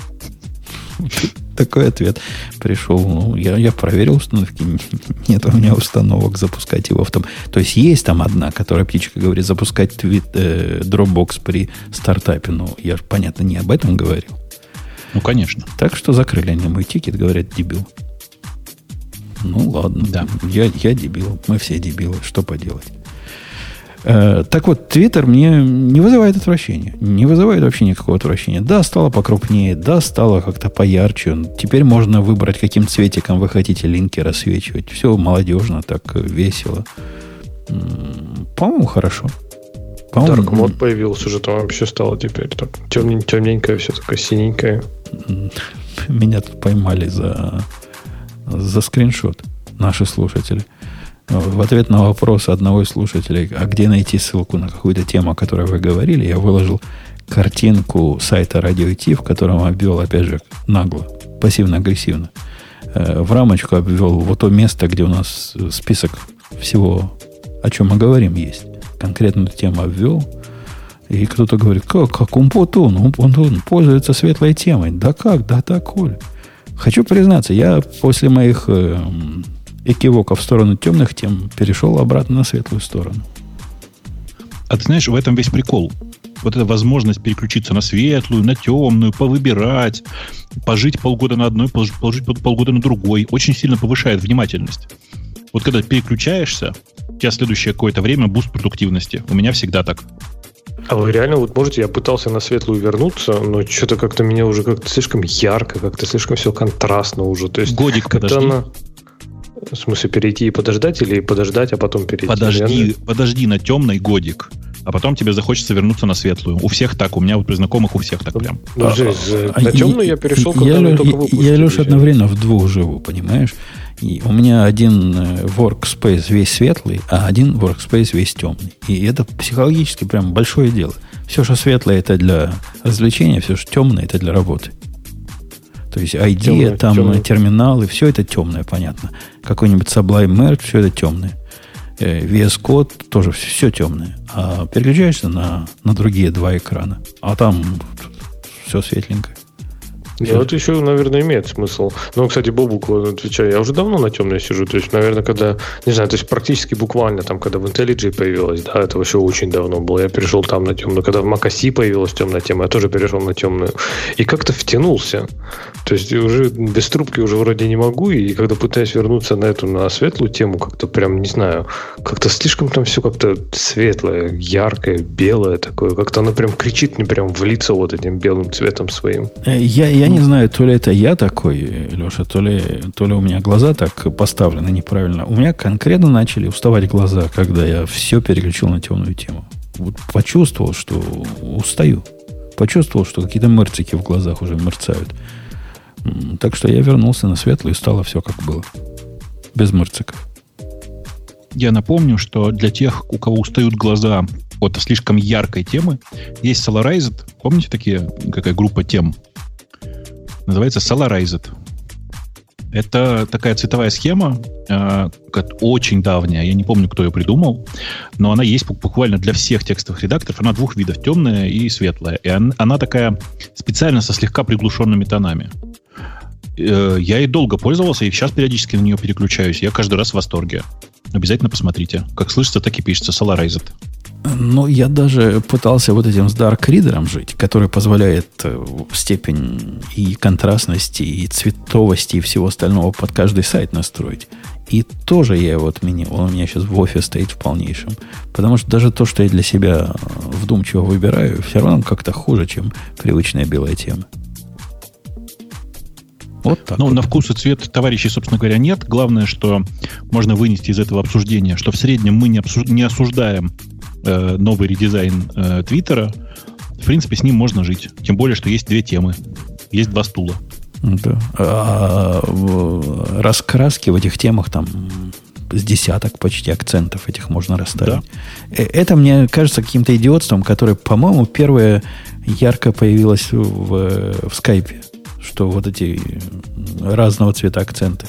Такой ответ пришел. Ну, я, я проверил установки. Нет у меня установок запускать его в том. То есть есть там одна, которая птичка говорит запускать твит, э, Dropbox при стартапе. Но я же, понятно, не об этом говорил. Ну, конечно. Так что закрыли они мой тикет, говорят, дебил. Ну, ладно. Да. Я, я дебил. Мы все дебилы. Что поделать? Э, так вот, Twitter мне не вызывает отвращения. Не вызывает вообще никакого отвращения. Да, стало покрупнее. Да, стало как-то поярче. Теперь можно выбрать, каким цветиком вы хотите линки рассвечивать. Все молодежно, так весело. По-моему, хорошо. По-моему, Dark Mode появился уже, там вообще стало теперь так темненькое, темненькое, все такое синенькое. Меня тут поймали за, за скриншот наши слушатели. В ответ на вопрос одного из слушателей, а где найти ссылку на какую-то тему, о которой вы говорили, я выложил картинку сайта Radio ти, в котором обвел, опять же, нагло, пассивно-агрессивно. В рамочку обвел вот то место, где у нас список всего, о чем мы говорим, есть. Конкретную тему обвел. И кто-то говорит, как, как Умпутун? Умпутун пользуется светлой темой. Да как? Да так, Оль. Хочу признаться, я после моих э, экивоков в сторону темных тем перешел обратно на светлую сторону. А ты знаешь, в этом весь прикол. Вот эта возможность переключиться на светлую, на темную, повыбирать, пожить полгода на одной, пожить полгода на другой, очень сильно повышает внимательность. Вот когда переключаешься, у тебя следующее какое-то время буст продуктивности. У меня всегда так. А вы реально вот можете, я пытался на светлую вернуться, но что-то как-то меня уже как-то слишком ярко, как-то слишком все контрастно уже. То есть годик подожди. Она... В смысле, перейти и подождать, или подождать, а потом перейти? Подожди, я... подожди на темный годик, а потом тебе захочется вернуться на светлую. У всех так, у меня вот при знакомых у всех так прям. Ну, а, жесть, а, на темную я перешел, когда я, мы я, только выпустили. Я, Леша, одновременно в двух живу, понимаешь? И у меня один workspace весь светлый, а один workspace весь темный. И это психологически прям большое дело. Все, что светлое, это для развлечения, все, что темное, это для работы. То есть ай ди, темное, там темное. Терминалы, все это темное, понятно. Какой-нибудь Sublime Merge, все это темное. ви эс Code тоже все, все темное. А переключаешься на, на другие два экрана, а там все светленькое. Да, это еще, наверное, имеет смысл. Но, кстати, Бобуку отвечаю, я уже давно на темной сижу. То есть, наверное, когда, не знаю, то есть практически буквально там, когда в IntelliJ появилась, да, это вообще очень давно было. Я перешел там на темную. Когда в macOS появилась темная тема, я тоже перешел на темную. И как-то втянулся. То есть, уже без трубки уже вроде не могу. И когда пытаюсь вернуться на эту, на светлую тему, как-то прям, не знаю, как-то слишком там все как-то светлое, яркое, белое такое. Как-то оно прям кричит мне прям в лицо вот этим белым цветом своим. Я, я не знаю, то ли это я такой, Леша, то ли, то ли у меня глаза так поставлены неправильно. У меня конкретно начали уставать глаза, когда я все переключил на темную тему. Вот почувствовал, что устаю. Почувствовал, что какие-то мырцики в глазах уже мерцают. Так что я вернулся на светлую, и стало все как было. Без мырциков. Я напомню, что для тех, у кого устают глаза от слишком яркой темы, есть Solarized. Помните такие, какая группа тем? Называется Solarized. Это такая цветовая схема, э, очень давняя. Я не помню, кто ее придумал, но она есть буквально для всех текстовых редакторов. Она двух видов, темная и светлая. И она, она такая специально со слегка приглушенными тонами. Э, я ей долго пользовался, и сейчас периодически на нее переключаюсь. Я каждый раз в восторге. Обязательно посмотрите. Как слышится, так и пишется Solarized. Ну, я даже пытался вот этим с Dark Reader жить, который позволяет степень и контрастности, и цветовости, и всего остального под каждый сайт настроить. И тоже я его отменил. Он у меня сейчас в офе стоит в полнейшем. Потому что даже то, что я для себя вдумчиво выбираю, все равно как-то хуже, чем привычная белая тема. Вот так. Ну, вот. На вкус и цвет товарищей, собственно говоря, нет. Главное, что можно вынести из этого обсуждения, что в среднем мы не, обсуж... не осуждаем э, новый редизайн э, Твиттера. В принципе, с ним можно жить. Тем более, что есть две темы. Есть два стула. Да. А, раскраски в этих темах там с десяток почти акцентов этих можно расставить. Да. Это мне кажется каким-то идиотством, которое, по-моему, первое ярко появилось в, в скайпе. Что вот эти разного цвета акценты.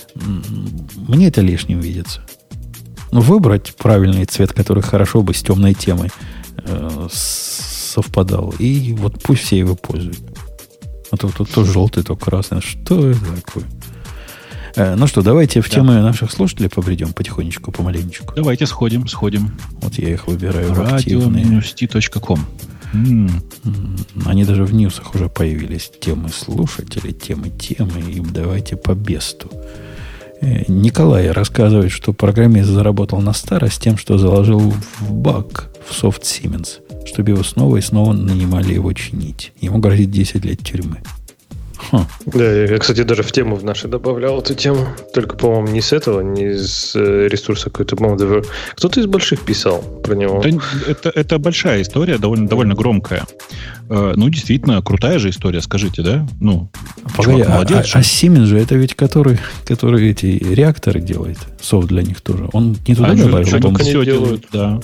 Мне это лишним видится. Ну, выбрать правильный цвет, который хорошо бы с темной темой э, совпадал. И вот пусть все его пользуют. А то, то, то желтый, то красный. Что это такое? Э, ну что, давайте в темы да. наших слушателей побредем потихонечку, помаленечку. Давайте сходим, сходим. Вот я их выбираю в радио минус ти точка ком. Mm. Они даже в ньюсах уже появились. Темы слушателей, темы темы. И давайте по бесту. Николай рассказывает, что программист заработал на старость тем, что заложил в баг в софт Siemens, чтобы его снова и снова нанимали его чинить. Ему грозит десять лет тюрьмы. Хм. Да, я, кстати, даже в тему в нашей добавлял эту тему. Только, по-моему, не с этого, не из э, ресурса какой-то, по-моему, кто-то из больших писал про него. Это, это, это большая история, довольно, довольно громкая. Э, ну, действительно, крутая же история, скажите, да? Ну, Погоди, чувак, молодец, а, а, а Siemens же, это ведь который, который эти реакторы делает, софт для них тоже. Он не туда они, добавил? Они, они все делают, да.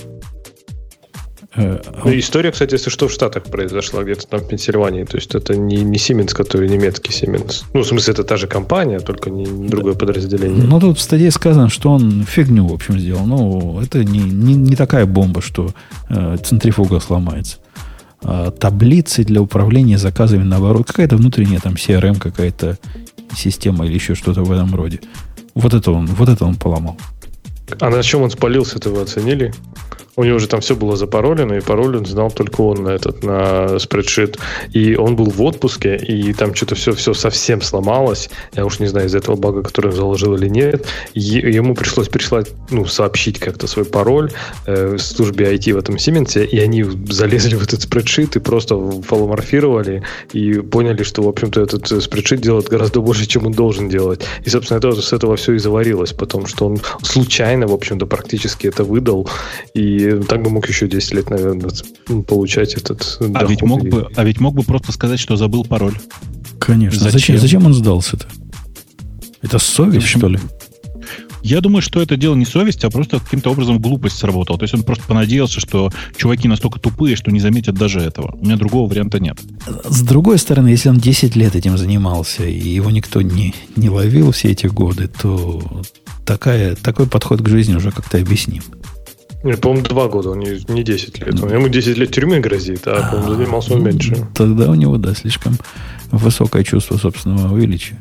Э, он... История, кстати, если что, в Штатах произошла, где-то там в Пенсильвании. То есть это не, не Siemens, который немецкий Siemens. Ну, в смысле, это та же компания, только не другое да. подразделение. Ну, тут в статье сказано, что он фигню, в общем, сделал. Ну, это не, не, не такая бомба, что э, центрифуга сломается. А таблицы для управления заказами, наоборот, какая-то внутренняя там си ар эм, какая-то система или еще что-то в этом роде. Вот это он, вот это он поломал. А на чем он спалился-то, вы оценили? У него же там все было запаролено, и пароль он знал только он на этот, на спредшит. И он был в отпуске, и там что-то все, все совсем сломалось. Я уж не знаю, из этого бага, который он заложил или нет. И ему пришлось прислать, ну, сообщить как-то свой пароль э, в службе ай ти в этом Siemens, и они залезли в этот спредшит и просто фоломорфировали, и поняли, что, в общем-то, этот спредшит делает гораздо больше, чем он должен делать. И, собственно, это, с этого все и заварилось, потому что он случайно, в общем-то, практически это выдал, и так бы мог еще десять лет, наверное, получать этот а доход. Ведь мог бы, а ведь мог бы просто сказать, что забыл пароль. Конечно. Зачем, зачем, зачем он сдался-то? Это совесть, общем, что ли? Я думаю, что это дело не совесть, а просто каким-то образом глупость сработала. То есть он просто понадеялся, что чуваки настолько тупые, что не заметят даже этого. У меня другого варианта нет. С другой стороны, если он десять лет этим занимался, и его никто не, не ловил все эти годы, то такая, такой подход к жизни уже как-то объясним. Нет, по-моему, два года, он не, не десять лет. Он, ему десять лет тюрьмы грозит, а, по-моему, занимался он меньше. Тогда у него, да, слишком высокое чувство собственного величия.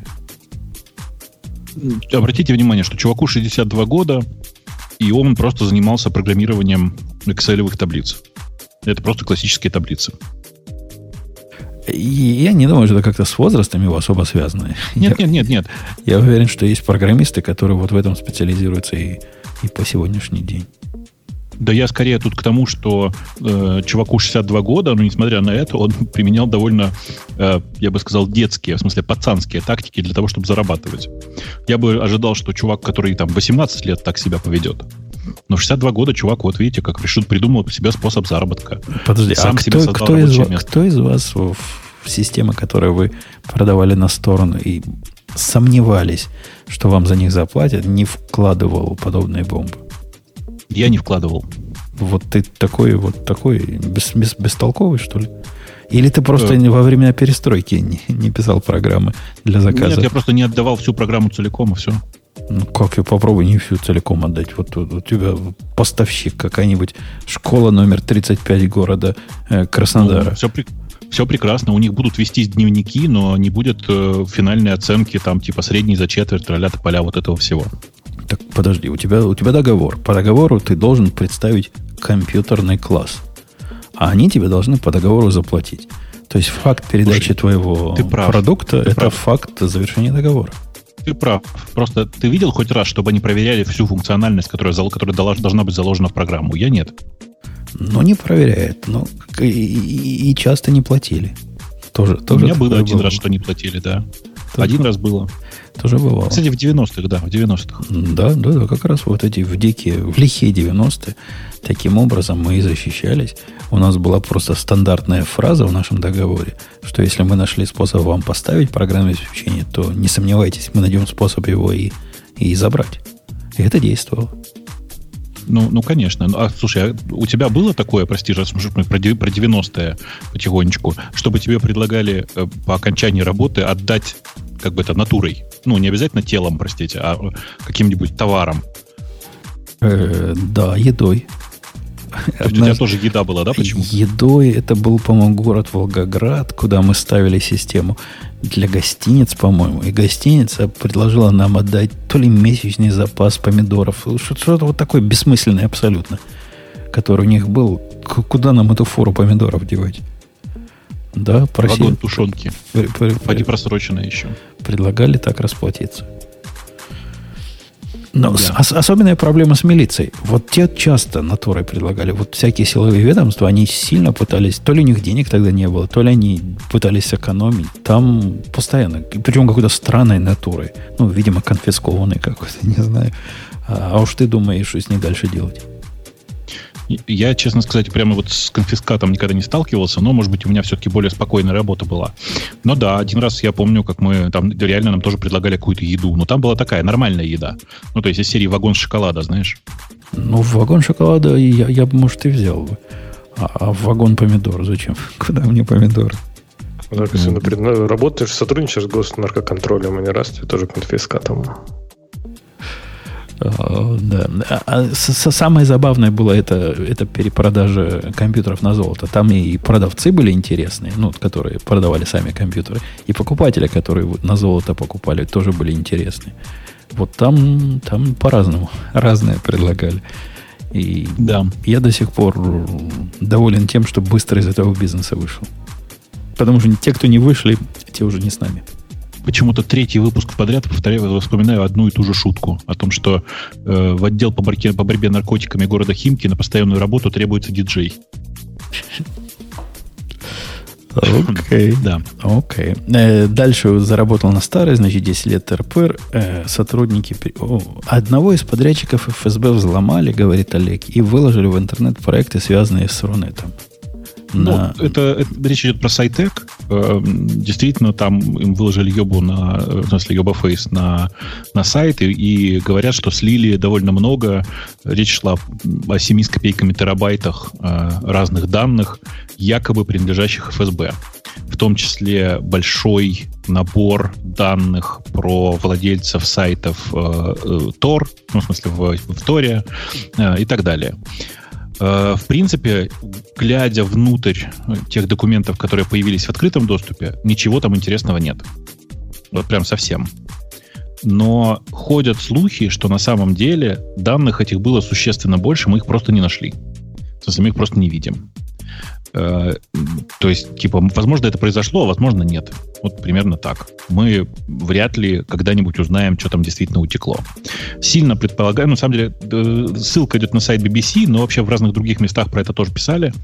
Обратите внимание, что чуваку шестьдесят два года, и он просто занимался программированием экселевых таблиц. Это просто классические таблицы. И я не думаю, что это как-то с возрастом его особо связано. Нет, я, нет, нет, нет. Я уверен, что есть программисты, которые вот в этом специализируются и, и по сегодняшний день. Да я скорее тут к тому, что э, чуваку шестьдесят два года, но несмотря на это, он применял довольно, э, я бы сказал, детские, в смысле пацанские тактики для того, чтобы зарабатывать. Я бы ожидал, что чувак, который там восемнадцать лет так себя поведет. Но в шестьдесят два года чувак, вот видите, как решил, придумал себе способ заработка. Подожди, Сам а кто, кто, из вас, кто из вас в, в системы, которые вы продавали на сторону и сомневались, что вам за них заплатят, не вкладывал подобные бомбы? Я не вкладывал. Вот ты такой вот такой бес, бес, бестолковый, что ли? Или ты просто э, во время перестройки не, не писал программы для заказа? Нет, я просто не отдавал всю программу целиком, и все. Ну, как я попробую не всю целиком отдать? Вот, вот у тебя поставщик какая-нибудь, школа номер тридцать пять города э, Краснодара. Ну, все, все прекрасно. У них будут вестись дневники, но не будет э, финальной оценки, там, типа, средней за четверть, ля-ля-поля, вот этого всего. Так подожди, у тебя, у тебя договор. По договору ты должен представить компьютерный класс. А они тебе должны по договору заплатить. То есть факт передачи Слушай, твоего продукта – это прав. Факт завершения договора. Ты прав. Просто ты видел хоть раз, чтобы они проверяли всю функциональность, которая, которая должна быть заложена в программу? Я нет. Ну, не проверяют. Но и, и, и часто не платили. Тоже, тоже У меня было один было. раз, что не платили, да. Тоже, один раз было. Тоже бывало. Кстати, в девяностых, да, в девяностых. Да, да, да, как раз вот эти в дикие, в лихие девяностые. Таким образом мы и защищались. У нас была просто стандартная фраза в нашем договоре, что если мы нашли способ вам поставить программное обеспечение, то не сомневайтесь, мы найдем способ его и, и забрать. И это действовало. Ну, ну, конечно. А, слушай, а у тебя было такое, прости, раз мы про девяностые потихонечку, чтобы тебе предлагали э, по окончании работы отдать как бы это натурой? Ну, не обязательно телом, простите, а каким-нибудь товаром. Э, да, едой. То есть у тебя тоже еда была, да, почему? Едой, это был, по-моему, город Волгоград, куда мы ставили систему для гостиниц, по-моему. И гостиница предложила нам отдать то ли месячный запас помидоров, что-то вот такое бессмысленное абсолютно, который у них был. Куда нам эту фору помидоров девать? Да, просили. Вагон тушенки. Поди просроченная еще. Предлагали так расплатиться. Но да. с, особенная проблема с милицией. Вот те часто натурой предлагали. Вот всякие силовые ведомства, они сильно пытались, то ли у них денег тогда не было, то ли они пытались сэкономить. Там постоянно, причем какой-то странной натурой. Ну, видимо, конфискованной какой-то, не знаю. А, а уж ты думаешь, что с ней дальше делать? Я, честно сказать, прямо вот с конфискатом никогда не сталкивался, но, может быть, у меня все-таки более спокойная работа была. Но да, один раз я помню, как мы там реально нам тоже предлагали какую-то еду. Но там была такая нормальная еда. Ну, то есть из серии вагон шоколада, знаешь. Ну, вагон шоколада я, я бы, может, и взял бы. А, а вагон помидор зачем? Куда мне помидоры? Так, если, например, работаешь, сотрудничаешь с госнаркоконтролем, а не раз тебе тоже конфискатом. Uh, да. А, а, самое забавное было это, это перепродажа компьютеров на золото. Там и продавцы были интересные, ну, которые продавали сами компьютеры, и покупатели, которые на золото покупали, тоже были интересные. Вот там, там по-разному, разное предлагали. И да. Я до сих пор доволен тем, что быстро из этого бизнеса вышел. Потому что те, кто не вышли, те уже не с нами. Почему-то третий выпуск подряд повторяю, вспоминаю одну и ту же шутку о том, что э, в отдел по борьбе, по борьбе наркотиками города Химки на постоянную работу требуется диджей. Окей. Да. Окей. Дальше заработал на старой, значит, десять лет ТРПР. Э, сотрудники О, одного из подрядчиков эф эс бэ взломали, говорит Олег, и выложили в интернет проекты, связанные с Рунетом. На... Ну, это, это речь идет про Сайтек. Действительно, там им выложили ебу на, в смысле, ебафейс на, на сайт и, и говорят, что слили довольно много. Речь шла о семи с копейками терабайтах разных данных, якобы принадлежащих эф эс бэ. В том числе большой набор данных про владельцев сайтов Tor, ну, в смысле, в, в Торе и так далее. В принципе, глядя внутрь тех документов, которые появились в открытом доступе, ничего там интересного нет. Вот прям совсем. Но ходят слухи, что на самом деле данных этих было существенно больше, мы их просто не нашли. В смысле, мы их просто не видим. То есть, типа, возможно, это произошло, а возможно, нет. Вот примерно так. Мы вряд ли когда-нибудь узнаем, что там действительно утекло. Сильно предполагаю, ну, на самом деле, ссылка идет на сайт би би си, но вообще в разных других местах про это тоже писали.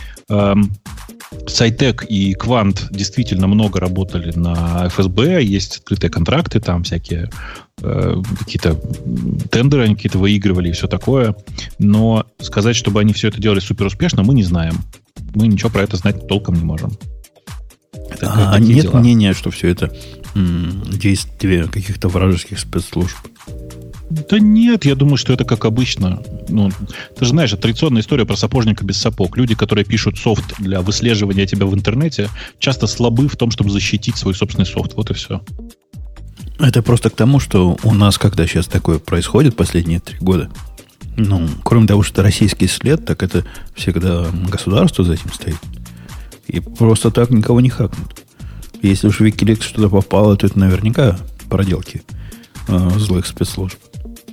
Сайтек и Квант действительно много работали на эф эс бэ, есть открытые контракты, там всякие э, какие-то тендеры они какие-то выигрывали и все такое. Но сказать, чтобы они все это делали супер успешно, мы не знаем. Мы ничего про это знать толком не можем. Это, а нет дела. Мнения, что все это м- действие каких-то вражеских спецслужб? Да нет, я думаю, что это как обычно. Ну, ты же знаешь, это традиционная история про сапожника без сапог. Люди, которые пишут софт для выслеживания тебя в интернете, часто слабы в том, чтобы защитить свой собственный софт. Вот и все. Это просто к тому, что у нас, когда сейчас такое происходит последние три года, ну, кроме того, что российский след, так это всегда государство за этим стоит. И просто так никого не хакнут. Если уж в Wikileaks что-то попало, то это наверняка проделки э, злых спецслужб.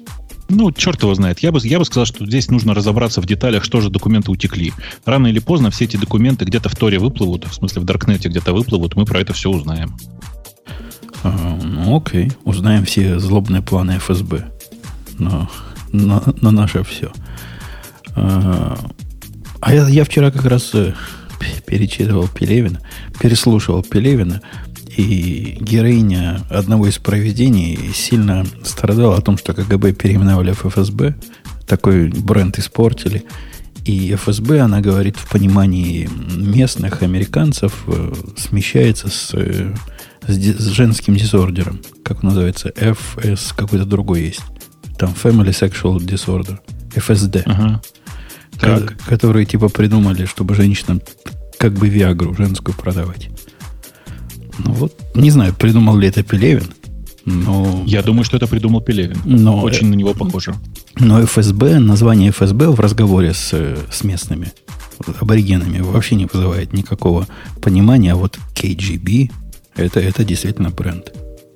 Ну, черт его знает. Я бы, я бы сказал, что здесь нужно разобраться в деталях, что же документы утекли. Рано или поздно все эти документы где-то в Торе выплывут, в смысле в Даркнете где-то выплывут, мы про это все узнаем. А, ну, окей. Узнаем все злобные планы эф эс бэ. Но, на, на наше все. А, а я, я вчера как раз перечитывал Пелевина, переслушивал Пелевина, и героиня одного из проведений сильно страдала о том, что ка гэ бэ переименовали в эф эс бэ, такой бренд испортили. И эф эс бэ, она говорит, в понимании местных американцев смещается с, с, с женским дисордером. Как он называется? эф эс, какой-то другой есть. Там Family Sexual Disorder. эф эс дэ. Ага. Ко- которые типа придумали, чтобы женщинам как бы виагру женскую продавать. Ну вот, не знаю, придумал ли это Пелевин, но... Я думаю, что это придумал Пелевин. Но, Очень на него похоже. Но эф эс бэ, название эф эс бэ в разговоре с, с местными аборигенами вообще не вызывает никакого понимания. А вот кей джи би это, это действительно бренд.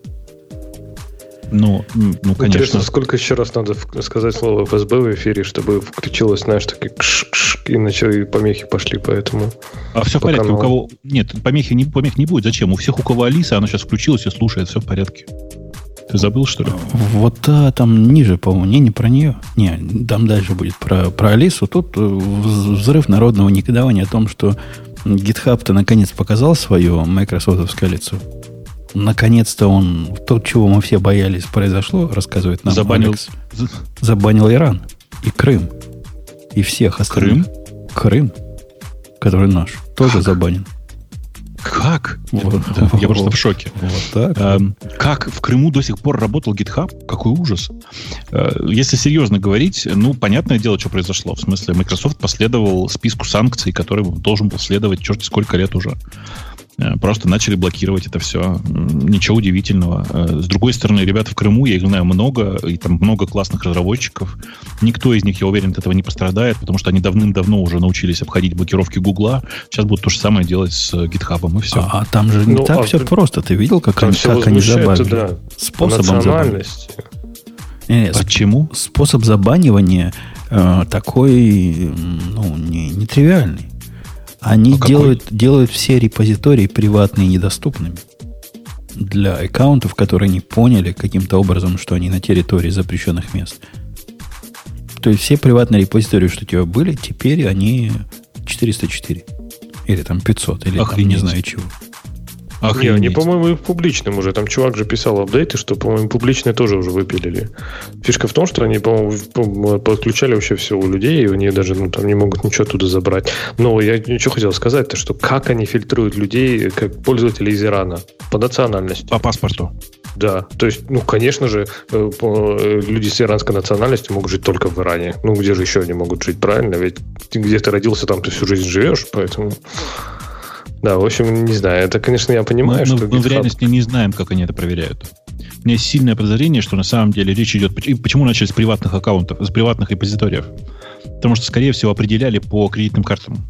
Ну, ну, конечно. Интересно, сколько еще раз надо сказать слово эф эс бэ в эфире, чтобы включилось, знаешь, такие кш-кш, иначе и помехи пошли, поэтому... А все в порядке, каналу. У кого... Нет, помехи не, помех не будет. Зачем? У всех, у кого Алиса, она сейчас включилась и слушает, все в порядке. Ты забыл, что ли? Вот да, там ниже, по-моему, не, не про нее. Не, там дальше будет про, про Алису. Тут взрыв народного негодования о том, что GitHub-то наконец показал свое майкрософтовское лицо. Наконец-то он, то, чего мы все боялись, произошло, рассказывает нам Забанил... Алекс. Забанил Иран и Крым. И всех остальных. Крым? Крым, который наш, тоже как? Забанен. Как? Вот, да, вот, я просто в шоке. Вот так. А, как в Крыму до сих пор работал GitHub? Какой ужас. А, если серьезно говорить, ну, понятное дело, что произошло. В смысле, Microsoft последовал списку санкций, который должен был следовать черт сколько лет уже. Просто начали блокировать это все. Ничего удивительного. С другой стороны, ребят в Крыму, я их знаю много, и там много классных разработчиков. Никто из них, я уверен, от этого не пострадает, потому что они давным-давно уже научились обходить блокировки Гугла. Сейчас будут то же самое делать с GitHub, и все. А, а там же не ну, так а все ты... просто. Ты видел, как, они, как они забанили? Да, способом забанивания. Не, не, Почему? Способ забанивания э, такой, ну, не, нетривиальный. Они а делают, делают все репозитории приватные недоступными для аккаунтов, которые не поняли каким-то образом, что они на территории запрещенных мест. То есть все приватные репозитории, что у тебя были, теперь они четыреста четыре. Или там пятьсот, или там не знаю чего. Не, они, по-моему, и в публичном уже. Там чувак же писал апдейты, что, по-моему, публичные тоже уже выпилили. Фишка в том, что они, по-моему, подключали вообще все у людей, и они даже ну, там не могут ничего оттуда забрать. Но я ничего хотел сказать-то, что как они фильтруют людей, как пользователей из Ирана? По национальности. По паспорту. Да. То есть, ну, конечно же, люди с иранской национальностью могут жить только в Иране. Ну, где же еще они могут жить, правильно? Ведь где ты родился, там ты всю жизнь живешь, поэтому... Да, в общем, не знаю. Это, конечно, я понимаю, мы, что... Мы, GitHub... мы в реальности не знаем, как они это проверяют. У меня есть сильное подозрение, что на самом деле речь идет... И почему начали с приватных аккаунтов, с приватных репозиториев? Потому что, скорее всего, определяли по кредитным картам.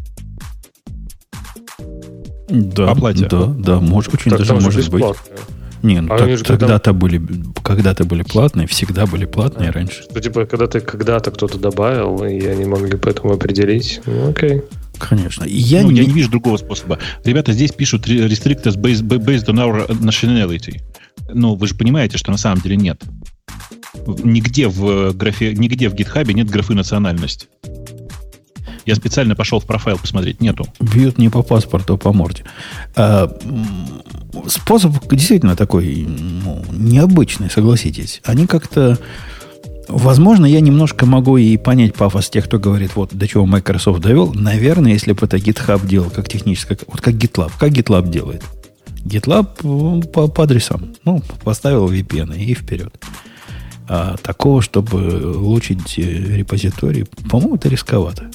Да, по оплате. Да, да, может, очень так даже может быть. Не, ну а так, тогда-то там... были, когда-то были платные, всегда были платные а, раньше. Что, типа, когда-то, когда-то кто-то добавил, и они могли поэтому определить. Ну, окей. Конечно. Я, ну, не... я не вижу другого способа. Ребята здесь пишут restricted based, based on our nationality. Ну, вы же понимаете, что на самом деле нет. Нигде в графе, нигде в GitHub нет графы национальность. Я специально пошел в профайл посмотреть. Нету. Бьют не по паспорту, а по морде. А, способ действительно такой ну, необычный, согласитесь. Они как-то... Возможно, я немножко могу и понять пафос тех, кто говорит, вот до чего Microsoft довел. Наверное, если бы это GitHub делал как техническое... Вот как GitLab. Как GitLab делает? GitLab по, по адресам. Ну, поставил ви пи эн и вперед. А такого, чтобы улучшить репозиторий, по-моему, это рисковато.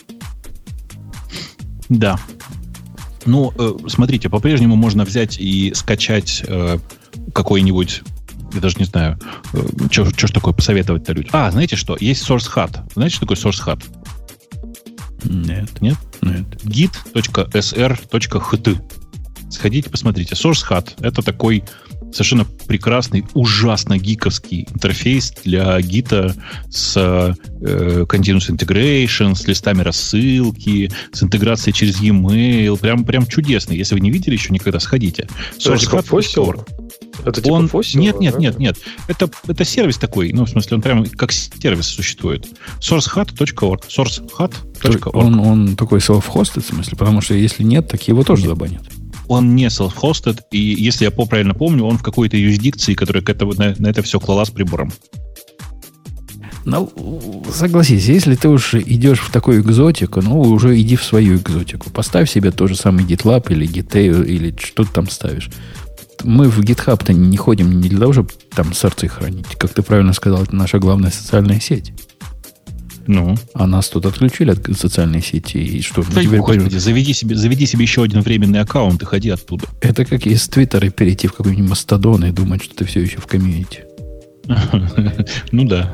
Да. Ну, э, смотрите, по-прежнему можно взять и скачать э, какой-нибудь... Я даже не знаю, что ж такое посоветовать-то людям. А, знаете что? Есть SourceHut. Знаете, что такое SourceHut? Нет. Нет? Нет. git точка эс эр точка эйч ти. Сходите, посмотрите. SourceHut — это такой совершенно прекрасный, ужасно гиковский интерфейс для гита с э, Continuous Integration, с листами рассылки, с интеграцией через e-mail. Прям, прям чудесный. Если вы не видели еще никогда, сходите. SourceHut. Это типа он... Fossil? Нет, нет, да? нет, нет. Это, это сервис такой. Ну, в смысле, он прямо как сервис существует. sourcehut точка org. sourcehut точка org. Он, он такой self-hosted, в смысле? Потому что если нет, так его тоже забанят. Он не self-hosted, и если я правильно помню, он в какой-то юрисдикции, которая к этому, на, на это все клала с прибором. Ну, согласись, если ты уж идешь в такую экзотику, ну, уже иди в свою экзотику. Поставь себе тот же самый GitLab или Giteo, или что ты там ставишь. Мы в GitHub-то не ходим не для того, чтобы там сорцы хранить. Как ты правильно сказал, это наша главная социальная сеть. Ну. А нас тут отключили от социальной сети. И что? Да, теперь Господи, заведи себе, заведи себе еще один временный аккаунт и ходи оттуда. Это как из Твиттера перейти в какой-нибудь Мастодон и думать, что ты все еще в комьюнити. Ну да.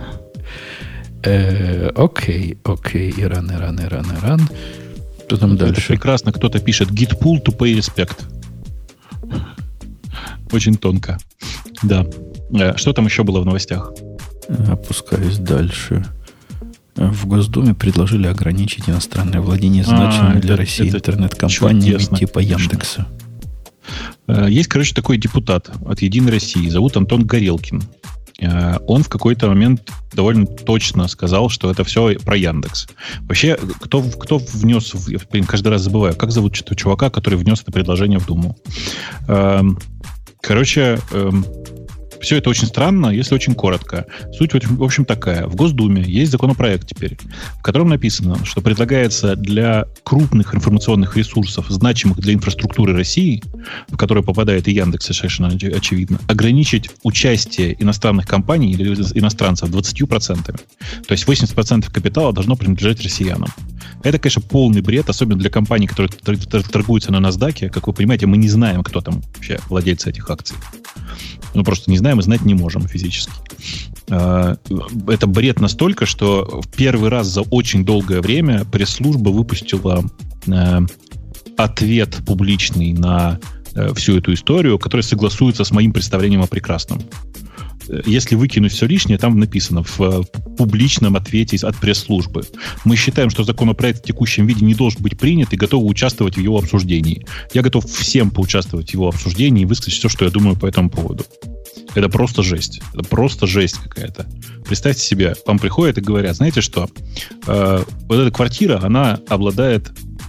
Окей, окей. Иран, Иран, Иран, Иран. Что там дальше? Прекрасно. Кто-то пишет git pull to pay respect. Очень тонко. Да. Что там еще было в новостях? Опускаюсь дальше. В Госдуме предложили ограничить иностранное владение значимыми а, для это, России это интернет-компаниями чудесно, типа Яндекса. Есть, короче, такой депутат от «Единой России», зовут Антон Горелкин. Он в какой-то момент довольно точно сказал, что это все про Яндекс. Вообще, кто, кто внес, блин, каждый раз забываю, как зовут этого чувака, который внес это предложение в Думу. Короче, все это очень странно, если очень коротко. Суть, в общем, такая. В Госдуме есть законопроект теперь, в котором написано, что предлагается для крупных информационных ресурсов, значимых для инфраструктуры России, в которую попадает и Яндекс, совершенно очевидно, ограничить участие иностранных компаний или иностранцев двадцать процентов. То есть восемьдесят процентов капитала должно принадлежать россиянам. Это, конечно, полный бред, особенно для компаний, которые торгуются на NASDAQ. Как вы понимаете, мы не знаем, кто там вообще владельцы этих акций. Ну, просто не знаем и знать не можем физически. Это бред настолько, что в первый раз за очень долгое время пресс-служба выпустила ответ публичный на всю эту историю, который согласуется с моим представлением о прекрасном. Если выкинуть все лишнее, там написано в публичном ответе от пресс-службы. Мы считаем, что законопроект в текущем виде не должен быть принят и готовы участвовать в его обсуждении. Я готов всем поучаствовать в его обсуждении и высказать все, что я думаю по этому поводу. Это просто жесть. Это просто жесть какая-то. Представьте себе, вам приходят и говорят, знаете что, э, вот эта квартира, она обладает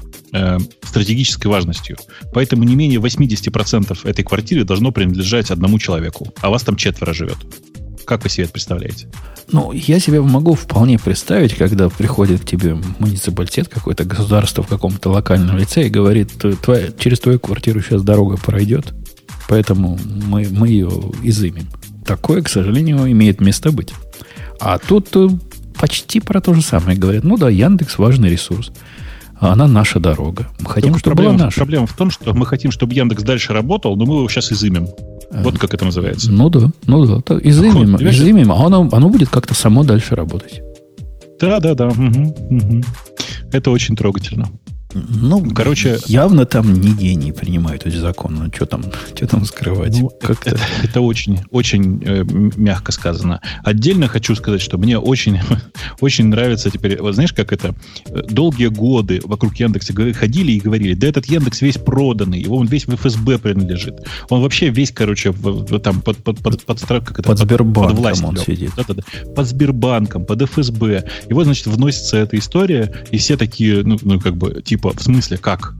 э, стратегической важностью. Поэтому не менее восемьдесят процентов этой квартиры должно принадлежать одному человеку, а вас там четверо живет. Как вы себе это представляете? Ну, я себе могу вполне представить, когда приходит к тебе муниципалитет, какое-то государство в каком-то локальном лице и говорит, твоя, через твою квартиру сейчас дорога пройдет, поэтому мы, мы ее изымем. Такое, к сожалению, имеет место быть. А тут почти про то же самое говорят. Ну да, Яндекс важный ресурс. А она наша дорога. Мы хотим, Только чтобы проблема, была наша. Проблема в том, что мы хотим, чтобы Яндекс дальше работал, но мы его сейчас изымем. Вот как это называется. Ну да, ну да. Так, изымем, вот, изымем, а оно, оно будет как-то само дальше работать. Да, да, да. Угу, угу. Это очень трогательно. Ну, короче, явно там не гении принимают эти законы. Ну, что там, что там скрывать? Ну, как-то... это, это очень, очень э, мягко сказано. Отдельно хочу сказать, что мне очень, очень нравится теперь... Вот знаешь, как это? Долгие годы вокруг Яндекса ходили и говорили, да этот Яндекс весь проданный, его он весь в эф эс бэ принадлежит. Он вообще весь, короче, в, в, там, под, под, под, под, как это, под Сбербанком под он сидит. Да, да, да. Под Сбербанком, под эф эс бэ. И вот, значит, вносится эта история, и все такие, ну, ну как бы, типа, в смысле, как?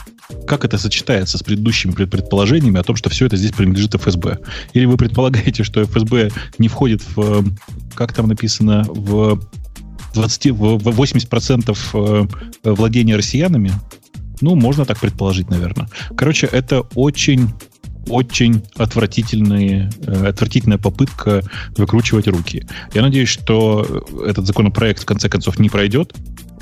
Как это сочетается с предыдущими предположениями о том, что все это здесь принадлежит эф эс бэ? Или вы предполагаете, что эф эс бэ не входит в, как там написано, в, двадцать, в восемьдесят процентов владения россиянами? Ну, можно так предположить, наверное. Короче, это очень... очень отвратительные, отвратительная попытка выкручивать руки. Я надеюсь, что этот законопроект в конце концов не пройдет,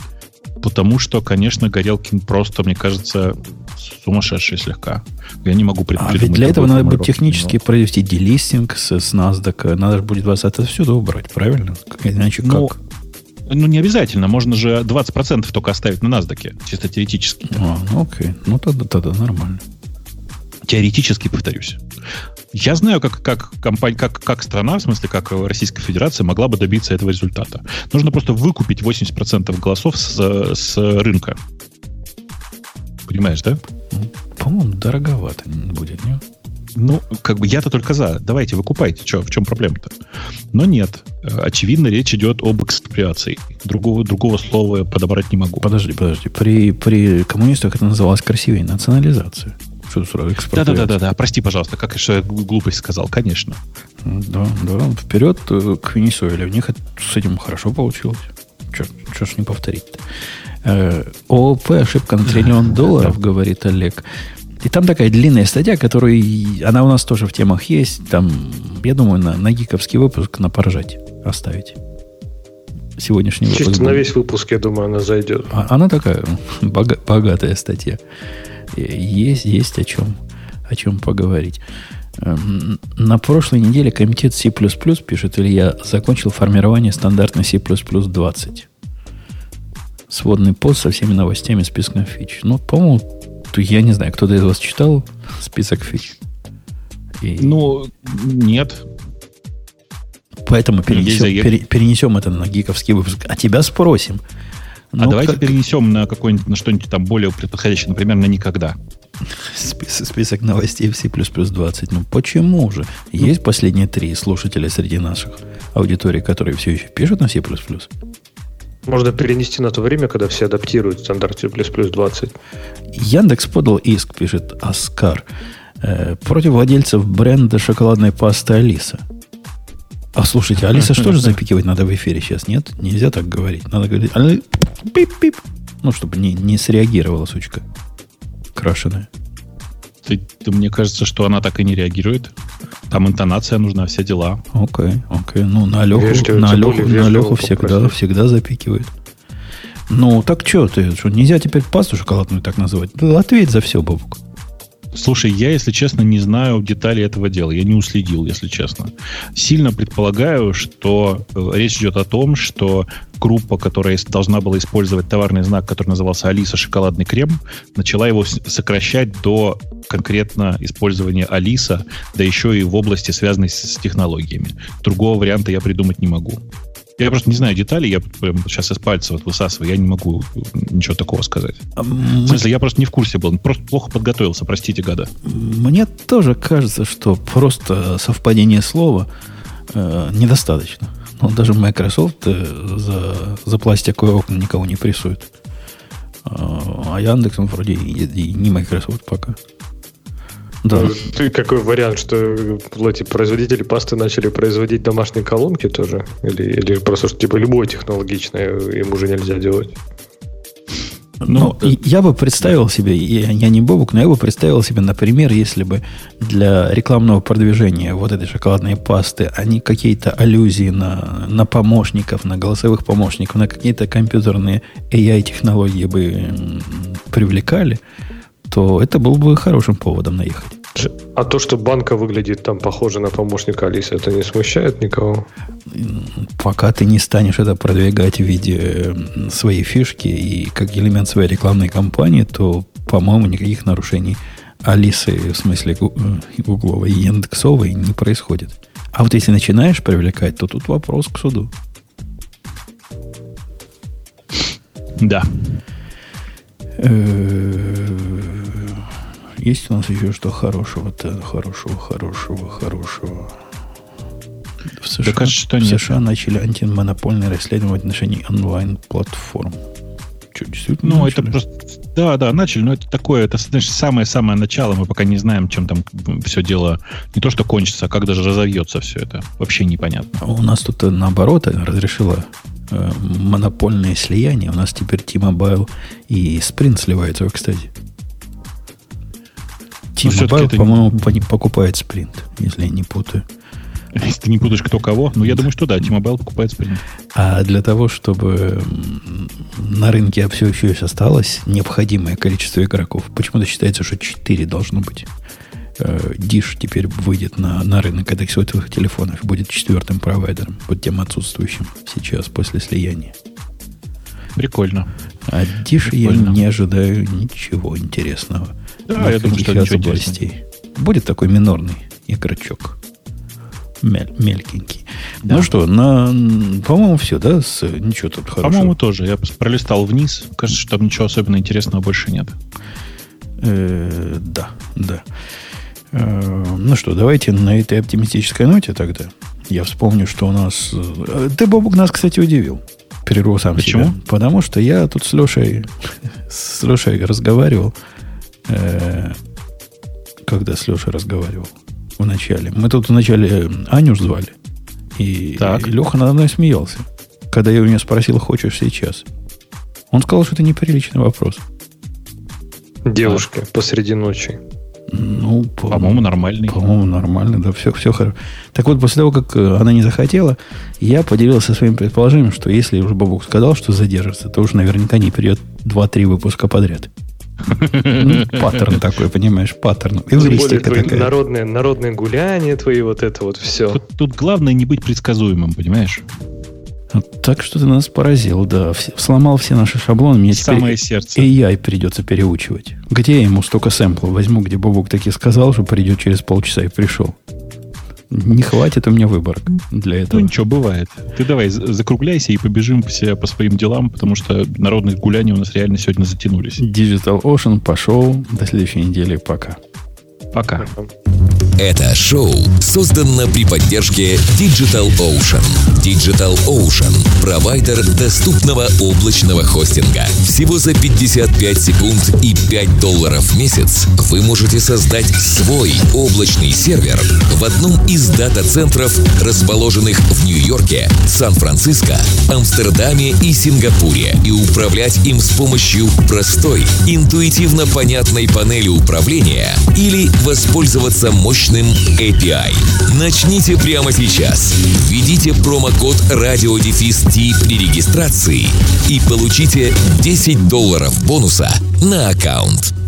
потому что, конечно, Горелкин просто, мне кажется, сумасшедший слегка. Я не могу придумать. А ведь для этого надо будет технически но... провести делистинг с, с NASDAQ. Надо же будет вас это всюду убрать, правильно? Иначе ну, как? Ну, не обязательно. Можно же двадцать процентов только оставить на NASDAQ, чисто теоретически. А, ну окей. Ну, тогда, тогда нормально. Теоретически, повторюсь. Я знаю, как, как, компания, как, как страна, в смысле, как Российская Федерация могла бы добиться этого результата. Нужно просто выкупить восемьдесят процентов голосов с, с рынка. Понимаешь, да? По-моему, дороговато будет, нет? Ну, как бы я-то только за. Давайте, выкупайте. Че, в чем проблема-то? Но нет. Очевидно, речь идет об экспроприации. Другого, другого слова подобрать не могу. Подожди, подожди. При, при коммунистах это называлось красивее национализация. Что сразу экспроприация? Да-да-да. Прости, пожалуйста, как я глупость сказал. Конечно. Да, да. Вперед к Венесуэле. У них с этим хорошо получилось. Что ж не повторить-то? ООП ошибка на триллион долларов, говорит Олег. И там такая длинная статья, которая, она у нас тоже в темах есть. Там, я думаю, на, на гиковский выпуск на поржать оставить. Сегодняшний Чисто выпуск. на весь выпуск, я думаю, она зайдет. А, она такая бога, богатая статья. Есть, есть о чем, о чем поговорить. На прошлой неделе комитет C++, пишет Илья, закончил формирование стандартной C++ двадцать. Сводный пост со всеми новостями, списком фич. Ну, по-моему, я не знаю, кто-то из вас читал список фич? И... Ну, нет. Поэтому перенесем, пере, перенесем это на гиковский выпуск. А тебя спросим. А ну, давайте как... перенесем на какой-нибудь, на что-нибудь там более подходящее, например, на никогда. Список, список новостей в C++ двадцать. Ну, почему же? Есть последние три слушателя среди наших аудиторий, которые все еще пишут на C++? Можно перенести на то время, когда все адаптируют стандарт C++ двадцать. Яндекс подал иск, пишет Оскар, э, против владельцев бренда шоколадной пасты Алиса. А слушайте, Алиса что же запикивать надо в эфире сейчас? Нет? Нельзя так говорить. Надо говорить Али... пип-пип. Ну, чтобы не, не среагировала сучка крашеная. Ты, ты, мне кажется, что она так и не реагирует. Там интонация нужна, все дела. Окей, окей. Ну, на Леху, на Леху, на Леху всегда, всегда запикивает. Ну, так что ты? Что, нельзя теперь пасту шоколадную так называть? Ответь за все, Бабук. Слушай, я, если честно, не знаю деталей этого дела. Я не уследил, если честно. Сильно предполагаю, что речь идет о том, что группа, которая должна была использовать товарный знак, который назывался Алиса шоколадный крем, начала его сокращать до конкретно использования Алиса, да еще и в области, связанной с технологиями. Другого варианта я придумать не могу. Я просто не знаю деталей, я прям сейчас из пальца вот высасываю, я не могу ничего такого сказать. А в смысле, я просто не в курсе был, просто плохо подготовился, простите, гада. Мне тоже кажется, что просто совпадение слова э, недостаточно. Ну, даже Microsoft э, за, за пластиковые окна никого не прессует. А Яндекс, он вроде и, и не Microsoft пока. Да. Ты какой вариант, что эти производители пасты начали производить домашние колонки тоже? Или, или просто, что типа любое технологичное им уже нельзя делать? Ну, ну я бы представил себе, я, я не Бобук, но я бы представил себе, например, если бы для рекламного продвижения вот этой шоколадной пасты они какие-то аллюзии на, на помощников, на голосовых помощников, на какие-то компьютерные эй ай-технологии бы привлекали, то это был бы хорошим поводом наехать. А то, что банка выглядит там похоже на помощника Алисы, это не смущает никого? Пока ты не станешь это продвигать в виде своей фишки и как элемент своей рекламной кампании, то, по-моему, никаких нарушений Алисы, в смысле Гугловой и Яндексовой, не происходит. А вот если начинаешь привлекать, то тут вопрос к суду. Да. Есть у нас еще что хорошего-то? Хорошего, хорошего, хорошего. В США, да, кажется, что в США нет. Начали антимонопольное расследование в отношении онлайн-платформ. Что, действительно Ну, начали? это просто... Да, да, начали, но это такое, это, знаешь, самое-самое начало. Мы пока не знаем, чем там все дело не то что кончится, а как даже разовьется все это. Вообще непонятно. У нас тут, наоборот, разрешила э, монопольное слияние. У нас теперь T-Mobile и Sprint сливаются, кстати. T-Mobile, это... по-моему, покупает Sprint, если я не путаю. Если ты не путаешь, кто кого, ну, я думаю, что да, T-Mobile покупает Sprint. А для того, чтобы на рынке все еще осталось необходимое количество игроков, почему-то считается, что четыре должно быть. Dish теперь выйдет на, на рынок этих сотовых телефонов и будет четвертым провайдером, под тем отсутствующим сейчас после слияния. Прикольно. А Dish я не ожидаю ничего интересного. Да, я думаю, что ничего интересного. будет такой минорный игрочок. Мель, мелькенький. Да. Ну что, на, по-моему, все, да? С, ничего тут хорошего. По-моему, тоже. Я пролистал вниз. Кажется, что там ничего особенно интересного больше нет. Э, да, да. Э, ну что, давайте на этой оптимистической ноте тогда. Я вспомню, что у нас... Ты, Бобук, нас, кстати, удивил. Перерву сам Почему? себя. Потому что я тут с Лешей, с Лешей разговаривал. Э, когда с Лешей разговаривал? В начале. Мы тут вначале Аню звали. И, Так. и Леха надо мной смеялся. Когда я у нее спросил, хочешь сейчас? Он сказал, что это неприличный вопрос. Девушка посреди ночи. Ну, по, По-моему, нормальный. По-моему, нормально, да, все, все хорошо. Так вот, после того, как она не захотела, я поделился своим предположением, что если уж Бобук сказал, что задержится, то уж наверняка не придет два-три выпуска подряд. Ну, паттерн такой, понимаешь, паттерн. Эвристика такая. Народное, народное гуляние твои, вот это вот все. Тут, тут главное не быть предсказуемым, понимаешь? Вот так что ты нас поразил, да. Все, сломал все наши шаблоны. Мне Самое теперь сердце. эй ай придется переучивать. Где я ему столько сэмплов возьму, где Бобук таки сказал, что придет через полчаса и пришел? Не хватит у меня выборок для этого. Ну, ничего, бывает. Ты давай закругляйся и побежим все по своим делам, потому что народные гуляния у нас реально сегодня затянулись. Digital Ocean пошел. До следующей недели. Пока. Пока. Это шоу создано при поддержке Digital Ocean. Digital Ocean – провайдер доступного облачного хостинга. Всего за пятьдесят пять секунд и пять долларов в месяц вы можете создать свой облачный сервер в одном из дата-центров, расположенных в Нью-Йорке, Сан-Франциско, Амстердаме и Сингапуре, и управлять им с помощью простой, интуитивно понятной панели управления или воспользоваться мощным эй пи ай. Начните прямо сейчас. Введите промокод радиодефис-ти при регистрации и получите десять долларов бонуса на аккаунт.